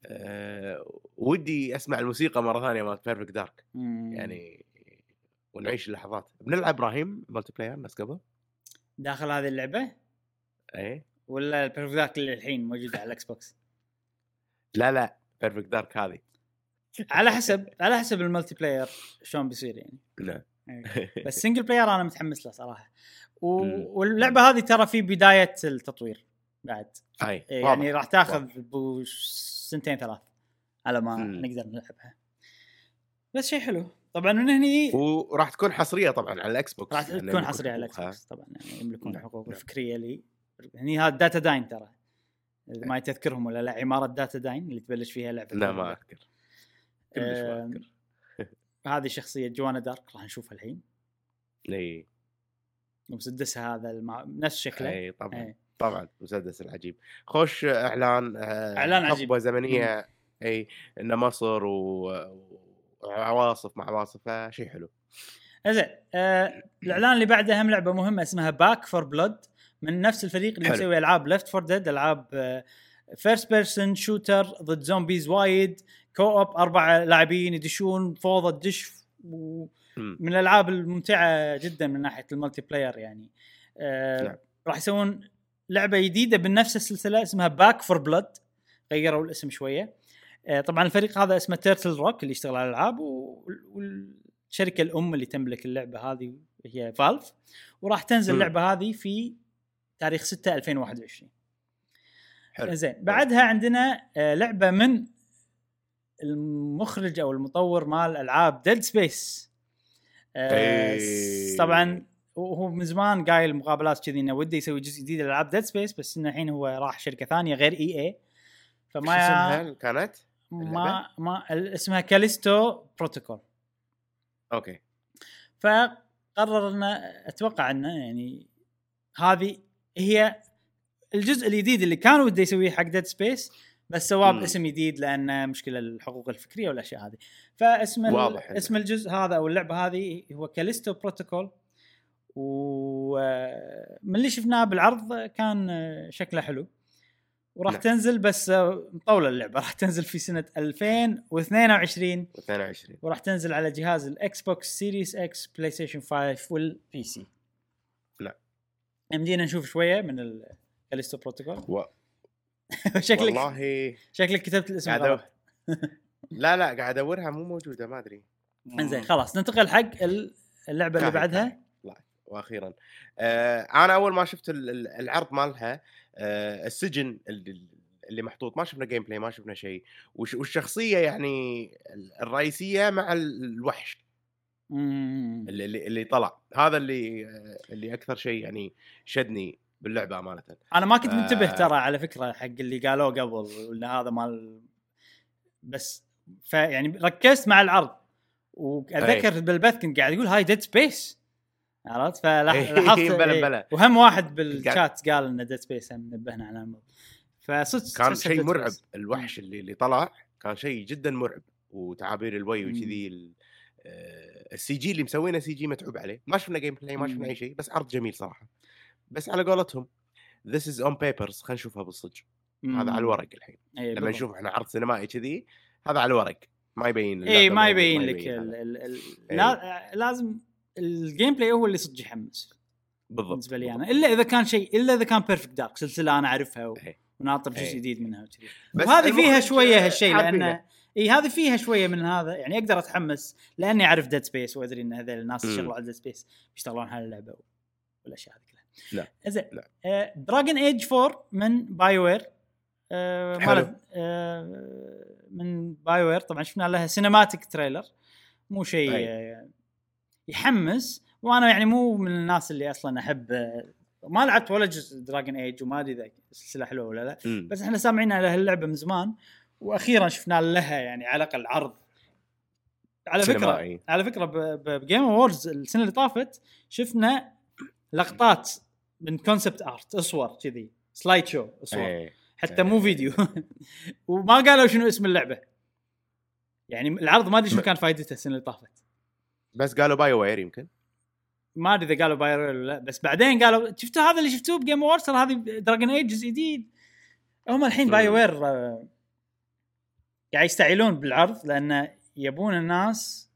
أه ودي اسمع الموسيقى مره ثانيه مال بيرفكت دارك يعني ونعيش اللحظات. بنلعب ابراهيم مالتي بلاير ناس قبل داخل هذه اللعبه ايه ولا البيرفكت دارك اللي الحين موجوده على الاكس بوكس؟ لا لا بيرفكت دارك هذه على حسب على حسب الملتي بلاير شلون بيصير يعني. لا بس سنجل بلاير انا متحمس له صراحه و... واللعبه هذه ترى في بدايه التطوير بعد أي. يعني راح تاخذ سنتين ثلاث على ما م. نقدر نلعبها بس شيء حلو طبعا. من هني وراح تكون حصريه طبعا على الاكس بوكس راح تكون يعني حصريه على الاكس بوكس طبعا يعني يملكون الحقوق الفكريه لي هني. هذا داتا داين ترى ما تذكرهم ولا لا عماره داتا داين اللي تبلش فيها لعبه؟ لا ما اذكر كلش ما اذكر. هذه شخصيه جوانا دارك راح نشوفها الحين. اي مسدسها هذا المع... نفس شكله. اي طبعا أي. طبعا مسدس العجيب. خوش اعلان اعلان عجيب حقبه زمنيه م. اي ان مصر و... وعواصف مع عواصف شيء حلو. زين آه... الاعلان اللي بعده هم لعبه مهمه اسمها باك فور بلود من نفس الفريق اللي يسوي العاب ليفت فور ديد العاب فيرست بيرسون شوتر ضد زومبيز وايد كو اوب اربع لاعبين يدشون فوضى الدش و... من الالعاب الممتعه جدا من ناحيه الملتي بلاير يعني. آه... نعم. راح يسوون لعبه جديده بنفس السلسله اسمها باك فور بلود غيروا الاسم شويه. آه... طبعا الفريق هذا اسمه تيرتل روك اللي يشتغل على الالعاب و... والشركه الام اللي تملك اللعبه هذه هي فالف وراح تنزل اللعبه هذه في تاريخ ستة ألفين وواحد وعشرين. زين بعدها عندنا آه لعبه من المخرج او المطور مال العاب ديد سبيس. آه طبعا وهو من زمان قايل مقابلات كذي انه وده يسوي جزء جديد للعاب ديد سبيس بس انه الحين هو راح شركه ثانيه غير اي اي فما اسمها كانت ما ما اسمها كاليستو بروتوكول. اوكي فقررنا اتوقع انه يعني هذه هي الجزء الجديد اللي كانوا وده يسويه حق ديد سبيس بس سواه باسم جديد لان مشكله الحقوق الفكريه والاشياء هذه. فاسم اسم الجزء هذا او اللعبه هذه هو كاليستو بروتوكول ومن اللي شفناه بالعرض كان شكله حلو وراح لا. تنزل بس مطوله اللعبه راح تنزل في سنه ألفين واثنين وعشرين وراح تنزل على جهاز الاكس بوكس سيريس اكس بلاي ستيشن خمسة والبي سي. لا مدينا نشوف شويه من الكاليستو بروتوكول و... شكلك والله شكلك كتبت الاسم غلط. لا لا قاعد ادورها مو موجوده ما ادري. انزين خلاص ننتقل حق اللعبه اللي بعدها. واخيرا آه انا اول ما شفت العرض مالها آه السجن اللي محطوط ما شفنا جيم بلاي ما شفنا شيء والشخصيه يعني الرئيسيه مع الوحش اللي اللي طلع هذا اللي اللي اكثر شيء يعني شدني باللعبه امانه. انا ما كنت منتبه ترى على فكره حق اللي قالوه قبل ولا هذا مال بس فيعني ركزت مع العرض واتذكر بالبث كنت قاعد يقول هاي ديد سبيس عرفت فلاحظت بلا بلا وهم واحد بالشات قال ان ديد سبيس هم نبهنا على الموضوع فصدق كان شيء مرعب. الوحش اللي اللي طلع كان شيء جدا مرعب، وتعابير الوي وكذي. السي جي اللي مسوينه سي جي متعوب عليه، ما شفنا جيم بلاي، ما شفنا اي شيء، بس عرض جميل صراحه. بس على قولتهم this is on papers، خلينا نشوفها بالصدق. هذا على الورق الحين. أيه لما نشوف احنا عرض سينمائي كذي، هذا على الورق ما يبين. اي ما يبين لك ال ال ال لا لازم الجيم بلاي هو اللي صدق يحمس بالضبط بالنسبه لي انا، الا اذا كان شيء، الا اذا كان بيرفكت دارك سلسله انا اعرفها وناطر جزء جديد منها وكذي. وهذه فيها شويه هالشيء، لان اي هذه فيها شويه من هذا، يعني اقدر اتحمس لاني اعرف ديد سبيس وادري ان هذول الناس يشتغلوا على ديد سبيس بيشتغلون على اللعبه والاشياء هذه كلها. لا زين. دراجون ايج فور من باي وير. آه مالت آه من باي وير. طبعا شفنا لها سينماتيك تريلر، مو شيء آه يحمس. وانا يعني مو من الناس اللي اصلا احب آه ما لعبت ولا جزء دراجون ايج، وما ادري اذا السلسله حلوه ولا لا. م. بس احنا سامعين على هاللعبه من زمان، واخيرا شفنا لها يعني على الاقل عرض. على فكره سينمائي. على فكره بجيم اووردز السنه اللي طافت شفنا لقطات من كونسبت ارت، اصور كذي، سلايد شو اصور أي. حتى أي. مو فيديو. وما قالوا شنو اسم اللعبه، يعني العرض ما ادري شنو كان فايدته السنه اللي طافت. بس قالوا باي وير، يمكن ما ادري اذا قالوا باي وير ولا لا. بس بعدين قالوا شفتوا هذا اللي شفتوه بجيم اووردز، هذه دراجون ايج جديد. هم الحين باي وير قاعد يعني يستعيلون بالعرض، لان يبون الناس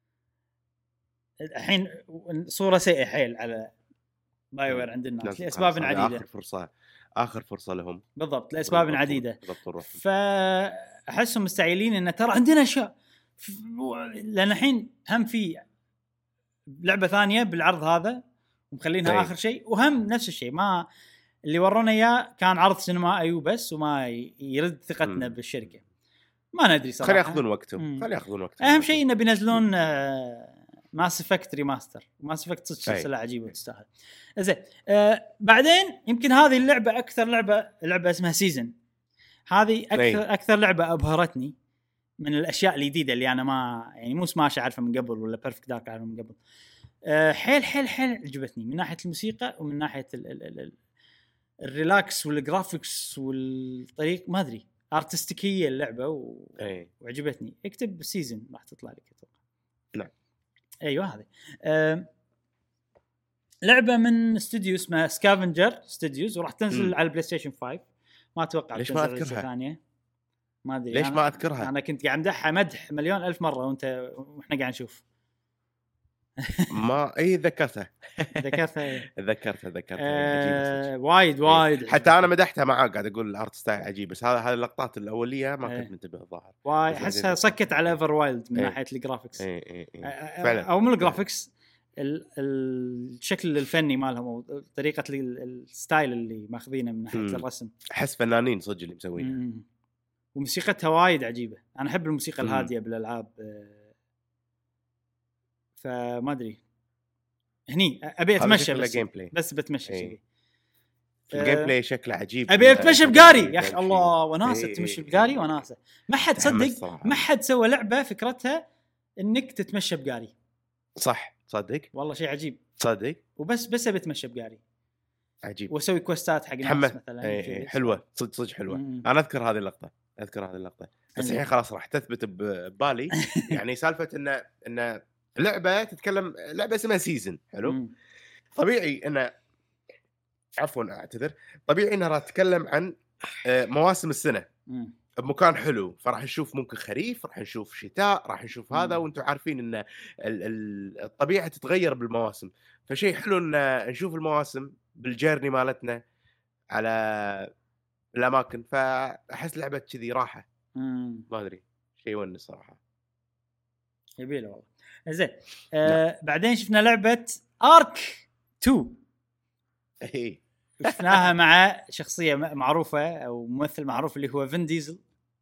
الحين صوره سيئه حيل على باي وير عند الناس لاسباب عديده. اخر فرصه اخر فرصه لهم بالضبط لاسباب عديده. فاحسهم مستعيلين ان ترى عندنا اشياء، لان الحين هم في لعبه ثانيه بالعرض هذا ومخلينها أي. اخر شيء، وهم نفس الشيء ما اللي ورونا اياه كان عرض سينمائي وبس، وما يرد ثقتنا م. بالشركه. ما ندري صراحه، خلي ياخذون وقتهم خلي ياخذون وقتهم. اهم شيء انه بينزلون ماس إفكت ريماستر. ماس إفكت سلسله عجيبه وتستاهل. زين. آه بعدين يمكن هذه اللعبه اكثر لعبه لعبه اسمها سيزن. هذه اكثر أي. اكثر لعبه ابهرتني من الاشياء الجديده اللي انا ما يعني مو سماش اعرفها من قبل، ولا بيرفكت دارك اعرفها من قبل. آه حيل حيل حيل عجبتني من ناحيه الموسيقى، ومن ناحيه ال ال ال ال الريلاكس والجرافيكس والطريق، ما ادري ارتستيكيه اللعبه و... وعجبتني. اكتب سيزن راح تطلع لك اتوقع. نعم ايوه هذه آه... لعبه من استوديو اسمه سكافنجر ستوديوز، وراح تنزل م. على البلاي ستيشن خمسة. ما اتوقع ليش ما اذكرها ثانيه، ما ادري ليش ما اذكرها. انا كنت قاعد امدحها مدح مليون الف مره وانت واحنا قاعد نشوف. ما اي ذكرتها ذكرتها ذكرتها ذكرتها آه وايد وايد. حتى انا مدحتها معاك، قاعد اقول الارت ستايل عجيب، بس هذا هذه اللقطات الاوليه ما كنت منتبه الظاهر. وايد احسها سكت على ايفر وايلد من ناحيه الجرافيكس، او من الجرافيكس الشكل الفني مالهم، وطريقه الستايل اللي ماخذينه من ناحيه الرسم. احس فنانين صدق اللي مسوينها، وموسيقتها وايد عجيبه. انا احب الموسيقى مم. الهاديه بالالعاب، فما ادري هني ابي اتمشى بس, بس بتمشى كذي. الجيم بلاي شكله عجيب. ابي اتمشى بقاري يا اخي، الله وناسه تمشي بقاري وناسه. ما حد صدق ما حد سوى لعبه فكرتها انك تتمشى بقاري. صح صدق والله شيء عجيب صدق. وبس بس ابي اتمشى بقاري عجيب، واسوي كوستات حق ناس مثلا. ايه حلوه صدق صدق حلوه. مم. انا اذكر هذه اللقطه اذكر هذه اللقطه بس الحين خلاص راح تثبت ببالي. يعني سالفه ان ان لعبه تتكلم، لعبه اسمها سيزن حلو. مم. طبيعي ان عفوا اعتذر طبيعي انها راح تتكلم عن مواسم السنه مم. بمكان حلو. فراح نشوف ممكن خريف، راح نشوف شتاء، راح نشوف مم. هذا. وانتم عارفين ان الطبيعه تتغير بالمواسم، فشيء حلو ان نشوف المواسم بالجيرني مالتنا على الاماكن. فاحس لعبه كذي راحه ما ادري شيء ونس صراحه يبيله والله. زين. آه بعدين شفنا لعبه ارك تو. اي شفناها مع شخصيه معروفه او ممثل معروف اللي هو فين ديزل.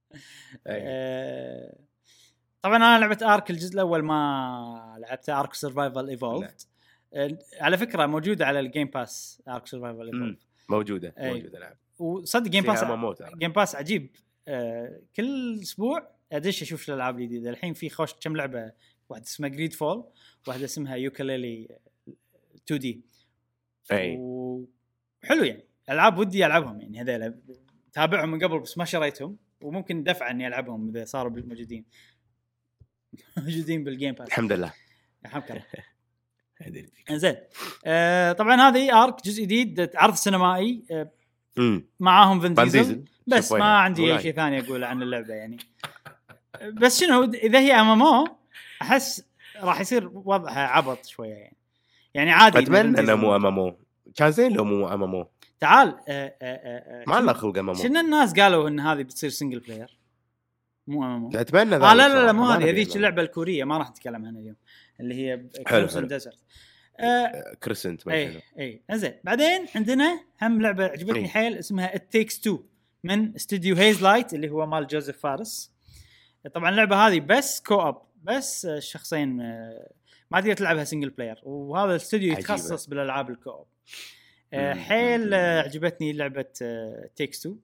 آه طبعا انا لعبه ارك الجزء الاول ما لعبته، ارك سرفايفل ايفولفد. آه على فكره موجوده على الجيم باس. ارك سرفايفل ايفولفد موجوده موجوده نعم. وصدق جيم باس جيم باس عجيب. آه كل اسبوع ادش اشوف الالعاب الجديده. الحين في خوش كم لعبه، واحده اسمها جريد فول، واحده اسمها يوكاليلي تو دي. اي وحلو يعني العاب ودي العبهم يعني هذول تابعهم من قبل بس ما شريتهم، وممكن دفع اني العبهم اذا صاروا موجودين موجودين بالجيم باس. الحمد لله الحمد لله. زين آه طبعا هذه ارك جزء جديد عرض سينمائي آه معاهم فين ديزل، بس ما عندي اي شيء ثاني اقوله عن اللعبه يعني. بس شنو اذا هي امامو احس راح يصير وضعها عبط شويه يعني يعني عادي. اتمنى انه مو امامو، كان زين لو مو امامو. تعال آه آه آه ما له خلق امامو. شنو الناس قالوا ان هذه بتصير سنجل بلاير مو امامو. اتمنى آه لا لا لا مو هذه، هذيك اللعبه الكوريه ما راح نتكلم عنها اليوم اللي هي كريسنت ديزرت. آه كريسنت ما اي اي زين. بعدين عندنا هم لعبه عجبتني أي. حيل اسمها It Takes Two من استوديو هيز لايت اللي هو مال جوزيف فارس. طبعا اللعبه هذه بس كوب، بس شخصين ما تقدر تلعبها سنجل بلاير، وهذا الاستوديو يتخصص بالالعاب الكوب. حيل عجبتني لعبه تيكس تو.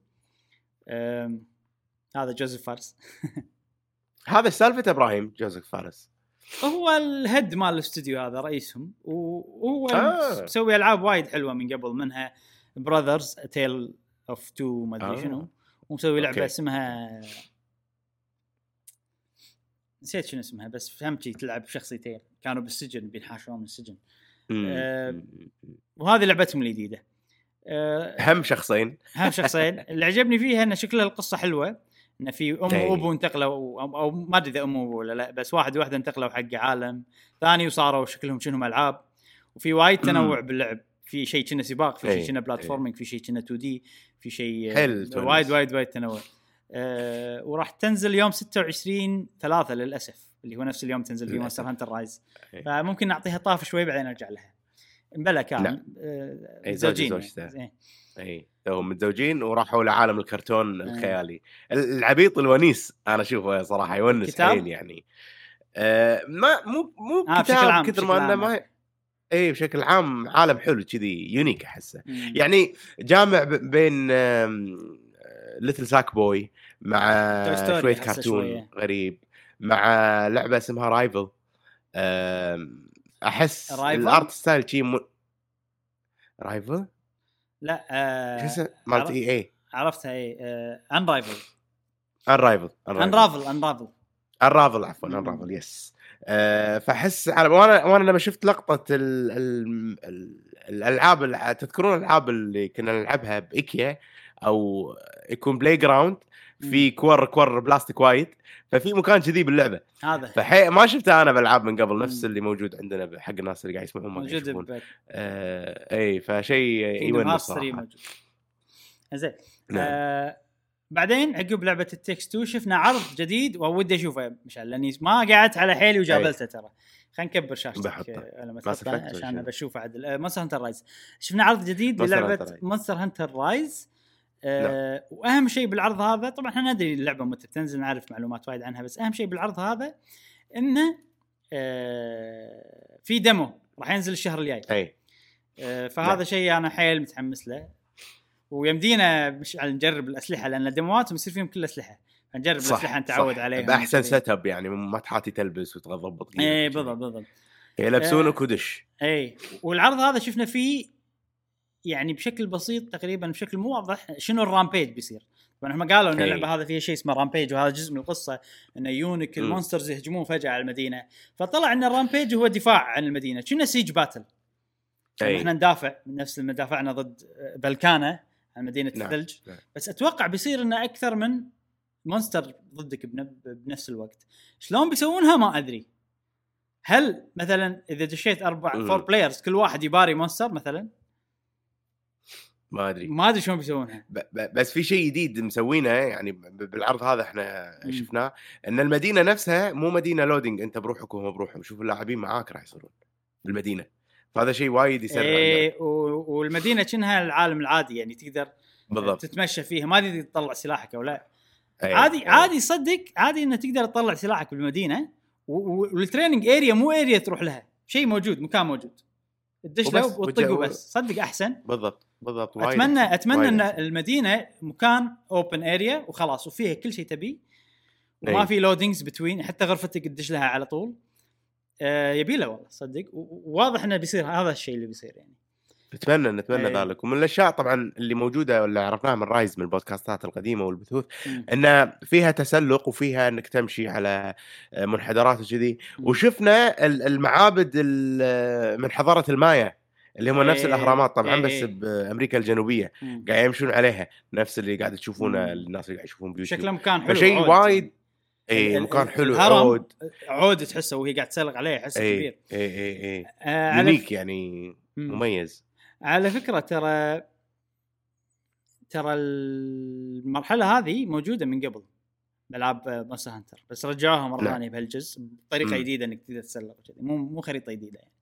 هذا جوزيف فارس هذا سالفه ابراهيم جوزيف فارس هو الهيد مال الاستوديو هذا، رئيسهم، وهو آه. مسوي العاب وايد حلوه من قبل، منها براذرز تيل اوف تو ما ادري آه. شنو، ومسوي لعبه اسمها نسيت شنو اسمها، بس فهمتي تلعب شخصيتين كانوا بالسجن بينحاشون من السجن. أه وهذه لعبتهم الجديده. أه هم شخصين هم شخصين اللي عجبني فيها ان شكلها القصه حلوه، ان في ام وابو انتقلوا او, أو ما ادري اذا ام ولا لا، بس واحد وواحده انتقلوا حق عالم ثاني وصاروا شكلهم شنو العاب، وفي وايد تنوع باللعب، في شيء كنا سباق، في شيء كنا بلاتفورمينج، في شيء كنا تو دي، في شيء وايد وايد وايد تنوع. أه وراح تنزل يوم ستة وعشرين ثلاثة للأسف، اللي هو نفس اليوم تنزل فيه مونستر هانتر رايز، فممكن نعطيها طاف شوي بعدين نرجع لها. مبلا كان أه متزوجين يعني. اي هم متزوجين وراحوا لعالم الكرتون الخيالي. العبيط الونيس انا اشوفه صراحه يونس حيل يعني. أه ما مو مو آه كتاب كثر ما انه ما اي بشكل عام عالم حلو كذي يونيك احسه، يعني جامع بين ليتل ساك بوي مع شويه كرتون شوية. غريب مع لعبه اسمها رايفل. احس الارت ستايل شيء م... رايفل لا آه مالت اي اي عرفتها اي ان رايفل ان رايفل ان رافل ان رافل ان رافل عفوا ان رافل يس. أه فاحس على وانا وانا لما شفت لقطه ال ال ال الالعاب اللي تذكرون الالعاب اللي كنا نلعبها بايكيا او يكون بلاي جراوند في كور كور بلاستيك وايد، ففي مكان كذي باللعبه هذا فحي ما شفته انا بالعاب من قبل، نفس اللي موجود عندنا حق الناس اللي قاعد يسمعون ما موجود آه اي فشيء يونس صراحه. زين آه بعدين عقب لعبه التكس تو شفنا عرض جديد وودي اشوفه مشان لاني ما قعدت على حيلي وجابلته ترى. خلينا نكبر شاشتك انا مثلا عشان بشوف عدل مونستر هانتر رايز. شفنا عرض جديد للعبه مونستر هانتر رايز. أه واهم شيء بالعرض هذا طبعا احنا ندري اللعبه متى تنزل، نعرف معلومات وايد عنها، بس اهم شيء بالعرض هذا انه أه في ديمو راح ينزل الشهر الجاي. اي أه فهذا لا. شيء انا حيل متحمس له، ويمدينا مش نجرب الاسلحه لان الديموات يصير فيهم كل اسلحه، نجرب الاسلحه نتعود عليها باحسن سيت اب يعني ما تحاتي تلبس وتضبط. اي بالضبط بالضبط يلبسونك ودش. اي والعرض هذا شفنا فيه يعني بشكل بسيط تقريبا بشكل مو واضح شنو الرامبيج بيصير. طبعا هم قالوا ان اللعبه هذا فيها شيء اسمه رامبيج، وهذا جزء من القصه ان يونك المونسترز يهجمون فجاه على المدينه، فطلع ان الرامبيج هو دفاع عن المدينه، كنا سيج باتل احنا ندافع من نفس ما دافعنا ضد بلكانه عن مدينه نعم. الثلج نعم. بس اتوقع بيصير انه اكثر من مونستر ضدك بنفس الوقت. شلون بيسوونها ما ادري، هل مثلا اذا دشيت اربع فور بلايرز كل واحد يباري مونستر مثلا، ما ادري ما ادري شلون بيسوونها. بس في شيء جديد مسوينه يعني بالعرض هذا احنا م. شفناه ان المدينه نفسها مو مدينه لودينج انت بروحك وهم بروحهم، شوف اللاعبين معاك راح يصيرون بالمدينه، فهذا شيء وايد يسرع. ايه والمدينه كأنها العالم العادي يعني تقدر بالضبط تتمشى فيها، ما تقدر تطلع سلاحك او لا. أيه. عادي أيه. عادي صدق عادي انك تقدر تطلع سلاحك بالمدينه، والتريننج اريا مو اريا تروح لها، شيء موجود مكان موجود تدش له وتطقه بس. صدق احسن بالضبط بالضبط. اتمنى اتمنى ان المدينه مكان اوبن اريا وخلاص وفيها كل شيء تبي وما في لودينجز بتوين، حتى غرفتك تدش لها على طول. آه يبي له والله صدق، وواضح انه بيصير هذا الشيء اللي بيصير يعني. نتمنى نتمنى أيه. ذلك. ومن الاشياء طبعا اللي موجوده واللي عرفناها من رايز من البودكاستات القديمه والبثوث ان فيها تسلق وفيها انك تمشي على منحدرات وكذي. وشفنا المعابد من حضاره المايا اللي هم أيه. نفس الاهرامات طبعا أيه. بس بامريكا الجنوبيه قاعد يمشون عليها نفس اللي قاعد تشوفونه الناس اللي قاعد يشوفون بيوتيوب. شكله مكان حلو، شيء وايد اي مكان حلو. عود عود تحسه وهي قاعد تسلق عليه، حسه أي. كبير اي اي اي آه يونيك ف... يعني مميز. على فكره ترى ترى المرحله هذه موجوده من قبل بلعب مونستر هانتر، بس رجعوها مره ثانيه بهالجزء بطريقه جديده انك تقدر تسلق وكذا، مو مو خريطه جديده يعني.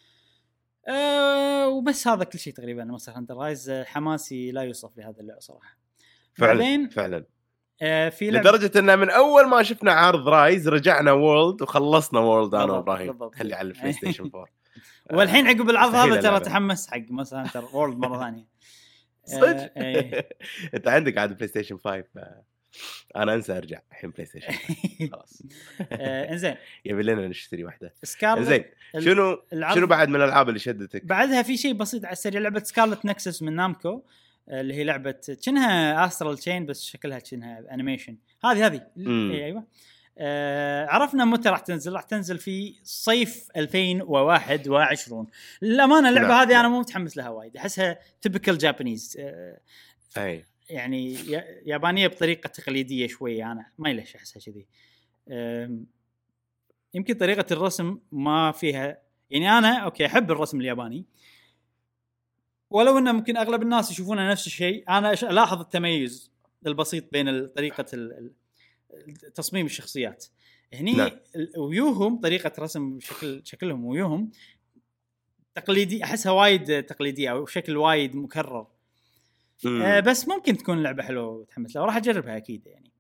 أه وبس هذا كل شيء تقريبا. مونستر هانتر رايز حماسي لا يوصف لهذا اللعبه صراحه فعلا فعلا. آه في لدرجه ان من اول ما شفنا عرض رايز رجعنا وورلد وخلصنا وورلد انا وابراهيم اللي على البلاي ستيشن فور. والحين عقب العرض هذا ترى تحمس حق مثلا هانتر وورلد مره ثانيه. صدق انت عندك عاد بلاي ستيشن فايف، انا انسى ارجع الحين بلاي ستيشن خلاص. انزين يبي لنا نشتري واحده. انزين شنو شنو بعد من الالعاب اللي شدتك؟ بعدها في شيء بسيط على السريع، لعبه سكارلت نكسس من نامكو اللي هي لعبه كأنها استرال تشين بس شكلها كأنها انيميشن. هذه هذه ايوه. آه عرفنا متى راح تنزل؟ راح تنزل في صيف ألفين وواحد وعشرين. للامانه اللعبه هذه انا مو متحمس لها وايد، احسها تيبيكال جابانيز. آه اي يعني يابانيه بطريقه تقليديه شويه، انا ما ليش احسها كذي. آه يمكن طريقه الرسم ما فيها، يعني انا اوكي احب الرسم الياباني ولو انه ممكن اغلب الناس يشوفونها نفس الشيء، انا الاحظ التميز البسيط بين طريقه تصميم الشخصيات هني. لا. ويوهم طريقه رسم شكل شكلهم ويوهم تقليدي، احسها وايد تقليديه او شكل وايد مكرر. آه بس ممكن تكون لعبه حلوه وتحمس لها وراح اجربها اكيد يعني.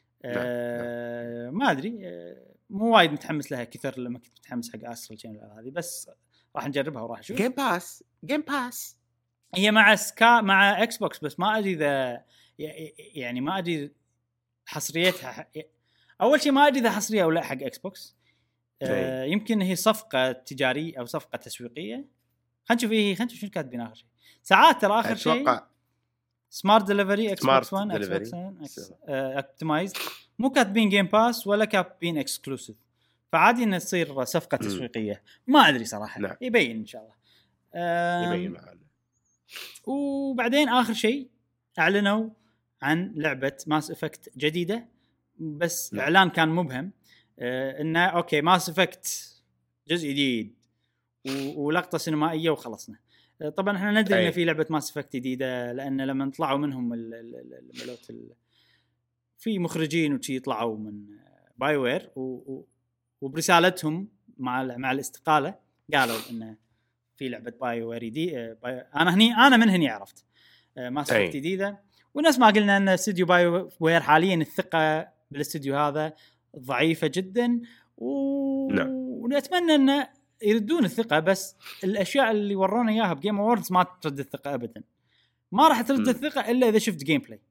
آه ما ادري، آه مو وايد متحمس لها كثر لما كنت متحمس حق استرال تشين هذه، بس راح نجربها وراح نشوف. جيم باس جيم باس هي مع سكا مع اكس بوكس، بس ما ادري اذا يعني ما ادري حصريتها. اول شيء ما ادري اذا حصريه او لا حق اكس بوكس. آه يمكن هي صفقه تجاريه او صفقه تسويقيه. خلينا نشوف هي خلينا نشوف شنو كاتبين اخر شيء. ساعات ترى اخر شيء سمارت ديليفري اكس بوكس ون اكس بوكس اوبتمايزد، مو كاتبين جيم باس ولا كاتبين اكسكلوسيف، فعادي انها تصير صفقه تسويقيه. ما ادري صراحه. لا. يبين ان شاء الله يبين معنا. وبعدين اخر شيء اعلنوا عن لعبه ماس افكت جديده، بس لا. اعلان كان مبهم. آه انه اوكي ماس افكت جزء جديد ولقطه سينمائيه وخلصنا. آه طبعا احنا ندري ان في لعبه ماس افكت جديده، لان لما طلعوا منهم الملوت في مخرجين وشي يطلعوا من باي وير وبرسالتهم مع مع الاستقاله قالوا انه في لعبه باي وير دي. آه باي انا هني انا من هني عرفت آه ماس افكت جديده. والناس ما قلنا ان استوديو باي وير حاليا الثقه بالاستوديو هذا ضعيفه جدا و... ونتمنى ان يردون الثقه، بس الاشياء اللي ورونا اياها بجيم اووردز ما ترد الثقه ابدا. ما راح ترد م. الثقه الا اذا شفت جيم بلاي،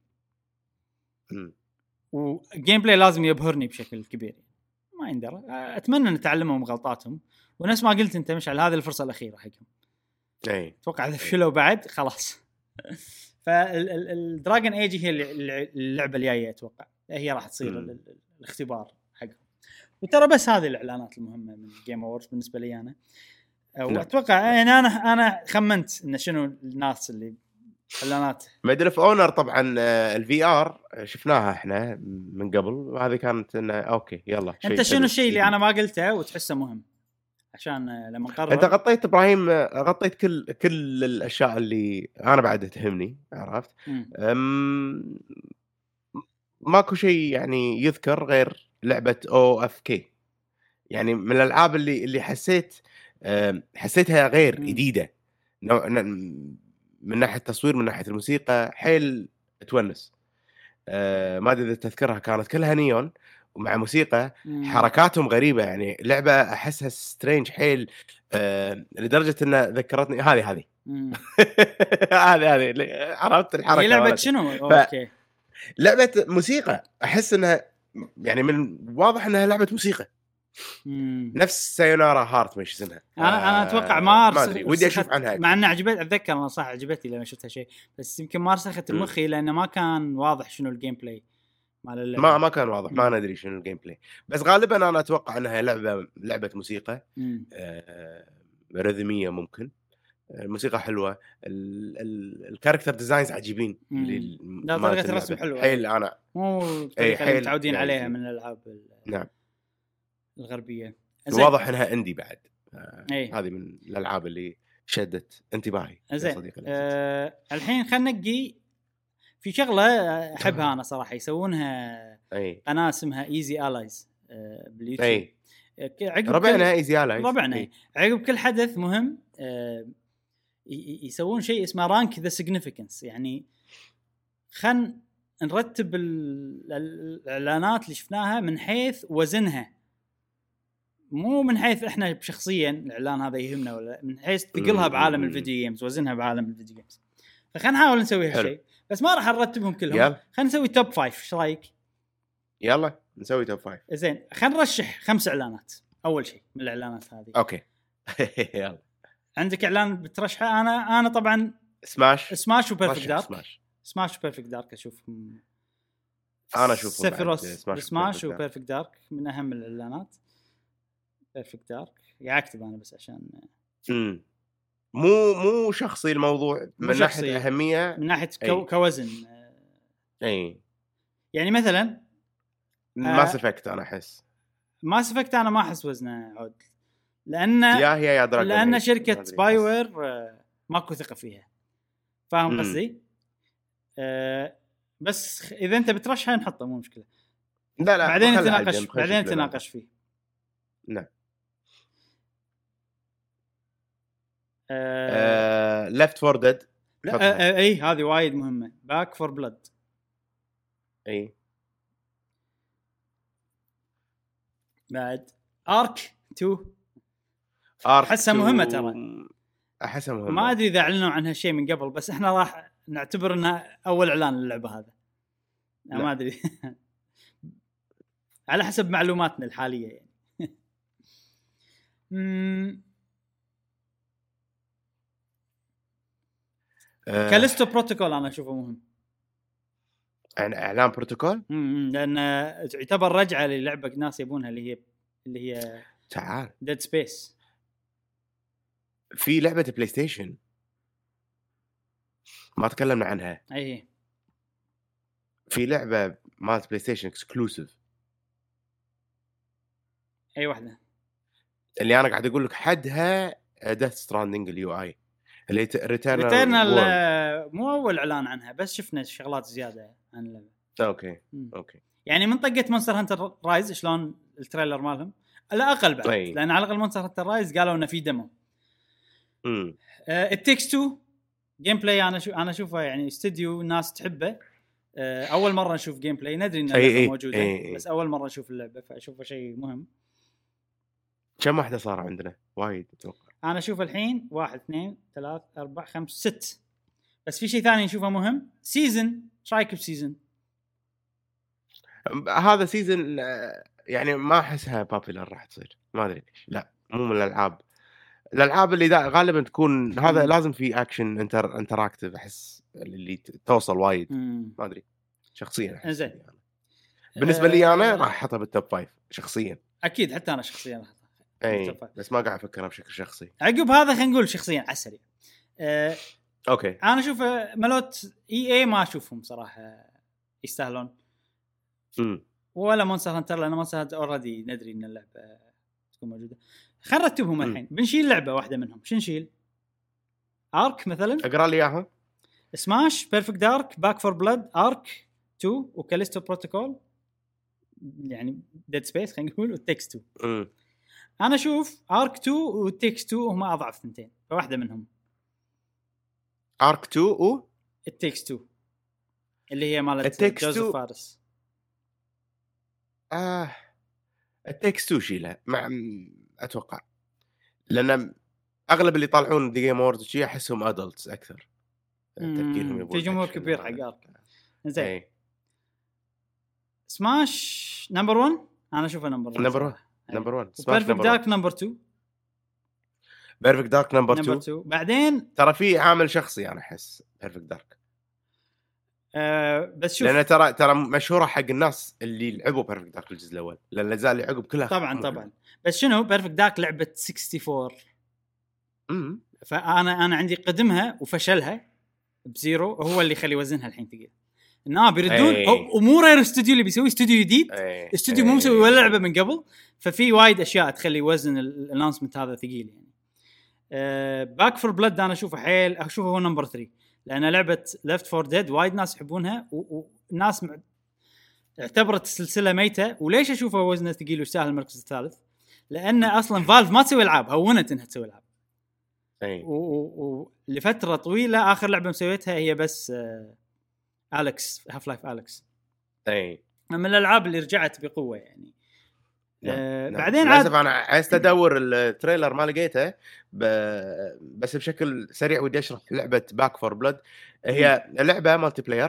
وجيم بلاي لازم يبهرني بشكل كبير. ما يندرى، اتمنى نتعلمهم غلطاتهم، ونفس ما قلت انت مشعل هذه الفرصه الاخيره حقهم. اي اتوقع اذا فشلوا بعد خلاص. فالدراجون ايج هي اللعبه الجايه اتوقع هي راح تصير الاختبار حقهم. وترى بس هذه الاعلانات المهمه من جيم اووردز بالنسبه لي انا. واتوقع يعني انا انا خمنت ان شنو الناس اللي اعلانات ميدل اوف اونر. طبعا الفي ار شفناها احنا من قبل، وهذه كانت انه اوكي يلا. انت شنو الشيء اللي انا ما قلته وتحسه مهم عشان لما نقرر؟ انت غطيت ابراهيم، غطيت كل كل الاشياء اللي انا بعد تهمني، عرفت. أم... ماكو شيء يعني يذكر غير لعبه او اف كي، يعني من الالعاب اللي اللي حسيت حسيتها غير جديده من ناحيه التصوير، من ناحيه الموسيقى، حيل تونس. أه ما ادري اذا تذكرها، كانت كلها نيون ومع موسيقى. مم. حركاتهم غريبه، يعني لعبه احسها سترينج حيل. أه لدرجه انها ذكرتني هذه هذه هذه هذه عرفت الحركه. هي لعبه شنو؟ اوكي لعبه موسيقى، احس انها يعني من واضح انها لعبه موسيقى. مم. نفس سايونارا هارت مش اسمها. انا انا اتوقع مارس ما ادري ودي اشوف عنها مع اني عجبت اتذكر انا صح عجبتني لما شفتها شيء بس يمكن ما رسخت مخي لانه ما كان واضح شنو الجيم بلاي مال اللعبه ما ما كان واضح ما ندري شنو الجيم بلاي بس غالبا انا اتوقع انها لعبه لعبه موسيقى آه رذميه ممكن الموسيقى حلوه الكاركتر ديزاينز عجيبين لا طريقه الرسم حلوه حيل انا مو الطريقه اللي متعودين عليها من الالعاب نعم الغربيه واضح انها اندي بعد آه أيه. هذه من الالعاب اللي شدت انتباهي زين آه الحين خلينا نقي في شغله احبها انا صراحه يسوونها أي. قناه اسمها ايزي الايز آه باليوتيوب أي. عقب ربعنا ايزي الايز ربعنا عقب كل حدث مهم آه يسوون شيء اسمه رانك ذا سيجنيفيكانس يعني خن نرتب الاعلانات اللي شفناها من حيث وزنها مو من حيث احنا شخصيا الاعلان هذا يهمنا ولا من حيث ثقلها بعالم الفيديو جيمز وزنها بعالم الفيديو جيمز فخلينا نحاول نسوي هالشيء بس ما راح نرتبهم كلهم خلينا نسوي توب فايف ايش رايك يلا نسوي توب فايف زين خلينا نرشح خمس اعلانات اول شيء من الاعلانات هذه اوكي يلا عندك اعلان بترشحه انا انا طبعا سماش سماش وبيرفكت دارك سماش سماش وبيرفكت دارك اشوف انا اشوف سيفيروس سماش وبيرفكت دارك من اهم الاعلانات بيرفكت دارك قاعد اكتب انا بس عشان امم مو مو شخصي الموضوع من ناحيه اهميه من ناحيه كو... كوزن اي يعني مثلا ماس افكت انا احس ماس افكت انا ما احس وزنه عود لان يا هي يا دراجون لان شركه باي وير ماكو ثقه فيها فاهم قصدي أه بس اذا انت بترشحها نحطه مو مشكله لا لا بعدين نتناقش بعدين نتناقش فيه نعم أه ليفت فور ديد اي هذه وايد مهمه باك فور بلاد اي بعد ارك تو ارك احسها مهمه ترى احسها مهمه ما ادري اذا اعلنوا عنها شيء من قبل بس احنا راح نعتبر انها اول اعلان للعبه هذا أنا ما ادري على حسب معلوماتنا الحاليه يعني امم أه كاليستو بروتوكول انا اشوفه مهم يعني اعلان بروتوكول امم لان يعتبر رجعه للعبه ناس يبونها اللي هي اللي هي تعال ديد سبيس في لعبه بلاي ستيشن ما تكلمنا عنها اي في لعبه مالت بلاي ستيشن اكسكلوسيف اي واحده اللي انا قاعد اقول لك حدها ديث ستراندنج اليو اي اللي ريتيرنال ريتيرنال مو اول اعلان عنها بس شفنا شغلات زياده عن اللعبه اوكي م. اوكي يعني من طقه مونستر هانتر رايز شلون التريلر مالهم على اقل بعد أي. لان على الاقل مونستر هانتر رايز قالوا انه في ديمو امم التكست تو جيم بلاي انا شو انا اشوفه يعني استوديو الناس تحبه أه اول مره نشوف جيم بلاي ندري انها أي موجوده أي بس اول مره نشوف اللعبه فاشوفه شيء مهم كم واحده صار عندنا وايد اتوقع انا اشوف الحين واحد اثنين ثلاث اربع خمس ست بس في شيء ثاني نشوفه مهم سيزن ايش رايك بسيزن هذا سيزن يعني ما احسها بابيلر راح تصير ما ادري ليش لا مو من الالعاب الالعاب اللي غالبا تكون هذا مم. لازم في اكشن انتر انتراكتيف احس اللي توصل وايد مم. ما ادري شخصيا زين يعني. بالنسبه لي انا راح احطها بالتوب فايف شخصيا اكيد حتى انا شخصيا راح اي بس ما قاعد افكرها بشكل شخصي عقب هذا خلينا نقول شخصيا على السريع أه اوكي انا اشوف ملوت اي اي ما اشوفهم صراحه يستاهلون امم ولا مونستر هانتر لان مونستر هانتر اوريدي ندري ان اللعبه تكون موجوده خلينا نرتبهم الحين بنشيل لعبه واحده منهم شو نشيل ارك مثلا اقرا لي اياها سماش بيرفكت دارك باك فور بلاد ارك تو وكاليستو بروتوكول يعني ديد سبيس خلينا نقول والتكست تو امم انا اشوف ارك تو والتكست تو هما اضعف ثنتين فواحده منهم ارك تو و التكست تو اللي هي مالت جوزيف فارس اه التكست تو شيلها مع اتوقع لان اغلب اللي يطلعون دي جيم اورد شيء احسهم ادلتس اكثر تفكيرهم يبون في جمهور كبير حق ارك زين سماش نمبر واحد انا اشوفه نمبر واحد نمبر واحد نمبر واحد بيرفكت دارك نمبر اثنين بيرفكت دارك نمبر اثنين بعدين ترى في عامل شخصي انا احس بيرفكت دارك أه بس شوف لان ترى ترى مشهوره حق الناس اللي لعبوا بيرفكت دارك الجزء الاول لان الاجزاء اللي عقب كلها طبعا طبعا بس شنو بيرفكت دارك لعبه أربعة وستين امم فانا انا عندي قدمها وفشلها بزيرو هو اللي يخلي وزنها الحين ثقيل انه بيردون امور غير الاستوديو اللي بيسوي استوديو جديد استوديو مو مسوي ولا لعبه من قبل ففي وايد اشياء تخلي وزن الانونسمنت هذا ثقيل يعني أه باك فور بلاد انا اشوفه حيل اشوفه هو نمبر ثلاثة لان لعبه ليفت فور ديد وايد ناس يحبونها والناس م... اعتبرت السلسله ميته وليش اشوفه وزنه ثقيل ويستاهل المركز الثالث لان اصلا فالف ما تسوي العاب هونت انها تسوي العاب اي ولفتره و... طويله اخر لعبه مسويتها هي بس آه... اليكس هاف لايف اليكس اي من الالعاب اللي رجعت بقوه يعني نعم. آه... نعم. بعدين للاسف انا عايز ادور التريلر ما لقيته ب... بس بشكل سريع ودي اشرح لعبه باك فور بلاد هي لعبه مالتي بلاير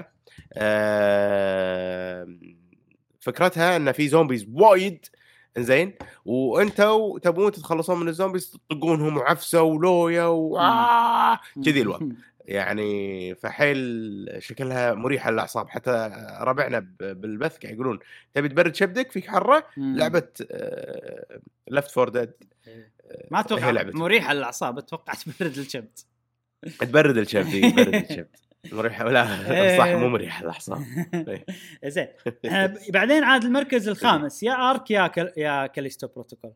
آه... فكرتها ان في زومبيز وايد زين وانتوا تبون تتخلصون من الزومبيز تطقونهم وعفسه ولويا وآه كذي الوضع يعني فحيل شكلها مريحه للاعصاب حتى ربعنا بالبث قاعد يقولون تبي تبرد شبدك فيك حره لعبه ليفت فور ديد ما اتوقع مريحه للاعصاب اتوقع تبرد الشبد تبرد الشبد تبرد الشبد مريحه ولا صح مو مريحه للاعصاب زين بعدين عاد المركز الخامس يا ارك يا كل... يا كاليستو بروتوكول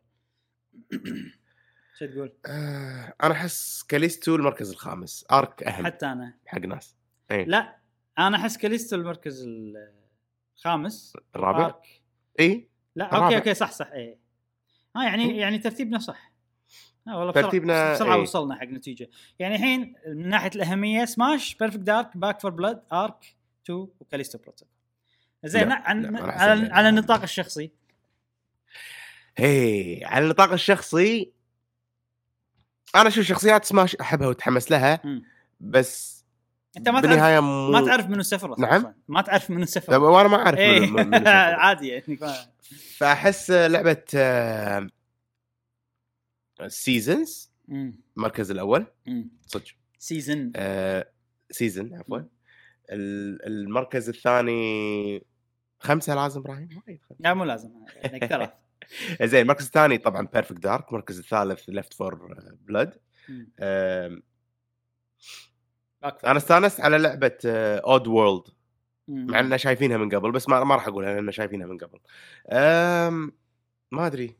شو تقول آه انا احس كاليستو المركز الخامس ارك اهم حتى انا حق ناس ايه. لا انا احس كاليستو المركز الخامس الرابع ارك اي لا الرابع. اوكي اوكي صح صح ايه ها يعني إيه؟ يعني ترتيبنا صح اه والله ترتيبنا بسرعه ايه. وصلنا حق نتيجه يعني الحين من ناحيه الاهميه سماش بيرفكت دارك باك فور بلاد ارك اثنين وكاليستو بروتوكول زين لا, عن... لا على على النطاق الشخصي ايه على النطاق الشخصي انا شو شخصيات سماش احبها واتحمس لها م. بس انت ما تعرف مو... ما تعرف منو السفر نعم أصلاً. ما تعرف منو السفر وانا ما اعرف ايه. منو, منو عادي يعني فاحس لعبه سيزنز المركز الاول صدق سيزن آه سيزن عفوا المركز الثاني خمسة لازم ابراهيم لا مو لازم يعني ثلاث زين المركز الثاني طبعا بيرفكت دارك المركز الثالث ليفت فور بلاد انا استانست على لعبه اود وورلد مع اننا شايفينها من قبل بس ما ما راح اقولها لان شايفينها من قبل أم... ما ادري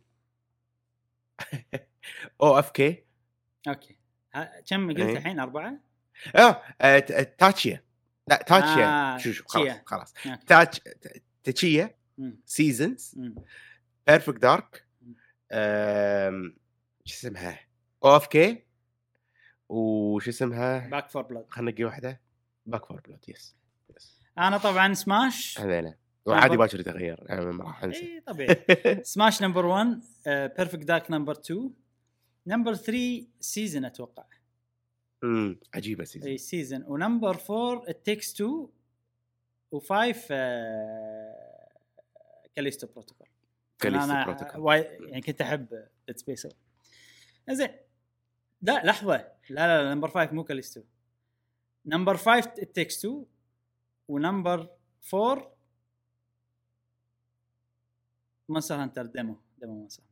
او اف كي اوكي كم قلت الحين أربعة اه تاتشيا لا تاتشيا آه. شو شو خلاص خلاص تاتش تاتشيا سيزنز بيرفكت دارك امم شو اسمها او اف كي وش اسمها باك فور بلاد خلينا نقي واحده باك فور بلاد يس انا طبعا سماش هذيلا وعادي باكر يتغير يعني ما راح انسى اي طبيعي سماش نمبر واحد بيرفكت دارك نمبر اثنين نمبر ثلاثة سيزن اتوقع امم عجيبه سيزن اي سيزن ونمبر أربعة التكس اثنين وخمسة كاليستو بروتوكول كاليستو بروتوكول واي... يعني كنت احب ديد سبيس زين لا لحظه لا لا, لا نمبر خمسة مو كاليستو نمبر خمسة التكس اثنين ونمبر أربعة مونستر هانتر ديمو ديمو مونستر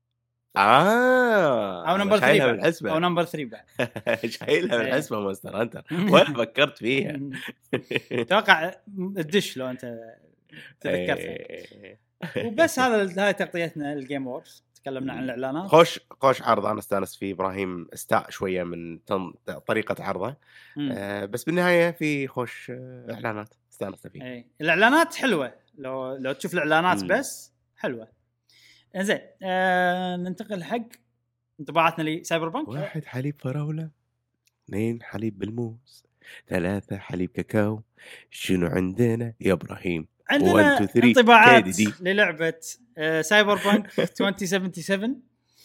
اه او نمبر ثلاثة او نمبر ثلاثة بعد شايلها بالحسبه مونستر هانتر وين فكرت فيها اتوقع الدش لو انت تذكرت وبس هذا هاي تغطيتنا الجيم وورز تكلمنا عن الاعلانات خوش خوش عرض انا استانس فيه ابراهيم استاء شويه من تن... طريقه عرضه آه بس بالنهايه في خوش اعلانات استانست فيه اي الاعلانات حلوه لو لو تشوف الاعلانات مم. بس حلوه زين آه ننتقل حق انطباعاتنا لسايبر بانك واحد حليب فراوله اثنين حليب بالموز ثلاثه حليب كاكاو شنو عندنا يا ابراهيم عندنا انطباعات للعبه آه سايبر بانك ألفين وسبعة وسبعين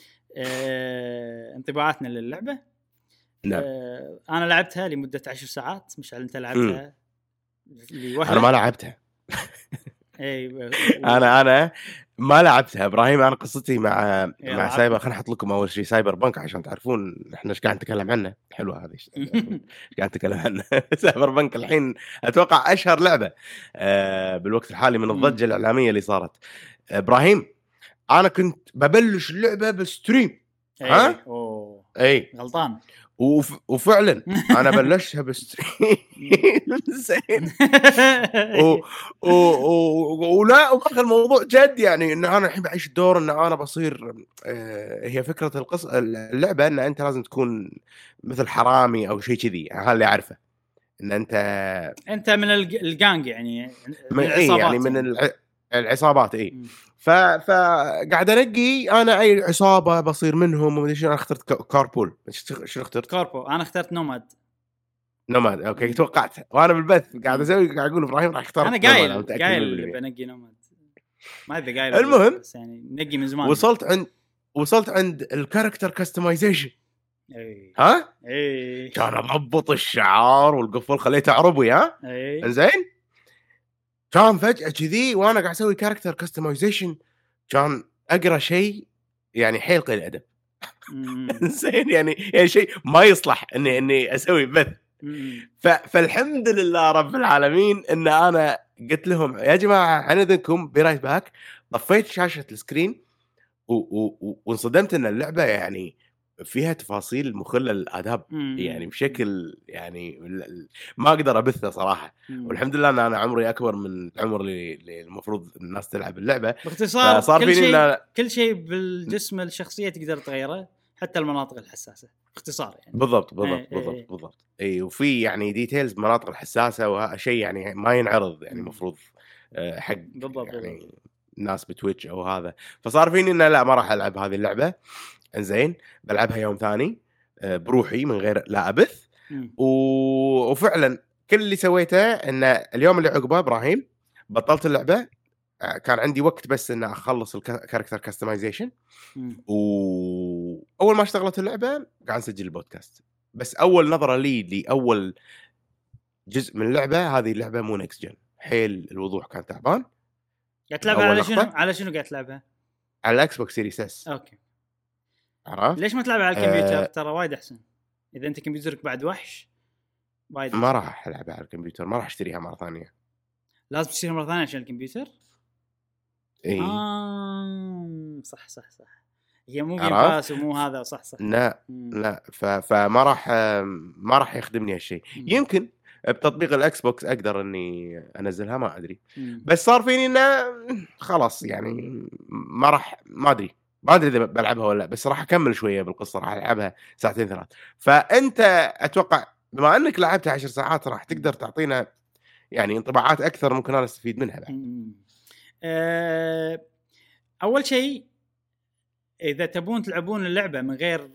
آه انطباعاتنا للعبه نعم آه انا لعبتها لمده عشر ساعات مش انت لعبتها انا ما لعبتها اي انا انا ما لعبتها ابراهيم. انا قصتي مع مع سايبر. خلينا نحط لكم اول شيء سايبر بنك عشان تعرفون احنا ايش قاعد نتكلم عنه. حلوه هذه ايش قاعد نتكلم عنه. سايبر بنك الحين اتوقع اشهر لعبه آه بالوقت الحالي من الضجه الاعلاميه اللي صارت. ابراهيم انا كنت ببلش اللعبه بالستريم. ها اوه اي غلطان. وف... وفعلا انا بلشتها بالستريم زين و... و... و... ولا واخذ الموضوع جد يعني ان انا الحين بعيش الدور ان انا بصير آه هي فكره القصه اللعبه ان انت لازم تكون مثل حرامي او شيء كذي. هذا اللي اعرفه ان انت انت من الجانج يعني من العصابات يعني من الع... العصابات اي ف فقاعد انقي انا اي عصابه بصير منهم ومدري شنو. انا اخترت كاربول. شنو اخترت؟ كاربو. انا اخترت نوماد. نوماد اوكي توقعت وانا بالبث قاعد اسوي قاعد اقول ابراهيم راح يختار. انا قايل قايل بنقي نوماد ما ادري قايل. المهم بس يعني نقي من زمان. وصلت عند وصلت عند الكاركتر كاستمايزيشن. اي ها اي كان اضبط الشعار والقفل خليته عربي. ها زين كان فجأة كذي وانا قاعد اسوي كاركتر كاستمايزيشن كان اقرا شيء يعني حيل قليل ادب. زين يعني يعني شيء ما يصلح اني اني اسوي بث. فالحمد لله رب العالمين ان انا قلت لهم يا جماعه عن اذنكم برايت باك. طفيت شاشه السكرين وانصدمت ان اللعبه يعني فيها تفاصيل مخله للاداب يعني بشكل يعني ما اقدر ابثه صراحه. والحمد لله ان انا عمري اكبر من العمر اللي المفروض الناس تلعب اللعبه. باختصار صار كل شيء إن... كل شيء بالجسم الشخصيه تقدر تغيره حتى المناطق الحساسه باختصار يعني. بالضبط بالضبط ايه بالضبط ايه بالضبط اي وفي يعني ديتيلز مناطق الحساسه وشيء يعني ما ينعرض يعني المفروض حق بالضبط يعني بالضبط. الناس بتويتش او هذا. فصار فيني ان لا ما راح العب هذه اللعبه. انزين بلعبها يوم ثاني بروحي من غير لا ابث. و... وفعلا كل اللي سويته ان اليوم اللي عقبه ابراهيم بطلت اللعبه. كان عندي وقت بس ان اخلص الكاركتر كاستمايزيشن. واول ما اشتغلت اللعبه قاعد اسجل البودكاست. بس اول نظره لي لاول جزء من اللعبه هذه اللعبه مو نكست جن حيل الوضوح كان تعبان. قاعد تلعبها على شنو على شنو قاعد تلعبها؟ على الاكس بوكس سيريس اس. اوكي عرفت ليش ما تلعبها على الكمبيوتر؟ أه... ترى وايد احسن. اذا انت كمبيوترك بعد وحش وايد ما راح العبها على الكمبيوتر. ما راح اشتريها مره ثانيه. لازم تشتريها مره ثانيه عشان الكمبيوتر. اي آه صح صح صح. هي مو جيم باس ومو هذا صح صح. لا مم. لا ف... فما راح ما راح يخدمني هالشيء. يمكن بتطبيق الاكس بوكس اقدر اني انزلها ما ادري. مم. بس صار فيني انه خلاص يعني ما راح ما ادري ما ادري اذا بلعبها ولا لا. بس راح اكمل شويه بالقصه راح العبها ساعتين ثلاث. فانت اتوقع بما انك لعبتها عشر ساعات راح تقدر تعطينا يعني انطباعات اكثر ممكن انا استفيد منها بعد. أه... اول شيء اذا تبون تلعبون اللعبه من غير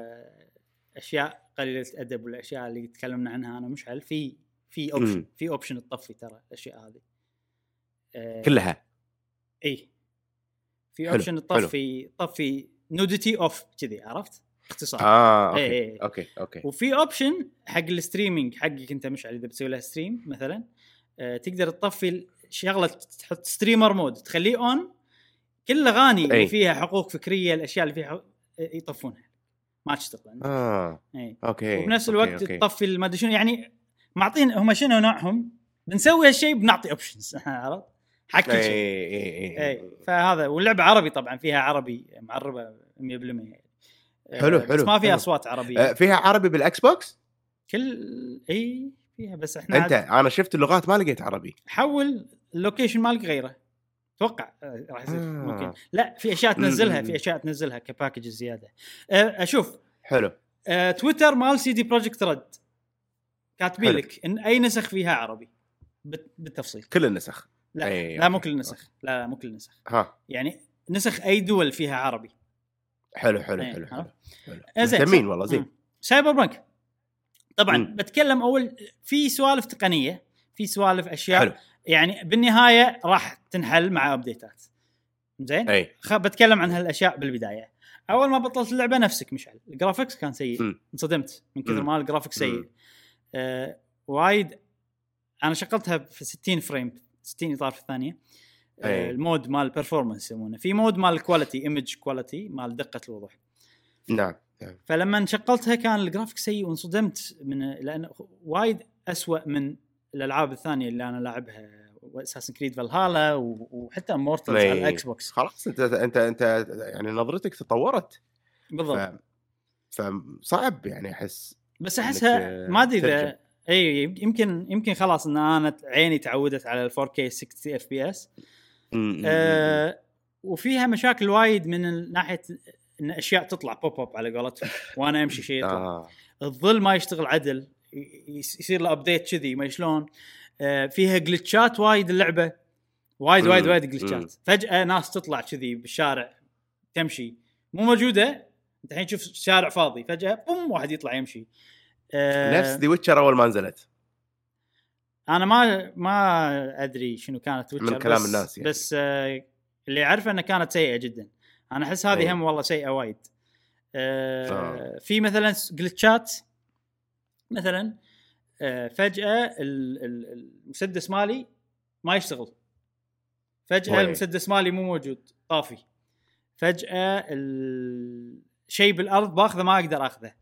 اشياء قليله الادب والاشياء اللي تكلمنا عنها انا مشعل في في اوبشن في اوبشن تطفي ترى الاشياء هذه أه... كلها. اي في اوبشن تطفي طفي نوديتي اوف كذي عرفت باختصار. اه اوكي اي اوكي اوكي. وفي اوبشن حق الستريمينج حقك انت مشعل اذا بتسوي له ستريم مثلا أه... تقدر تطفي شغله تحط ستريمر مود تخليه اون. كل الاغاني اللي فيها حقوق فكريه الاشياء اللي فيها يطفونها ما تشتغل. اه اي اوكي. وبنفس أوكي. الوقت أوكي. تطفي المادري شنو يعني معطين هم شنو نوعهم بنسوي هالشيء بنعطي اوبشنز عرفت حق كل شيء. اي اي اي فهذا واللعبه عربي طبعا فيها عربي معربه مية بالمية. حلو بس حلو ما فيها حلو. اصوات عربيه. آه فيها عربي بالاكس بوكس كل اي فيها بس احنا انت انا شفت اللغات ما لقيت عربي. حول اللوكيشن مالك غيره توقع راح يصير. آه. ممكن لا في اشياء تنزلها في اشياء تنزلها كباكج زياده. اشوف حلو. أه تويتر مال سي دي بروجكت رد كاتبين لك ان اي نسخ فيها عربي بالتفصيل. كل النسخ لا أي لا مو كل النسخ. لا لا مو كل النسخ. ها يعني نسخ اي دول فيها عربي. حلو حلو حلو حلو, حلو. زين والله زين. سايبر بانك طبعا مم. بتكلم اول في سوالف تقنيه في سوالف اشياء حلو. يعني بالنهايه راح تنحل مع ابديتات زين. خ... بتكلم عن هالاشياء بالبدايه. اول ما بطلت اللعبه نفسك مشعل الجرافيكس كان سيء. انصدمت من كثر ما الجرافيكس سيء. آه... وايد انا شغلتها في ستين فريم ستين اطار في الثانيه أي. المود مال performance يسمونه، في مود مال quality image quality مال دقة الوضوح. نعم نعم. فلما شغلتها كان الجرافيك سيء وانصدمت من لأن وايد أسوأ من الألعاب الثانية اللي أنا لعبها اساسن كريد فالهالا وحتى مورتلز على الاكس بوكس. خلاص انت انت انت يعني نظرتك تطورت بالضبط، فصعب يعني احس. بس احسها ما ادري اذا اي يمكن يمكن خلاص ان انا عيني تعودت على فور كي ستين اف بي اس. أه وفيها مشاكل وايد من ناحيه ان اشياء تطلع بوب اب على قولتهم وانا امشي شيء يطلع. آه. الظل ما يشتغل عدل، يصير له ابديت كذي ما شلون. أه فيها جلتشات وايد اللعبه، وايد وايد وايد جلتشات. فجاه ناس تطلع كذي بالشارع تمشي مو موجوده، انت الحين تشوف شارع فاضي فجاه بوم واحد يطلع يمشي. أه نفس دي ويتشر اول ما نزلت. انا ما ما ادري شنو كانت ويتشر من كلام الناس يعني. بس أه اللي اعرفه انها كانت سيئه جدا. انا احس هذه هم والله سيئه وايد. أه في مثلا جلتشات مثلا أه فجاه المسدس مالي ما يشتغل، فجاه وي. المسدس مالي مو موجود طافي، فجاه الشيء بالارض باخذه ما اقدر اخذه.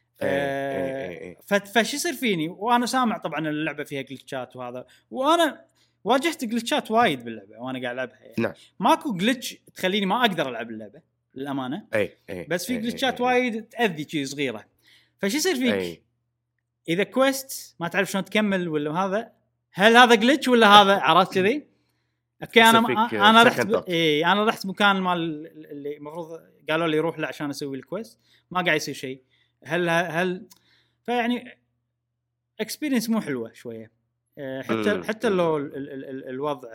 أه فش يصير فيني وانا سامع طبعا اللعبه فيها جلتشات وهذا، وانا واجهت جلتشات وايد باللعبه وانا قاعد العبها يعني. نعم. ماكو جلتش تخليني ما اقدر العب اللعبه للامانه. أي. أي. بس في أي. جلتشات أي. وايد تاذي شيء صغيره. فش يصير فيك أي. اذا كويست ما تعرف شلون تكمل ولا هذا، هل هذا جلتش ولا هذا عرفت كذي؟ اوكي انا ما... انا رحت ب... اي انا رحت مكان مال اللي المفروض قالوا لي روح له عشان اسوي الكويست، ما قاعد يصير شيء. هل هل فيعني اكسبيرينس مو حلوه شويه. حتى حتى لو ال... ال... ال... الوضع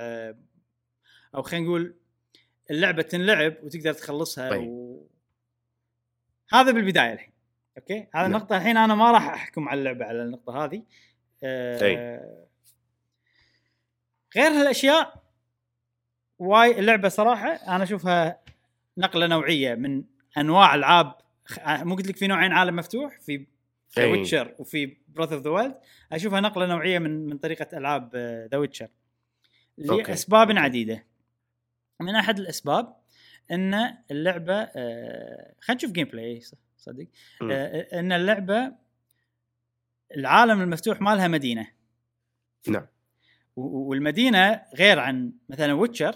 او خلينا نقول اللعبه تنلعب وتقدر تخلصها طيب. و... هذا بالبدايه الحين اوكي هذا النقطه. الحين انا ما راح احكم على اللعبه على النقطه هذه. أه... غير هالاشياء واي اللعبه صراحه انا اشوفها نقله نوعيه من انواع العاب. مو قلت لك في نوعين عالم مفتوح، في ذا ويتشر وفي براذر اوف ذا وايلد. اشوفها نقله نوعيه من من طريقه العاب ذا ويتشر لاسباب أوكي. عديده. من احد الاسباب ان اللعبه آه خلينا نشوف جيم بلاي صدق آه ان اللعبه العالم المفتوح ما لها مدينه. نعم. والمدينه غير عن مثلا ويتشر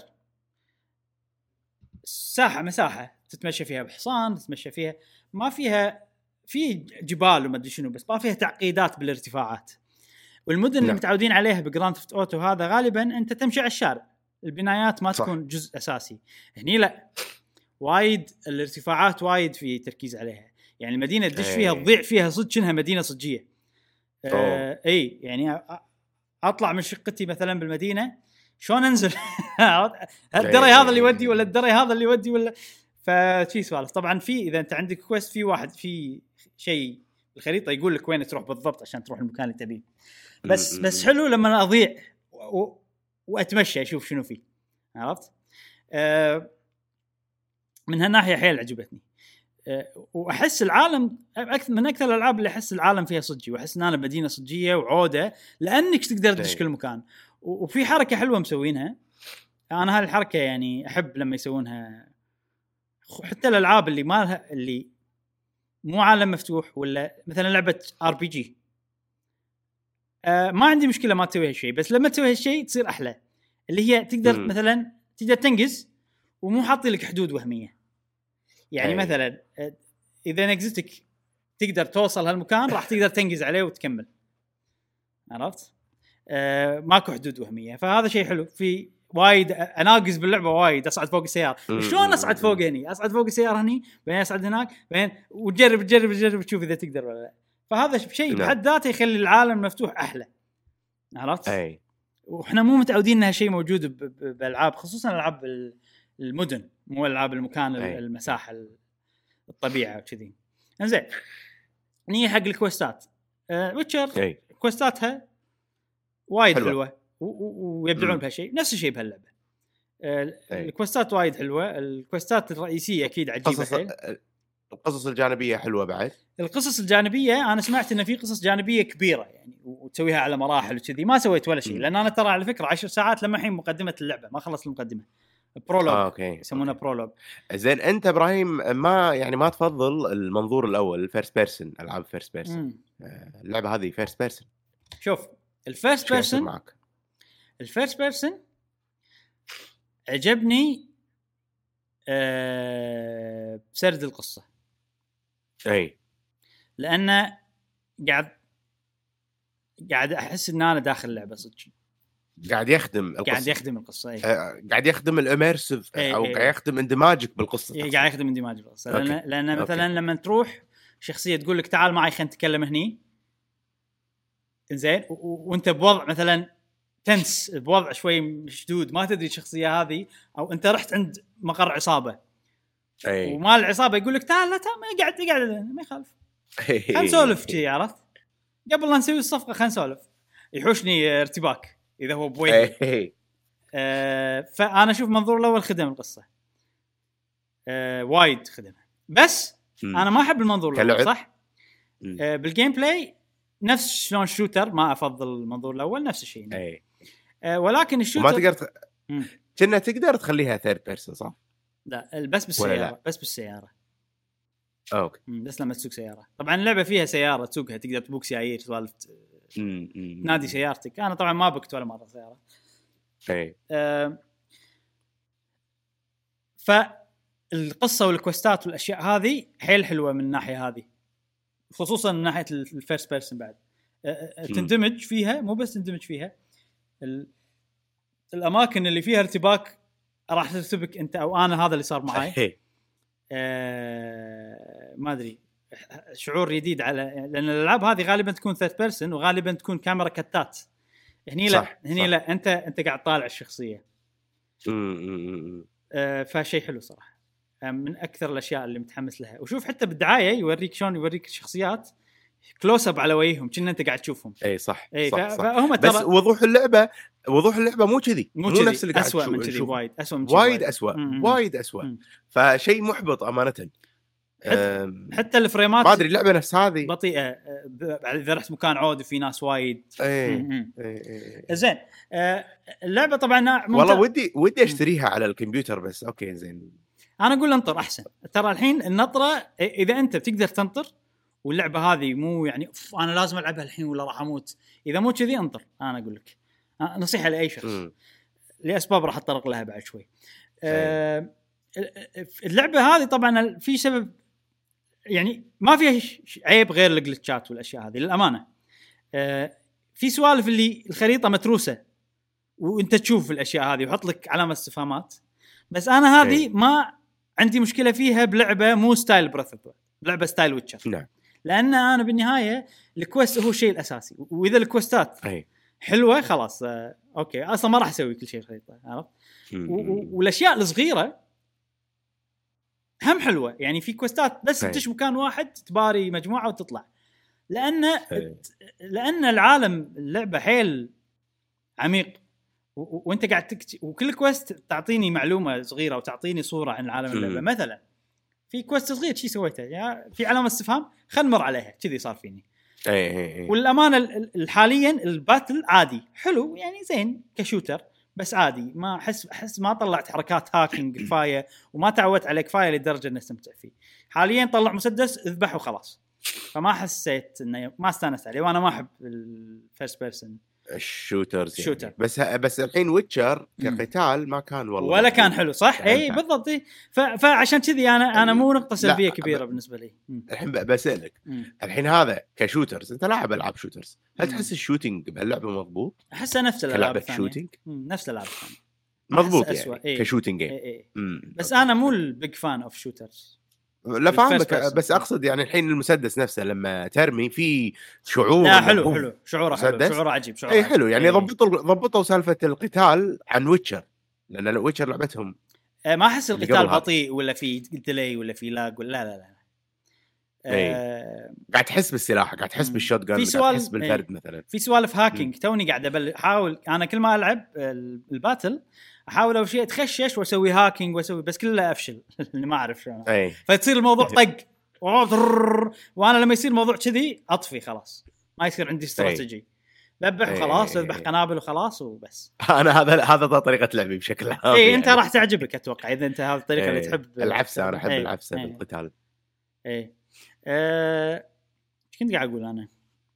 ساحه مساحه تتمشى فيها بحصان، تتمشى فيها ما فيها في جبال وما ادري شنو، بس ما فيها تعقيدات بالارتفاعات. والمدن نعم. اللي متعودين عليها بجراند ثيفت اوتو هذا غالبا انت تمشي على الشارع، البنايات ما صح. تكون جزء اساسي. هني لا، وايد الارتفاعات وايد في تركيز عليها. يعني المدينه تدش فيها تضيع فيها صدق انها مدينه صجيه. آه اي يعني اطلع من شقتي مثلا بالمدينه شلون انزل الدري هذا اللي يودي ولا الدري هذا اللي يودي ولا فشي سوالف. طبعا في اذا انت عندك كويست في واحد في شيء الخريطه يقول لك وين تروح بالضبط عشان تروح المكان اللي تبيه. بس بس حلو لما اضيع و... واتمشى اشوف شنو فيه عرفت. أه من هالناحيه حيل عجبتني. أه واحس العالم اكثر من اكثر الالعاب اللي احس العالم فيها صجي، واحس ان انا مدينه صجيه وعوده لانك تقدر تدش كل مكان. وفي حركه حلوه مسوينها انا هالحركه يعني احب لما يسوونها. حتى الالعاب اللي ما لها اللي مو عالم مفتوح ولا مثلا لعبه ار بي جي أه ما عندي مشكله ما تسوي هالشيء، بس لما تسوي هالشيء تصير احلى. اللي هي تقدر م. مثلا تقدر تنجز ومو حاطي لك حدود وهميه. يعني أي. مثلا اذا نجزتك تقدر توصل هالمكان راح تقدر تنجز عليه وتكمل عرفت. أه ماكو حدود وهميه، فهذا شيء حلو. في وايد اناقز باللعبه وايد، اصعد فوق السياره شلون اصعد فوق هني، اصعد فوق السياره هني بعدين اصعد هناك بعدين وتجرب تجرب تجرب تشوف اذا تقدر ولا لا. فهذا شيء بحد ذاته يخلي العالم مفتوح احلى عرفت. اي واحنا مو متعودين انها شيء موجود بالالعاب، خصوصا العاب المدن مو العاب المكان أي. المساحه الطبيعه وكذي. انزين نيجي حق الكويستات. أه ويتشر كويستاتها وايد حلوه, حلوة. ويبدعون بهالشيء. نفس الشيء بهاللعبه. الكويستات وايد حلوه. الكويستات الرئيسيه اكيد عجيبه حيل. القصص الجانبيه حلوه بعد. القصص الجانبيه انا سمعت ان في قصص جانبيه كبيره يعني وتسويها على مراحل وكذي، ما سويت ولا شيء لان انا ترى على فكره عشر ساعات لما الحين مقدمه اللعبه ما خلصت المقدمه. برولوج آه، أوكي. يسمونه برولوج. زين انت ابراهيم ما يعني ما تفضل المنظور الاول الفيرست بيرسون، العاب فيرست بيرسون؟ اللعبه هذه فيرست بيرسون. شوف الفيرست بيرسون معك. الفيرست بيرسون عجبني أه بسرد القصه، اي لانه قاعد قاعد احس ان انا داخل اللعبه صدق، قاعد يخدم القصه، قاعد يخدم القصه أي. آه، قاعد يخدم الاميرسيف او أي. قاعد يخدم اندماجك بالقصه. أي. قاعد يخدم اندماج بالقصه لان لان مثلا أوكي. لما تروح شخصيه تقول لك تعال معي خلينا نتكلم هني زين وانت بوضع مثلا تنس، بوضع شوي مشدود ما تدري الشخصيه هذه، او انت رحت عند مقر عصابه أي. ومال العصابه يقول لك تعال لا تعال قاعد قاعد ما يخالف خلينا نسولف شي، عرفت؟ قبل لا نسوي الصفقه خلينا نسولف. يحوشني ارتباك اذا هو بوجهي. آه فانا اشوف منظور الاول خدم القصه آه وايد خدمها، بس م. انا ما احب المنظور الاول صح. آه بالجيم بلاي نفس شلون شوتر ما افضل المنظور الاول نفس الشيء. اي آه ولكن الشوتر ما تقدر ت... كنا تقدر تخليها ثيرد بيرسون صح؟ لا بس بالسياره، بس بالسياره. اوكي بس لما تسوق سياره طبعا اللعبه فيها سياره تسوقها، تقدر تبوك سيايير سوالف نادي سيارتك. انا طبعا ما بكت ولا مره سياره. اي آه فالقصه والكوستات والاشياء هذه حيل حلوه من الناحيه هذه، خصوصا من ناحيه الفيرست بيرسون. بعد آه تندمج فيها، مو بس تندمج فيها الاماكن اللي فيها ارتباك راح ترتبك انت او انا. هذا اللي صار معي. آه ما ادري شعور جديد على، لان الالعاب هذه غالبا تكون ثيرد بيرسون وغالبا تكون كاميرا كتات. هني لا هني لا انت انت قاعد طالع الشخصيه. آه فشيء حلو صراحه، من اكثر الاشياء اللي متحمس لها. وشوف حتى بالدعايه يوريك شلون يوريك الشخصيات كلوز اب على وجههم كأن انت قاعد تشوفهم. اي صح اي صح, صح. فهم بس وضوح اللعبه وضوح اللعبه مو كذي، مو, مو نفس اللي قاعد تشوف. اسوء من كذي، وايد اسوء من وايد اسوء وايد اسوء. فشيء محبط امانه. حتى, حتى الفريمات ما ادري اللعبه نفس هذه بطيئه اذا رحت مكان عود وفي ناس وايد. اي زين اللعبه طبعا والله ودي ودي اشتريها على الكمبيوتر بس اوكي زين. انا اقول انطر احسن. ترى الحين النطره اذا انت بتقدر تنطر واللعبه هذه مو يعني انا لازم العبها الحين ولا راح اموت، اذا مو كذي انطر. انا اقول لك نصيحه لاي شخص م. لاسباب راح اتطرق لها بعد شوي. أه اللعبه هذه طبعا في سبب يعني ما فيها عيب غير الجلتشات والاشياء هذه للامانه. أه في سوالف اللي الخريطه متروسه وانت تشوف الاشياء هذه وحط لك علامه استفهامات، بس انا هذه ما عندي مشكله فيها بلعبه مو ستايل بريث اوف لعبه ستايل ويتشر. نعم لان انا بالنهايه الكويست هو الشيء الاساسي، واذا الكويستات أي. حلوه خلاص آه، اوكي اصلا ما راح اسوي كل شيء خريطه، عرفت؟ والاشياء الصغيره هم حلوه يعني. في كويستات بس تمشي مكان واحد تباري مجموعه وتطلع، لان أي. لان العالم اللعبه حيل عميق و... وانت قاعد تكت... وكل كويست تعطيني معلومه صغيره وتعطيني صوره عن عالم اللعبه. مثلا في كويست صغير شي سويته يعني في علامه استفهام خل نمر عليها كذي صار فيني. اي اي والامانه حاليا الباتل عادي حلو يعني زين كشوتر، بس عادي ما احس احس ما طلعت حركات هاكينج كفايه وما تعودت عليه كفايه لدرجه اني استمتع فيه. حاليا طلع مسدس اذبح وخلاص، فما حسيت انه ما استانست عليه. وانا ما احب الفيرست بيرسون الشوترز يعني. يعني. بس بس الحين ويتشر كقتال ما كان والله ولا كان حلو صح. اي بالضبط. فعشان كذي انا انا مو نقطه سلبيه كبيره ب... بالنسبه لي. الحين بسالك الحين هذا كشوترز انت لاعب العاب شوترز، هل تحس الشوتينج بهاللعبه مضبوط؟ احسها نفس الالعاب الثانيه شوتينج نفس الالعاب الثانيه مضبوط يعني إيه. كشوتينج إيه إيه. بس انا مو البيج فان اوف شوترز. لا فاهمك بس اقصد يعني الحين المسدس نفسه لما ترمي في شعور. لا حلو حلو شعوره حلو شعوره عجيب شعوره اي حلو يعني. ضبطوا ضبطوا سالفه القتال عن ويتشر، لان الويتشر لعبتهم ما احس القتال بطيء ولا في ديلي ولا في لاج ولا لا لا لا آه قاعد تحس بالسلاح، قاعد تحس بالشوت جان، قاعد تحس بالفرد. مثلا في سوالف هاكينج توني قاعد ابل احاول انا كل ما العب الباتل احاول اول شيء اتخشش واسوي هاكينج واسوي، بس كله افشل ما اعرف شلون. فتصير الموضوع طق وانا لما يصير موضوع كذي اطفي خلاص ما يصير عندي استراتيجي ذبح وخلاص اذبح قنابل وخلاص وبس. انا هذا هذا طريقه لعبي بشكل عام. اي انت راح تعجبك اتوقع اذا انت هذه الطريقه اللي تحب العفسه. انا احب العفسه بالقتال. اي ايش كنت قاعد اقول انا؟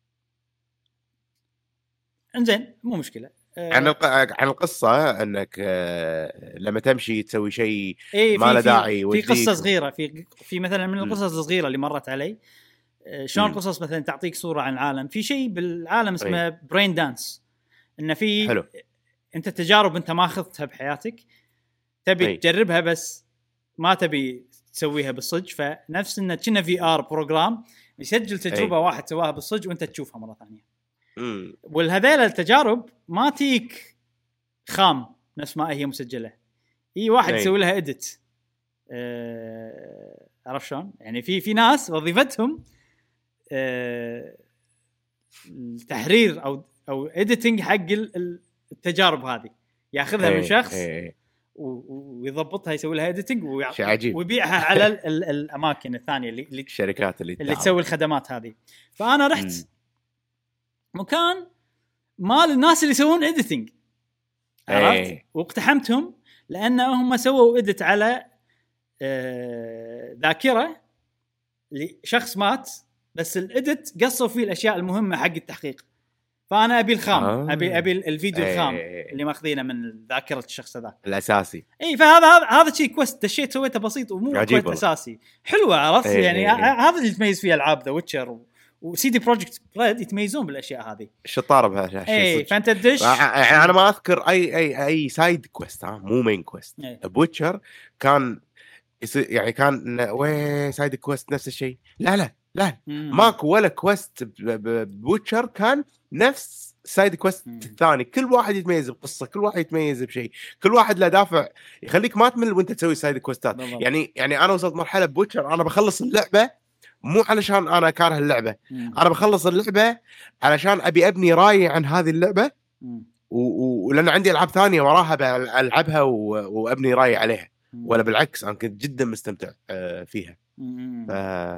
انزين مو مشكله. عن عن القصه انك لما تمشي تسوي شيء إيه ما له داعي. في قصه صغيره في في مثلا من القصص الصغيره اللي مرت علي شلون قصص مثلا تعطيك صوره عن العالم. في شيء بالعالم اسمه برين دانس انه في حلو. انت تجارب انت ما اخذتها بحياتك تبي أي. تجربها بس ما تبي تسويها بالصدق. فنفس انه كنا في ار بروجرام يسجل تجربه أي. واحد سواها بالصدق وانت تشوفها مره ثانيه. والهذيل التجارب ما تيك خام نفس ما هي مسجله. هي واحد يسوي لها اديت. أه... عرف شلون يعني في في ناس وظيفتهم أه... التحرير او او اديتنج حق التجارب هذه. ياخذها من شخص ويضبطها يسوي لها اديتنج ويبيعها على ال ال الاماكن الثانيه اللي الشركات اللي, اللي تسوي الخدمات هذه. فانا رحت م. مكان مال الناس اللي يسوون اديتنج عرفت واقتحمتهم لانهم سووا اديت على آه ذاكره لشخص مات بس الاديت قصوا فيه الاشياء المهمه حق التحقيق. فانا ابي الخام آه. ابي ابي الفيديو أي. الخام اللي ماخذينه من ذاكره الشخص ذا الاساسي. اي فهذا هذا هذا شيء كويست دشيت سويته بسيط ومو كويست اساسي حلوه عرفت أي. يعني هذا اللي يتميز فيه العاب ذا ويتشر وسيدي بروجكت ريد يتميزون بالاشياء هذه. الشطاره بهالشيء. اي فانت تدش يعني انا ما اذكر اي اي اي سايد كويست ها مو مين كويست. بويتشر كان يعني كان وين سايد كويست نفس الشيء. لا لا لا ماكو ولا كويست بويتشر كان نفس سايد كويست الثاني. كل واحد يتميز بقصه كل واحد يتميز بشيء كل واحد له دافع يخليك ما تمل وانت تسوي سايد كويستات. يعني يعني انا وصلت مرحله بويتشر انا بخلص اللعبه مو علشان انا كاره اللعبه مم. انا بخلص اللعبه علشان ابي ابني راي عن هذه اللعبه ولان عندي العاب ثانيه وراها العبها وابني راي عليها مم. ولا بالعكس انا كنت جدا مستمتع فيها. ف...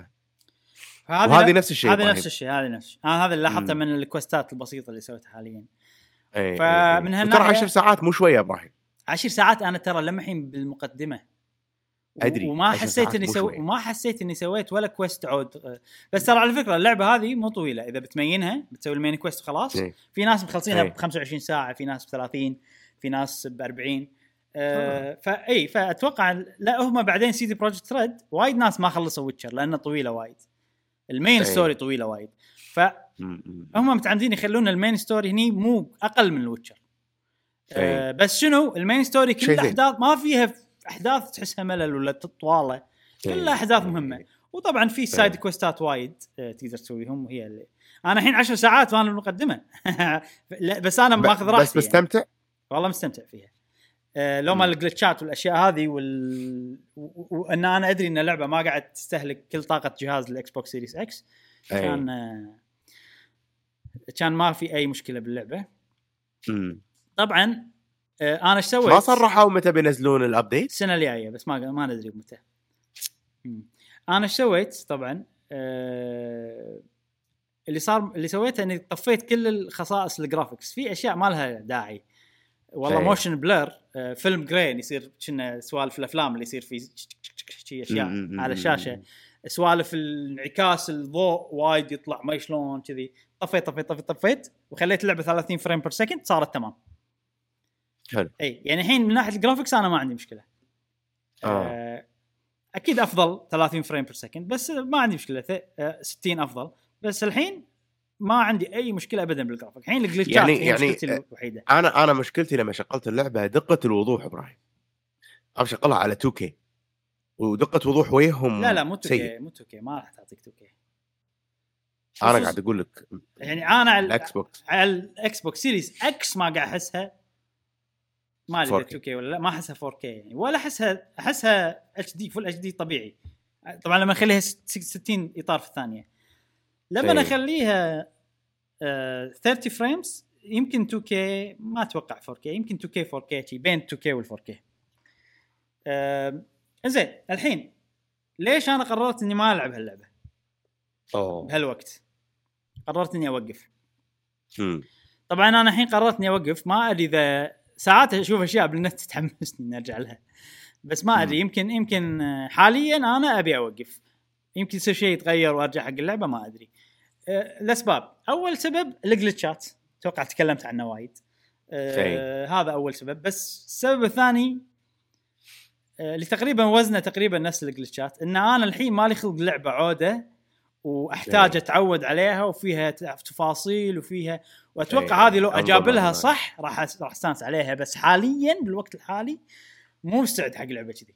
وهذه نفس الشيء. هذا نفس الشيء هذا نفس انا هذا اللي لاحظته من الكوستات البسيطه اللي سويتها حاليا. اي فمن هالناحيه ترى عشر ساعات مو شويه ابراهيم. عشر ساعات انا ترى لما الحين بالمقدمه أدري. وما حسيت اني سو... وما حسيت اني سويت ولا كويست عود. بس ترى على فكره اللعبه هذه مو طويله اذا بتمينها بتسوي المين كويست خلاص. إيه. في ناس مخلصينها ب خمسة وعشرين ساعه في ناس ب ثلاثين في ناس ب أربعين. آه فاي فاتوقع لا هم بعدين سيدي بروجكت ريد وايد ناس ما خلصوا ويتشر لانه طويله وايد. المين أيه. ستوري طويله وايد فهم متعمدين يخلون المين ستوري هني مو اقل من الويتشر. آه أيه. بس شنو المين ستوري كل احداث ما فيها احداث تحسها ملل ولا طواله كلها احداث مهمه. وطبعا في سايد كويستات وايد تقدر تسويهم وهي اللي انا الحين عشر ساعات وانا بالمقدمه. بس انا ماخذ راحتي بس مستمتع يعني. والله مستمتع فيها. أه لو ما الجلتشات والاشياء هذه وال... وان انا ادري ان اللعبه ما قاعد تستهلك كل طاقه جهاز الاكس بوكس سيريس اكس كان أه... كان ما في اي مشكله باللعبه. م. طبعا انا ايش سويت ما صرحوا متى بينزلون الابديت السنه الجايه بس ما ما ندري متى. انا ايش سويت طبعا أه... اللي صار اللي سويته اني طفيت كل الخصائص الجرافيكس. في اشياء ما لها داعي والله أي. موشن بلر أه... فيلم جرين يصير كنا سوالف الافلام اللي يصير في شيء اشياء م-م-م. على الشاشه سوالف الانعكاس الضوء وايد يطلع ما شلون كذي. طفيت طفيت طفيت طفيت وخليت اللعبه ثلاثين فريم بير سكند صارت تمام. حلو. اي يعني الحين من ناحيه الجرافيكس انا ما عندي مشكله. آه. آه اكيد افضل ثلاثين فريم بير سكند بس ما عندي مشكله آه ستين افضل. بس الحين ما عندي اي مشكله ابدا بالجرافيك. الحين الجلitchات يعني هي يعني مشكلتي الوحيده. انا انا مشكلتي لما شغلت اللعبه دقه الوضوح ابراهيم. انا شغلها على تو كي ودقه وضوح ويهم لا لا مو تو كي مو تو كي ما راح تعطيك تو كي. انا قاعد اقول لك يعني انا على الاكس بوكس على الاكس بوكس سيريز اكس ما قاعد احسها ما ادري تو كي ولا لا ما احسها فور كي يعني ولا احسها احسها اتش دي فول اتش دي طبيعي. طبعا لما اخليها ستين اطار في الثانيه لما اخليها آه ثلاثين فريمز يمكن تو كي ما اتوقع فور كي يمكن تو كي فور كي بين تو كي وال فور كي. آه زين الحين ليش انا قررت اني ما العب هاللعبه اوه بهالوقت. قررت اني اوقف. امم طبعا انا الحين قررت اني اوقف. ما ادري اذا ساعات اشوف اشياء بالنت تحمسني اني ارجع لها، بس ما ادري. يمكن يمكن حاليا انا ابي اوقف، يمكن يصير شيء يتغير وارجع حق اللعبه، ما ادري. الاسباب، اول سبب الجلتشات، اتوقع تكلمت عنه وايد. أه هذا اول سبب. بس السبب الثاني أه اللي تقريبا وزنه تقريبا نفس الجلتشات، ان انا الحين مالي خلق لعبه عوده واحتاج اتعود عليها وفيها تفاصيل وفيها، واتوقع هذه لو اجابلها صح راح راح استانس عليها. بس حاليا بالوقت الحالي مو مستعد حق لعبه كذي.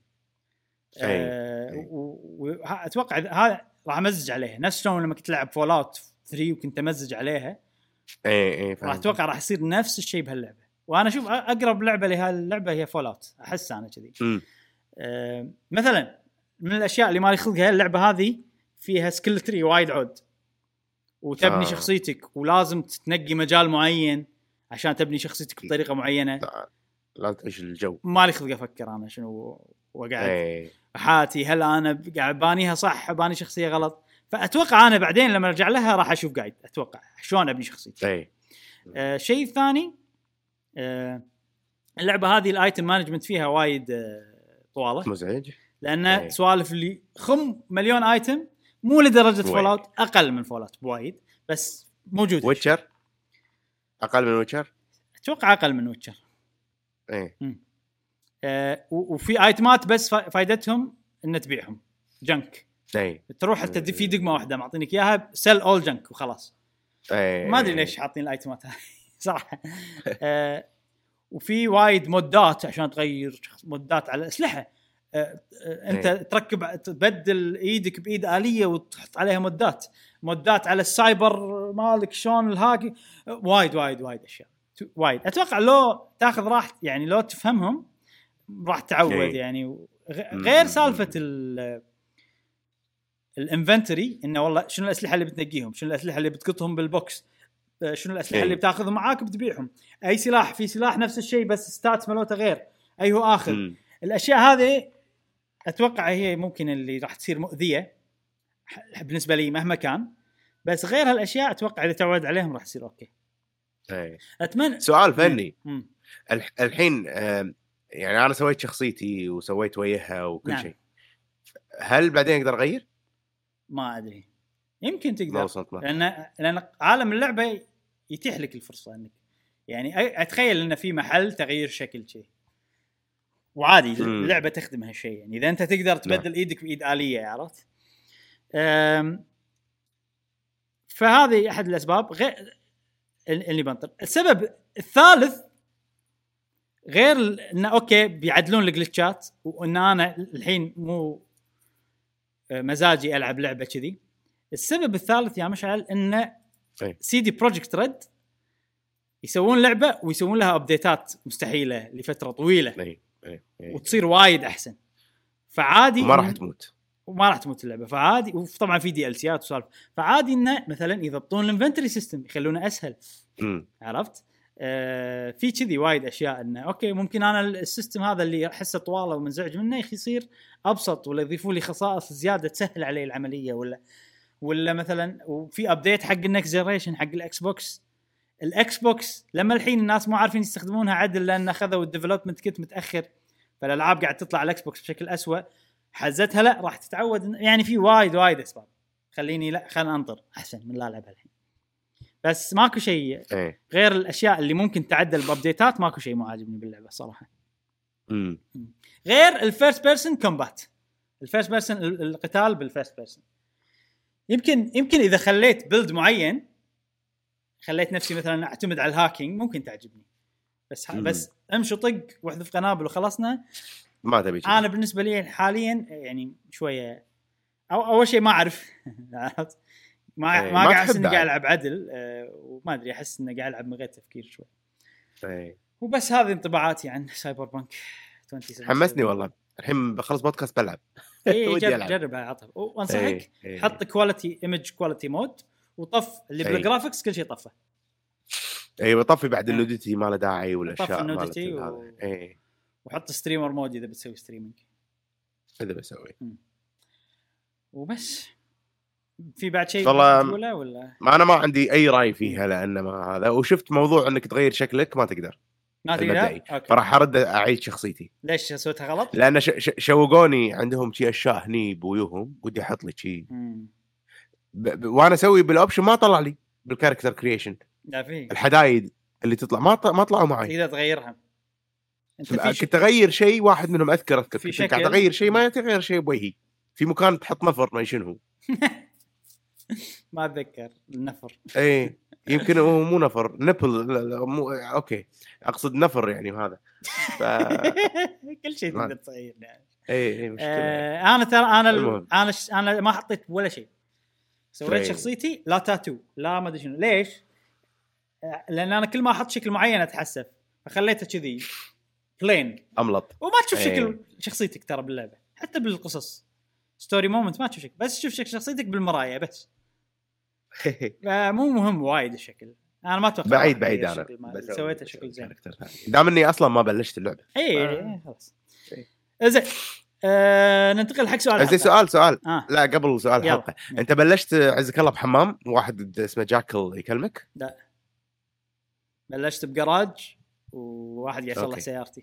أه واتوقع هذا راح امزج عليها نفس شلون لما كنت العب فول اوت ثري وكنت امزج عليها. اي اي راح اتوقع راح يصير نفس الشيء بهاللعبه. وانا اشوف اقرب لعبه لهاللعبه هي فول اوت، احس انا كذي. أه مثلا من الاشياء اللي مالي خلقها اللعبه هذه فيها سكيل تري وايد عود، وتبني آه. شخصيتك، ولازم تنقي مجال معين عشان تبني شخصيتك بطريقه معينه. لا تعيش الجو. مالي خلق افكر انا شنو وقاعد حاتي، هل انا قاعد بانيها صح باني شخصيه غلط. فاتوقع انا بعدين لما ارجع لها راح اشوف قاعد اتوقع شلون ابني شخصيتي. اي آه شيء ثاني، آه اللعبه هذه الايتم مانجمنت فيها وايد آه طواله مزعج، لان سوالف اللي خم مليون ايتم، مو لدرجه فول اوت، اقل من فول اوت بوايد بس موجود. ويتشر اقل من ويتشر، اتوقع اقل من ويتشر. ايه آه وفي ايتمات بس فايدتهم ان تبيعهم جنك. اي تروح حتى في دقمه واحده معطينك اياها سيل اول جنك وخلاص. اي ما ادري ليش حاطين الايتمات هاي صراحه. آه وفي وايد مودات عشان تغير مودات على الاسلحه. آه آه انت أي. تركب تبدل ايدك بايد آلية وتحط عليها مودات مودات على السايبر مالك شلون الهاك. وايد وايد وايد اشياء وايد. اتوقع لو تاخذ راحت يعني لو تفهمهم راح تعود. أي. يعني غير سالفه ال الانفنتوري، انه والله شنو الاسلحه اللي بتنقيهم، شنو الاسلحه اللي بتقطهم بالبوكس، شنو الاسلحه اللي بتاخذهم معاك بتبيعهم، اي سلاح في سلاح نفس الشيء بس ستات ملوته غير، اي هو اخر. م. الاشياء هذه اتوقع هي ممكن اللي راح تصير مؤذيه بالنسبه لي مهما كان، بس غير هالاشياء اتوقع اذا تعود عليهم راح يصير اوكي. اي اتمنى. سؤال فني م. الحين يعني انا سويت شخصيتي وسويت وياها وكل نعم. شيء، هل بعدين اقدر اغير؟ ما ادري، يمكن تقدر، لان لان عالم اللعبه يتيح لك الفرصه انك يعني اتخيل ان في محل تغيير شكل شيء وعادي م. اللعبه تخدم هالشيء. يعني اذا انت تقدر تبدل لا. ايدك بايد آلية، عرفت؟ فهذه احد الاسباب غير اللي بنطر. السبب الثالث غير انه اوكي بيعدلون الجلتشات وان انا الحين مو مزاجي العب لعبه كذي. السبب الثالث يا مشعل ان سي دي بروجكت ريد يسوون لعبه ويسوون لها ابديتات مستحيله لفتره طويله أي. أي. أي. وتصير وايد احسن، فعادي ما راح تموت وما راح تموت اللعبه. فعادي، وطبعا في دي ال سيات وسالف، فعادي انه مثلا يضبطون الانفنتوري سيستم يخلونه اسهل. م. عرفت؟ آه في كذي وايد اشياء انه اوكي ممكن انا السيستم هذا اللي احسه طواله ومنزعج منه يصير ابسط، ولا يضيفوا لي خصائص زياده تسهل عليه العمليه، ولا ولا مثلا وفي ابديت حق النكست جنريشن حق الاكس بوكس. الاكس بوكس لما الحين الناس مو عارفين يستخدمونها عدل لان اخذوا الديفلوبمنت كيت متاخر، فالالعاب قاعد تطلع على الاكس بوكس بشكل أسوأ. حزتها لا راح تتعود. يعني في وايد وايد اسباب خليني لا خلينا انطر احسن من لا العبها الحين. بس ماكو شيء غير الاشياء اللي ممكن تعدل بابديتات، ماكو شيء مو عاجبني باللعبه صراحه. امم غير الفيرست بيرسون كومبات، الفيرست بيرسون القتال بالفيرست بيرسون. يمكن يمكن اذا خليت بيلد معين، خليت نفسي مثلا اعتمد على الهاكينج ممكن تعجبني، بس مم. بس امشي طق واحذف قنابل وخلصنا ما تبي. انا بالنسبه لي حاليا يعني شويه أو اول شيء ما اعرف ما ما, ما قاعد احس اني قاعد العب عدل أه وما ادري احس اني قاعد العب من غير تفكير شوي. اي وبس هذه انطباعاتي عن سايبر بانك ألفين وسبعة وعشرين. حمسني والله، الحين بخلص بودكاست بلعب. اي جرب جربها عطف وانصحك حط كواليتي ايمج كواليتي مود وطف اللي بالجرافيكس كل شيء طفه. اي بطفي بعد النوديتي ما له داعي ولا اشياء مالت و... هذا. اي وحط ستريمر مود اذا بتسوي ستريمينج. اذا بسوي وبس. في بعد شيء تقوله ولا؟ ما انا ما عندي اي راي فيها لان ما هذا، وشفت موضوع انك تغير شكلك ما تقدر ما تقدر. فراح ارد اعيد شخصيتي. ليش سويتها غلط؟ لان ش... ش... شوقوني عندهم شي اشياء هني بويوهم ودي احط لي شي ب... ب... وانا اسوي بالاوبشن ما طلع لي بالكاركتر كرييشن. لا في الحدايد اللي تطلع ما ط... ما طلعوا معي. تقدر تغيرها انت في ش... كنت اغير شيء واحد منهم اذكر اذكر في كنت تغير شيء ما تغير شيء بوجهي في مكان تحط نفر ما شنو ما اتذكر النفر. ايه يمكن هو مو نفر نبل. لا لا مو اوكي اقصد نفر يعني هذا ف... كل شيء تقدر تغير يعني. ايه ايه مشكله. آه انا ترى انا ال... انا ش... انا ما حطيت ولا شيء. سويت طيب. شخصيتي لا تاتو لا ما ادري شنو. ليش؟ لان انا كل ما احط شكل معين اتحسف فخليته كذي بلين املط وما تشوف شكل ايه. شخصيتك ترى باللعبه حتى بالقصص ستوري مومنت ما تشوف شكل بس تشوف شكل شخصيتك بالمرايه بس. مو مهم وايد الشكل. انا ما اتوقع بعيد بعيد انا سويته شكل زين دام اني اصلا ما بلشت اللعبه. اي خلاص زين. آه ننتقل حق سؤال زين سؤال سؤال آه. لا قبل سؤال الحلقه انت بلشت عزك الله بحمام واحد اسمه جاكل يكلمك؟ لا بلشت بجراج وواحد قاعد يصلح سيارتي.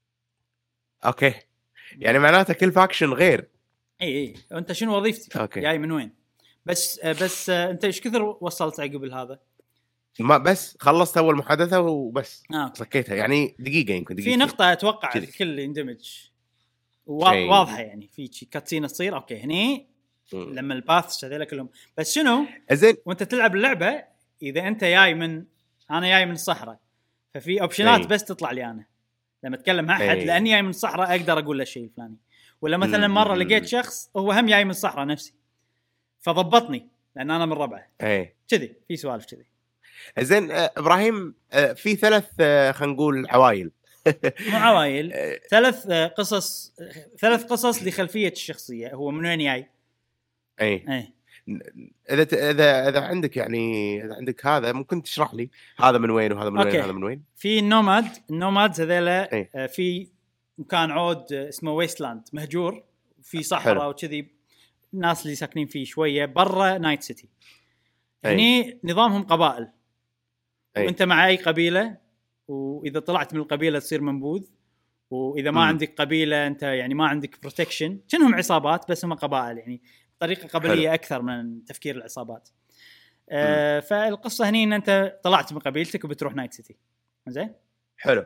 اوكي يعني معناته كل فاكشن غير. اي اي انت شنو وظيفتي جاي من وين؟ بس بس انت ايش كثر وصلت عقب هذا؟ ما بس خلصت اول محادثه وبس آه. سكيتها يعني دقيقه يمكن دقيقه في نقطه اتوقع الكل يندمج واضحه يعني في شيء كاتسين تصير اوكي هني م. لما الباث هذول كلهم بس شنو زين وانت تلعب اللعبه اذا انت جاي من انا جاي من الصحراء ففي اوبشنات بس تطلع لي انا لما اتكلم مع احد لاني جاي من الصحراء اقدر اقول له الشيء الفلاني ولا مثلا مره لقيت شخص هو هم جاي من الصحراء نفسي فضبطني لان انا من ربعه كذي في سوالف كذي. زين ابراهيم في ثلاث خلينا نقول عوائل مو عوائل ثلاث قصص ثلاث قصص لخلفيه الشخصيه هو من وين جاي. اي اي اذا اذا اذا عندك يعني اذا عندك هذا ممكن تشرح لي هذا من وين وهذا من أوكي. وين هذا من وين. في النوماد النوماد هذيلا في مكان عود اسمه ويستلاند مهجور في صحراء وكذي الناس اللي ساكنين فيه شويه برا نايت سيتي. هني نظامهم قبائل أي. وانت مع اي قبيله واذا طلعت من القبيله تصير منبوذ واذا ما م. عندك قبيله انت يعني ما عندك بروتكشن كأنهم عصابات بس هم قبائل يعني طريقه قبليه حلو. اكثر من تفكير العصابات. آه فالقصه هني ان انت طلعت من قبيلتك وبتروح نايت سيتي زين حلو.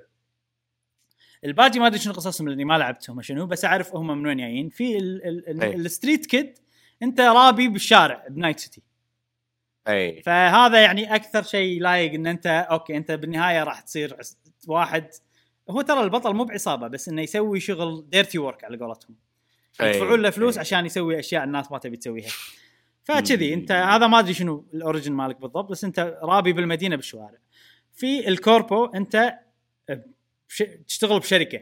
الباقي ما ادري شنو قصصهم لاني ما لعبتهم شنو بس اعرف هم من وين جايين. في الستريت كيد انت رابي بالشارع بنايت سيتي اي فهذا يعني اكثر شيء لايق ان انت اوكي انت بالنهايه راح تصير واحد هو ترى البطل مو بعصابه بس انه يسوي شغل ديرتي ورك على قولتهم يدفعون له فلوس أي. عشان يسوي اشياء الناس ما تبي تسويها فكذي انت هذا ما ادري شنو الاوريجن مالك بالضبط بس انت رابي بالمدينه بالشوارع. في الكوربو انت بش... تشتغل بشركه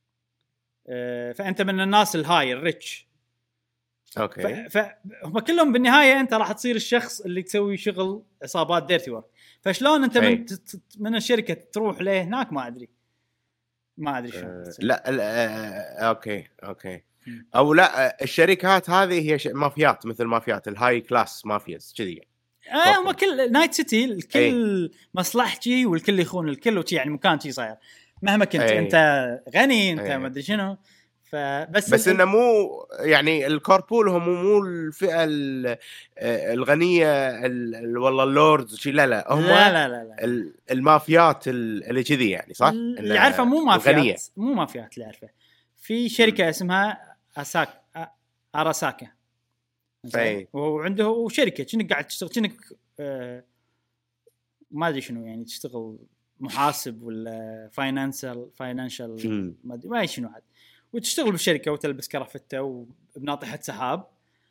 فانت من الناس الهاي الريتش اوكي فهم كلهم بالنهايه انت راح تصير الشخص اللي تسوي شغل عصابات ديرتي ورك. فشلون انت من, من الشركه تروح له هناك ما ادري ما ادري شو أه لا, لا أه اوكي اوكي او لا الشركات هذه هي ش... مافيات مثل مافيات الهاي كلاس مافياز كذي اه هم كل نايت سيتي الكل أي. مصلحتي والكل يخون الكل وشي يعني مكان شي صاير مهما كنت أي. انت غني انت ما ادري شنو فبس بس انه مو يعني الكاربول هم مو الفئه الغنيه والله اللوردز شيء لا لا هم لا لا لا, لا. المافيات اللي كذي يعني صح اللي عارفه مو مافيات الغنية. مو مافيات اللي عارفه في شركه م. اسمها اساك اراساكا وعنده شركه كأنك قاعد تشتغل كأنك آه ما ادري شنو يعني تشتغل محاسب ولا فاينانشال فاينانشال ما ادري ما شنو عاد وتشتغل بالشركه وتلبس كرافته وبناطحه سحاب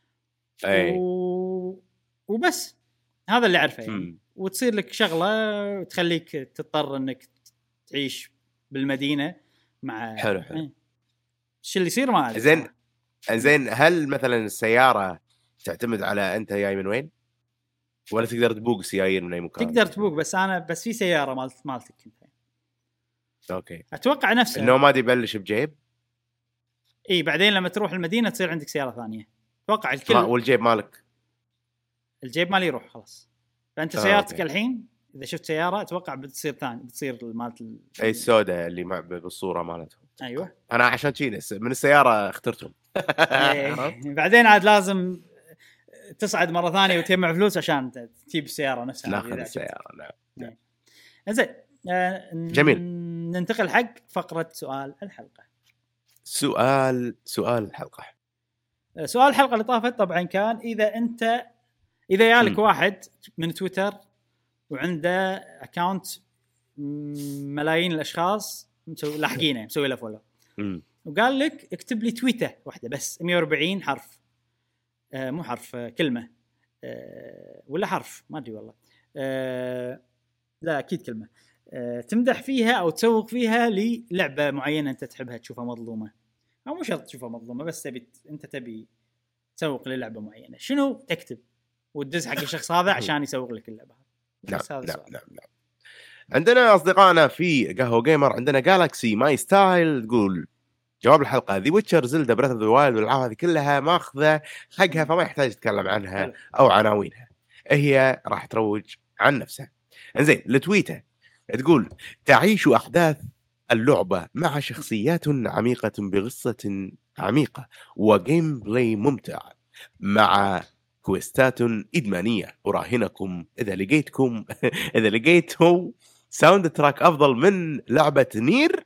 و... وبس هذا اللي عارفه يعني م. وتصير لك شغله تخليك تضطر انك تعيش بالمدينه مع حلو حلو ايش اللي يصير ما ادري. زين زين هل مثلا السياره تعتمد على انت جاي من وين ولا تقدر تبوق السيايير من اي مكان؟ تقدر تبوق بس انا بس في سياره مالت مالتك انت اوكي اتوقع نفسها انه ما يبلش بجيب اي بعدين لما تروح المدينه تصير عندك سياره ثانيه اتوقع الكل. والجيب مالك الجيب مالي يروح خلاص. فانت آه سيارتك أوكي. الحين اذا شفت سياره اتوقع بتصير ثاني بتصير مالت ال... اي السوداء اللي مع بالصوره مالتهم. ايوه انا عشان شي من السياره اخترتهم. بعدين عاد لازم تصعد مره ثانيه وتجمع فلوس عشان تجيب السياره نفسها. ناخذ السياره. نعم زين. آه جميل. ننتقل حق فقره سؤال الحلقه. سؤال سؤال الحلقه سؤال الحلقه اللي طافت طبعا كان اذا انت اذا يالك واحد من تويتر وعنده اكاونت ملايين الاشخاص مسوي لاحقينه مسوي له فولو وقال لك اكتب لي تويته واحده بس مية وأربعين حرف، آه مو حرف، آه كلمه، آه ولا حرف ما ادري والله، آه لا اكيد كلمه، آه تمدح فيها او تسوق فيها للعبه معينه انت تحبها تشوفها مظلومه، او مو شرط تشوفها مظلومه بس تبي انت تبي تسوق للعبه معينه، شنو تكتب وتدز حق الشخص هذا عشان يسوق لك اللعبه. نعم نعم, نعم نعم. عندنا اصدقائنا في قهوه جيمر، عندنا جالاكسي ماي ستايل تقول جواب الحلقه ذا ويتشر زلدا بريث اوف ذا وايلد والالعاب هذه كلها ماخذه حقها فما يحتاج تتكلم عنها او عناوينها، هي راح تروج عن نفسها. انزين لتويته تقول تعيش احداث اللعبه مع شخصيات عميقه بقصه عميقه وجيم بلاي ممتع مع كويستات إدمانية. أراهنكم إذا لقيتكم إذا لقيتوا ساوند تراك أفضل من لعبة نير.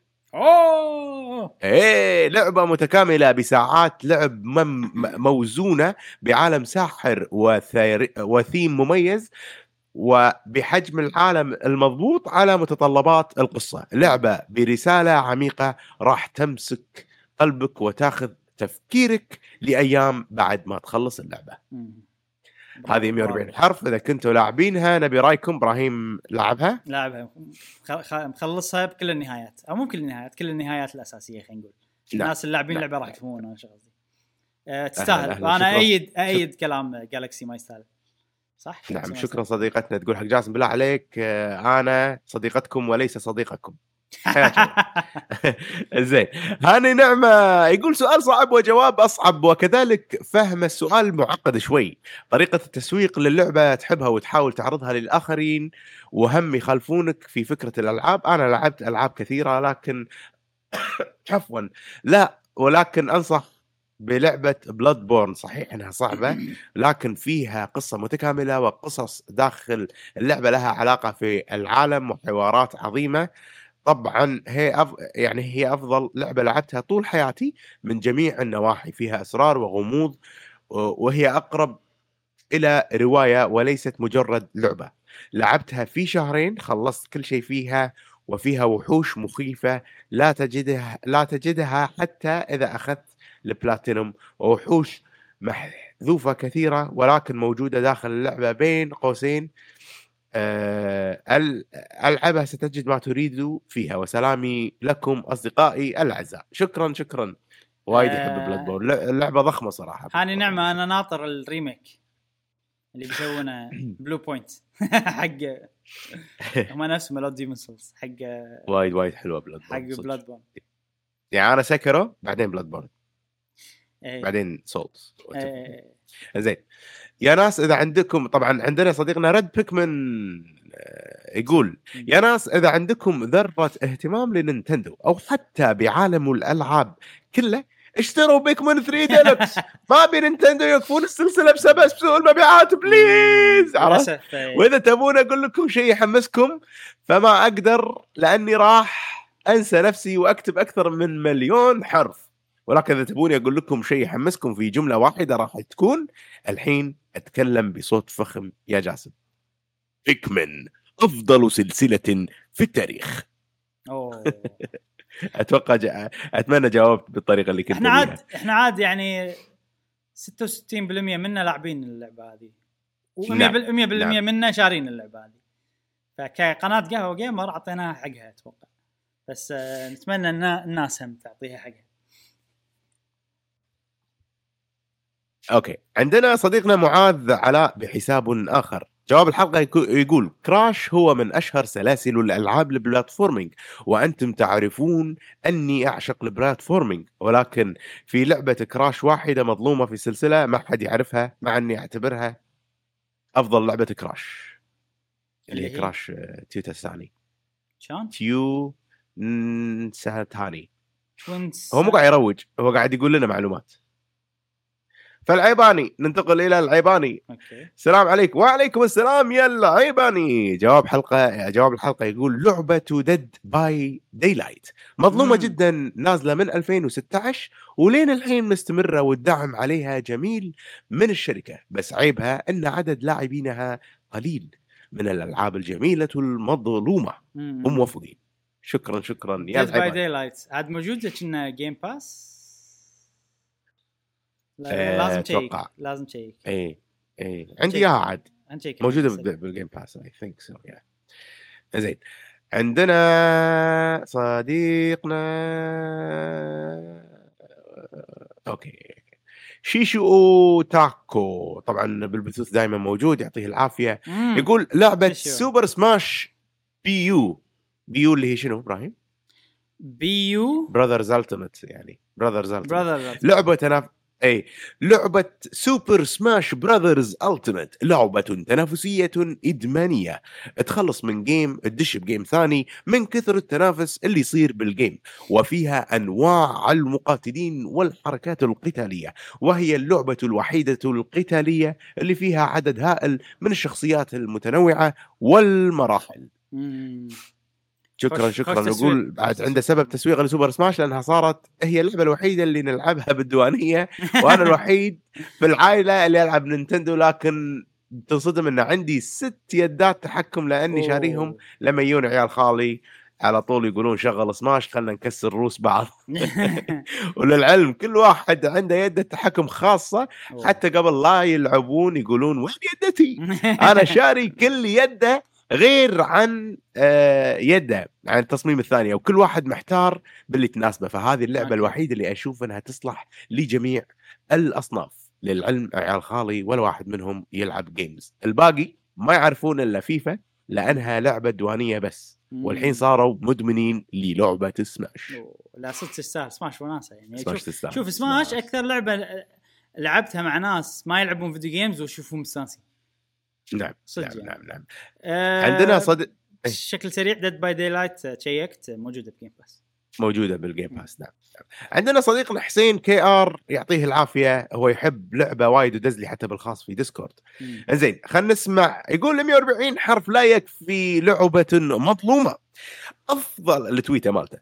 أوه إيه لعبة متكاملة بساعات لعب موزونة بعالم ساحر وثيم مميز وبحجم العالم المضبوط على متطلبات القصة. لعبة برسالة عميقة راح تمسك قلبك وتاخذ تفكيرك لأيام بعد ما تخلص اللعبة. هذه مية وأربعين حرف. إذا كنتوا لاعبينها نبي رايكم. إبراهيم لعبها لعبها مخلصها بكل النهايات أو مو كل النهايات كل النهايات الأساسية خلينا نقول. الناس اللاعبين اللعبة راح يفهمون أنا شو قصدي. أه تستاهل. وأنا أيد أيد كلام جالكسي ما يستاهل صح. نعم شكرا صديقتنا. تقول حق جاسم بالله عليك أنا صديقتكم وليس صديقكم. زين. هاني نعمة يقول سؤال صعب وجواب أصعب وكذلك فهم السؤال معقد شوي. طريقة التسويق للعبة تحبها وتحاول تعرضها للآخرين وهم يخالفونك في فكرة الألعاب. أنا لعبت ألعاب كثيرة لكن عفوا لا ولكن أنصح بلعبة بلاد بورن. صحيح أنها صعبة لكن فيها قصة متكاملة وقصص داخل اللعبة لها علاقة في العالم وحوارات عظيمة. طبعا هي أف... يعني هي أفضل لعبة لعبتها طول حياتي من جميع النواحي. فيها أسرار وغموض وهي أقرب إلى رواية وليست مجرد لعبة. لعبتها في شهرين خلصت كل شيء فيها وفيها وحوش مخيفة لا تجدها لا تجدها حتى إذا أخذت البلاتينوم ووحوش محذوفة كثيرة ولكن موجودة داخل اللعبة بين قوسين. أه العبها ستجد ما تريد فيها. وسلامي لكم أصدقائي الأعزاء. شكرا شكرا وايد يحب أه بلاد بورن. اللعبة ضخمة صراحة. هاني نعمة أنا ناطر الريميك اللي بيسوونه بلو بوينت حق هم نفس ميلود ديمون سولز حق وايد وايد حلوة بلاد بورن حق بلاد بورن. يعني أنا سكرو بعدين بلاد بورن ايه. بعدين سولز ايه. زين يا ناس إذا عندكم طبعا عندنا صديقنا ريد بيكمن يقول يا ناس إذا عندكم ذرة اهتمام لنينتندو أو حتى بعالم الألعاب كله اشتروا بيكمن ثري ديلكس. ما بي نينتندو يكفون السلسلة بسبب سوء المبيعات بليز. عرفت. وإذا تبون أقول لكم شيء يحمسكم فما أقدر لأني راح أنسى نفسي وأكتب أكثر من مليون حرف. ولكن إذا تبوني أقول لكم شيء يحمسكم في جملة واحدة راح تكون الحين أتكلم بصوت فخم يا جاسم. بيكمن أفضل سلسلة في التاريخ. أوه. أتوقع جا... أتمنى جاوبت بالطريقة اللي كنت إحنا عاد إحنا عاد يعني ستة وستين بالمية منا لاعبين اللعبة هذه ومية بالمية بالمية منا شارين اللعبة هذه. فكقناة قهوة جيمر عطيناها حقها أتوقع. بس نتمنى أن الناس هم تعطيها حقها. أوكي عندنا صديقنا معاذ علاء بحساب آخر جواب الحلقة يقول كراش هو من أشهر سلاسل الألعاب البلاتفورمينج، وأنتم تعرفون أني أعشق البلاتفورمينج، ولكن في لعبة كراش واحدة مظلومة في السلسلة ما حد يعرفها، مع أني أعتبرها أفضل لعبة كراش اللي هي كراش تيوتا الثاني. شلون؟ تيو ساتاني. توينز. هو مو قاعد يروج، هو قاعد يقول لنا معلومات. فالعيباني، ننتقل الى العيباني. اوكي. السلام عليكم. وعليكم السلام يا العيباني. جواب حلقه جواب الحلقه يقول لعبه ديد باي دايلايت مظلومه مم. جدا، نازله من ألفين وستة عشر ولين الحين مستمره، والدعم عليها جميل من الشركه، بس عيبها ان عدد لاعبينها قليل من الالعاب الجميله المظلومه. هم موفقين. شكرا شكرا يا ديد باي العيباني. دايلايت عاد موجوده كنا جيم باس. لا أه لازم تشيك، اتوقع لازم تشيك. اي اي عندي اياها عاد هنشيك موجوده بالجيم باس اي ثينك سو. يا زين. عندنا صديقنا اوكي شيشو تاكو، طبعا بالبثوث دائما موجود، يعطيه العافيه. مم. يقول لعبه شيشو. سوبر سماش بي يو. بي يو اللي هي شنو ابراهيم؟ بيو براذرز التيمت، يعني براذرز التيمت براذر. لعبه تناف اي لعبة سوبر سماش براذرز التيمت لعبة تنافسية إدمانية، تخلص من جيم تدش بجيم ثاني من كثر التنافس اللي يصير بالجيم، وفيها أنواع المقاتلين والحركات القتالية، وهي اللعبة الوحيدة القتالية اللي فيها عدد هائل من الشخصيات المتنوعة والمراحل. مم. شكرا خوش شكرا. خوش نقول بعد عنده سبب تسويق لسوبر سماش لانها صارت هي اللعبه الوحيده اللي نلعبها بالديوانيه، وانا الوحيد في العائله اللي العب نينتندو، لكن تنصدم ان عندي ست يدات تحكم لاني أوه. شاريهم لما يجون عيال خالي على طول يقولون شغل سماش خلنا نكسر روس بعض. وللعلم كل واحد عنده يده تحكم خاصه، حتى قبل لا يلعبون يقولون وين يدتي. انا شاري كل يده غير عن يده عن التصميم الثاني، وكل واحد محتار باللي تناسبه. فهذه اللعبه أوكي. الوحيده اللي اشوف انها تصلح لجميع الاصناف. للعلم عيال خالي ولا واحد منهم يلعب جيمز، الباقي ما يعرفون الا فيفا لانها لعبه دوانيه بس، والحين صاروا مدمنين للعبه سماش. لا صدق تستاهل سماش وناسه يعني. سماش شوف تستاهل. شوف سماش اكثر لعبه لعبتها مع ناس ما يلعبون فيديو جيمز ويشوفون مستانسين. نعم صدق نعم يعني. نعم, نعم. أه عندنا صدق بشكل سريع ديد باي داي لايت تشيكت موجوده بجيم باس، موجوده بالجيم باس. نعم. عندنا صديقنا حسين كي ار يعطيه العافيه، هو يحب لعبه وايد ودز لي حتى بالخاص في ديسكورد. زين خلينا نسمع. يقول مية وأربعين حرف لا يكفي لعبه مظلومه. افضل التويته مالته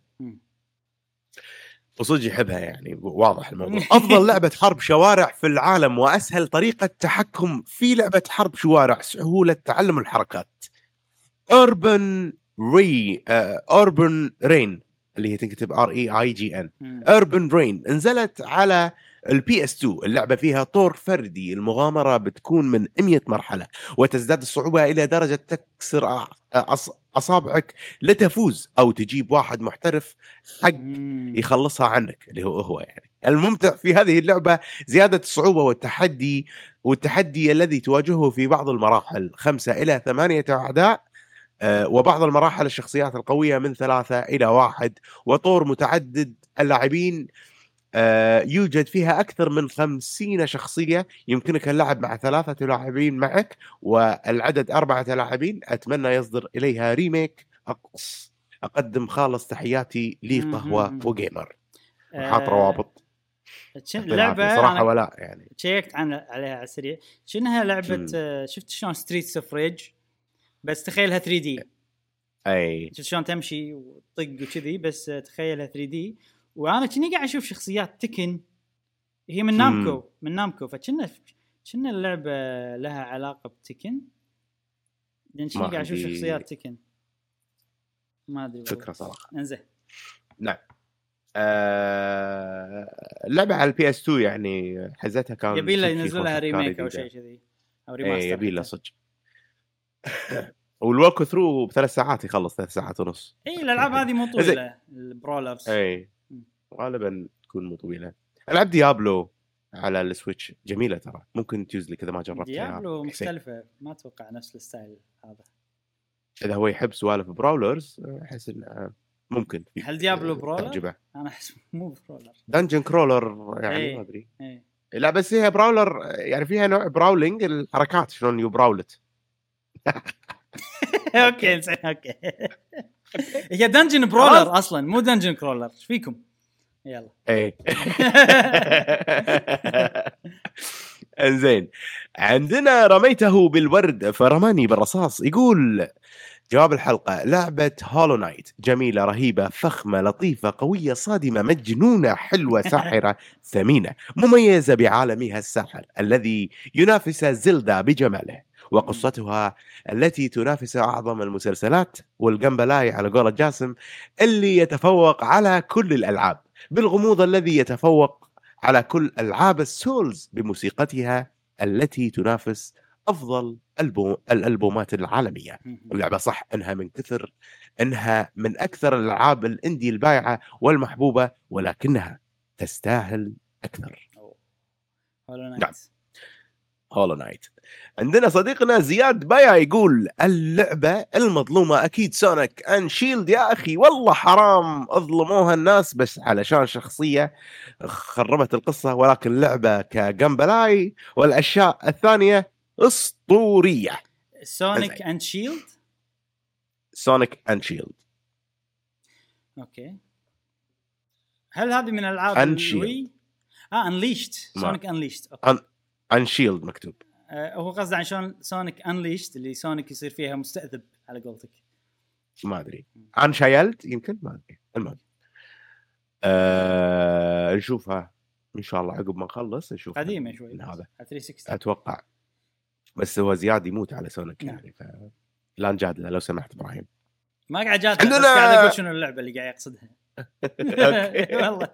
وصدق يحبها يعني واضح الموضوع. افضل لعبه حرب شوارع في العالم واسهل طريقه تحكم في لعبه حرب شوارع، سهوله تعلم الحركات. اوربن ري اوربن رين اللي هي تكتب ار اي اي جي ان. اوربن رين نزلت على البي اس تو. اللعبه فيها طور فردي، المغامره بتكون من مية مرحله وتزداد الصعوبه الى درجه تكسر اصابعك لتفوز، او تجيب واحد محترف حق يخلصها عنك اللي هو هو يعني. الممتع في هذه اللعبه زياده الصعوبه والتحدي والتحدي الذي تواجهه في بعض المراحل خمسة الى ثمانية اعداء، وبعض المراحل الشخصيات القوية من ثلاثة إلى واحد، وطور متعدد اللاعبين يوجد فيها أكثر من خمسين شخصية. يمكنك اللعب مع ثلاثة لاعبين معك، والعدد أربعة لاعبين. أتمنى يصدر إليها ريميك. أقص أقدم خالص تحياتي لقهوة وجيمر. حاط روابط لعبة صراحة ولا يعني تشيكت عن عليها على السريع. شنها لعبة شفت شلون ستريت اوف ريج بس تخيلها ثري دي. اي شفت شلون تمشي وطق وكذي بس تخيلها ثري دي. وانا كني قاعد اشوف شخصيات تكن هي من نامكو مم. من نامكو فكنا كنا اللعبه لها علاقه بتكن لان كني قاعد اشوف شخصيات تكن ما ادري فكره صراحه. انزين نعم. آه... اللعبه على البي اس تو يعني حزتها كان يبي له ينزلوا لها ريميك او شيء كذي او ريماستر. يبي له صدق. والوك ثرو بثلاث ساعات يخلص، ثلاث ساعات ونص. اي الالعاب هذه مو طويله البرولرز. اي غالبا تكون مو طويله. العب ديابلو على السويتش جميله ترى، ممكن تيوزلي كذا ما جربتها. ديابلو مختلفه، ما اتوقع نفس الستايل هذا. اذا هو يحب سوالف براولرز احس انه ممكن. هل ديابلو برولر؟ تعجبه. انا احس مو برولر، دنجن كرولر يعني ايه. ما ادري ايه. لا بس هي براولر يعني فيها نوع براولينج، الحركات شلون يو براولت. اوكي زين اوكي. هي دنجن برولر اصلا مو دنجن كرولر، ايش فيكم؟ يلا ايه. انزين عندنا رميته بالورد فرماني بالرصاص. يقول جواب الحلقة: لعبة هولو نايت جميلة رهيبة فخمة لطيفة قوية صادمة مجنونة حلوة ساحرة ثمينة مميزة بعالمها الساحر الذي ينافس زلدا بجماله، وقصتها التي تنافس أعظم المسلسلات، والجمبلاي على قولة جاسم اللي يتفوق على كل الألعاب، بالغموض الذي يتفوق على كل ألعاب السولز، بموسيقتها التي تنافس أفضل ألبوم الألبومات العالمية. اللعبة صح أنها من كثر أنها من أكثر الألعاب الإندي البائعة والمحبوبة، ولكنها تستاهل أكثر. نعم هولو نايت. عندنا صديقنا زياد بايا يقول اللعبة المظلومة أكيد سونيك أند شيلد. يا أخي والله حرام أظلموها الناس بس علشان شخصية خربت القصة، ولكن اللعبة كجمبلاي والأشياء الثانية أسطورية. سونيك أند شيلد. سونيك أند شيلد أوكي. هل هذه من ألعاب الوي؟ آه أنليشت. سونيك أنليشت. أوكي. أنشيلد مكتوب. آه هو قصده عن شلون سونيك أنليشت اللي سونيك يصير فيها مستأذب على قولتك. ما أدري. عن شايلد يمكن ما أدري. المهم أه... نشوفها إن شاء الله عقب ما نخلص نشوف. قديمة شوي هذا ثلاثمية وستين أتوقع، بس هو زياد يموت على سونيك نعم. يعني ف... لا نجادله لو سمحت إبراهيم. ما قاعد جادله عندنا... بس قاعد أقول شنو اللعبة اللي قاعد يقصدها. والله.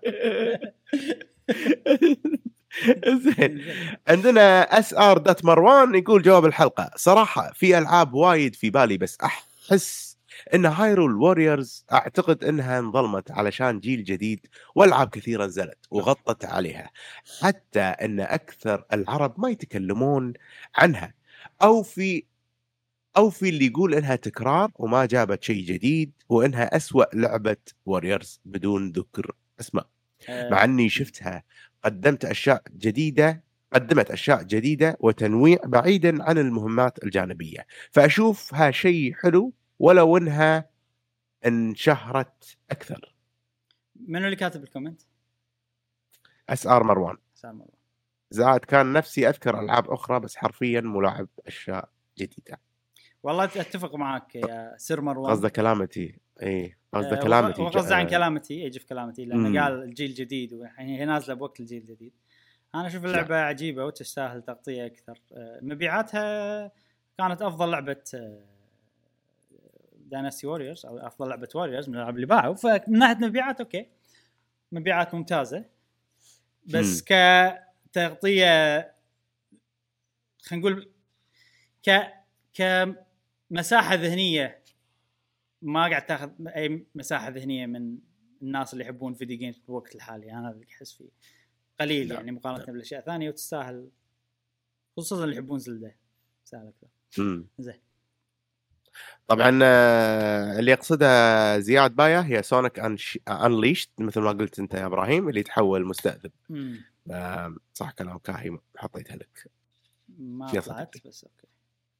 زين عندنا اس ار دات مروان يقول جواب الحلقة: صراحة في ألعاب وايد في بالي بس أحس إن هايرول ووريرز أعتقد إنها انظلمت علشان جيل جديد والألعاب كثيرة نزلت وغطت عليها، حتى إن أكثر العرب ما يتكلمون عنها، أو في أو في اللي يقول إنها تكرار وما جابت شيء جديد، وإنها أسوأ لعبة ووريرز بدون ذكر اسماء. مع أني شفتها قدمت أشياء جديدة قدمت أشياء جديدة وتنويع بعيدا عن المهمات الجانبية، فأشوفها شيء حلو ولو إنها انشهرت أكثر. منو اللي كاتب الكومنت؟ اس ار مروان. مروان زاد كان نفسي أذكر ألعاب أخرى بس حرفيا ملاعب أشياء جديدة. والله أتفق معك يا سير مروان. قصده كلامتي ايه قصده أه كلامتي وقصده عن كلامتي يجي في كلامتي لأنه مم. قال الجيل الجديد وهي نازلة بوقت الجيل الجديد. أنا أشوف اللعبة لا. عجيبة وتستاهل تغطية أكثر. مبيعاتها كانت أفضل لعبة دايناستي ووريرز أو أفضل لعبة ووريرز من الألعاب اللي باعوا، فمن ناحية مبيعات أوكي مبيعات ممتازة، بس مم. كتغطية خلينا نقول ك كمساحة ذهنية ما قاعد تاخذ أي مساحة ذهنية من الناس اللي يحبون فيديو جيمز في الوقت الحالي. أنا اللي أحس فيه قليل يعني مقارنة بالأشياء ثانية، وتستاهل خصوصا اللي يحبون زلدة تستاهل أكثر. زين طبعا اللي يقصدها زياد بايا هي سونيك أنليشت مثل ما قلت أنت يا إبراهيم، اللي يتحول مستأذب. صح كلام كاهي حطيتها لك ما طلعت بس أوكي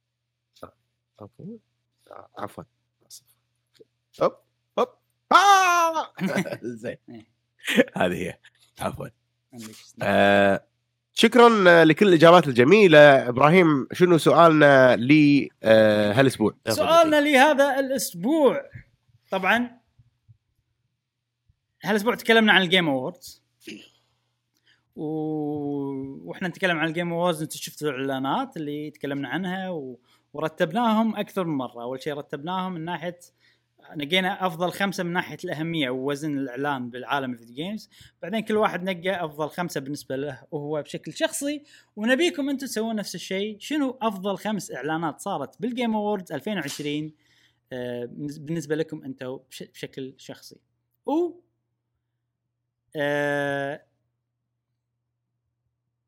أوكي عفوا هوب هوب آه زين هذه هي عفوا. آه شكرا لكل الإجابات الجميلة. إبراهيم شنو سؤالنا لي آه هالأسبوع؟ سؤالنا لي هذا الأسبوع طبعا هالأسبوع تكلمنا عن الجيم أووردز و... وإحنا نتكلم عن الجيم أووردز. أنت شفتوا الإعلانات اللي تكلمنا عنها و... ورتبناهم أكثر من مرة. أول شيء رتبناهم من ناحية نقينا أفضل خمسة من ناحية الأهمية ووزن الإعلان بالعالم الفيديو جيمز، بعدين كل واحد نقى أفضل خمسة بالنسبة له وهو بشكل شخصي، ونبيكم أنتم تسوون نفس الشيء. شنو أفضل خمس إعلانات صارت بالجيم أووردز ألفين وعشرين آه بالنسبة لكم أنتم بشكل شخصي؟ و آه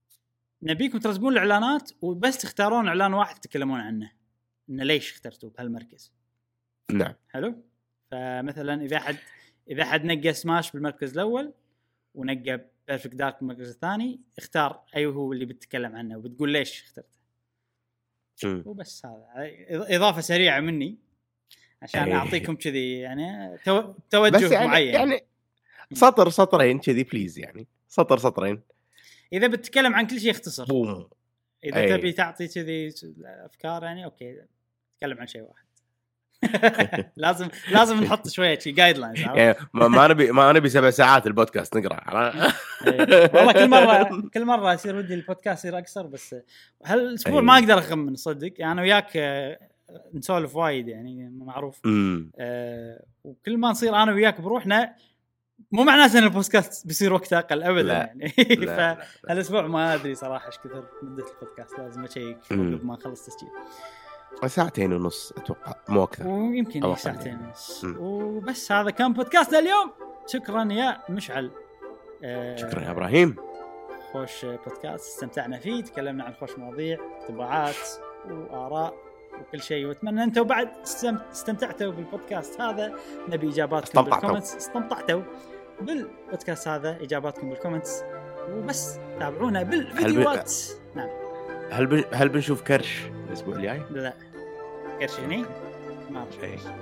نبيكم ترسمون الاعلانات وبس تختارون اعلان واحد تتكلمون عنه انه ليش اخترتوه بهالمركز. نعم حلو. فمثلا اذا حد اذا حد نقى سماش بالمركز الاول ونقى بيرفكت دارك بالمركز الثاني، اختار اي هو اللي بتتكلم عنه وبتقول ليش اخترته. م. وبس هذا اضافه سريعه مني عشان أيه. اعطيكم كذي يعني تو... توجه يعني معين يعني سطر سطرين كذي بليز، يعني سطر سطرين. اذا بتتكلم عن كل شيء اختصر. بوم. اذا أيه. تبي تعطي كذي افكار يعني اوكي تكلم عن شيء واحد. لازم لازم نحط شويه شيء جايد لاينز يعني ما ما نبي ما نبي سبع ساعات البودكاست نقرا. والله كل مره كل مره يصير ودي البودكاست يصير اقصر، بس هالاسبوع أيه. ما اقدر اخمن صدق. انا يعني وياك نسولف وايد يعني معروف. آه وكل ما نصير انا وياك بروحنا مو معناته ان البودكاست بيصير وقت اقل ابدا لا. يعني. فهالاسبوع ما ادري صراحه ايش كثر مده البودكاست، لازم اشيك قبل ما اخلص تسجيل. ساعتين ونص اتوقع مو اكثر، ويمكن ساعتين ونص. وبس هذا كان بودكاستنا اليوم. شكرا يا مشعل. آه شكرا يا ابراهيم. خوش بودكاست استمتعنا فيه، تكلمنا عن خوش مواضيع، طباعات واراء وكل شيء، واتمنى انتم بعد استمتعتوا بالبودكاست هذا. نبي اجاباتكم بالكومنتس. استمتعتوا بالبودكاست هذا، اجاباتكم بالكومنتس. وبس تابعونا بالفيديوهات. هل ب... نعم هل ب... هل بنشوف كرش الاسبوع الجاي؟ لا كرش يعني ما اعرف.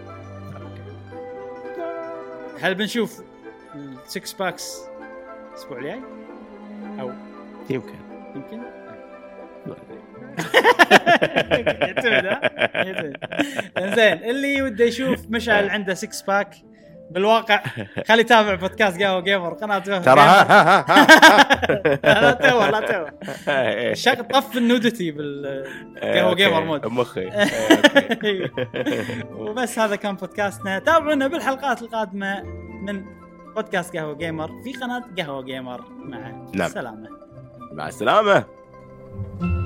هل بنشوف السكس باكس الاسبوع الجاي او يمكن يمكن يعتمد. زين اللي وده يشوف مشعل عنده سكس باك بالواقع خلي يتابع بودكاست قهوة جيمر قناة قهوة ترى لا تو لا تو شق طف النودتي بالقهوة جيمر مود مخي. وبس هذا كان بودكاستنا. تابعونا بالحلقات القادمة من بودكاست قهوة جيمر في قناة قهوة جيمر. مع السلامة. مع السلامة.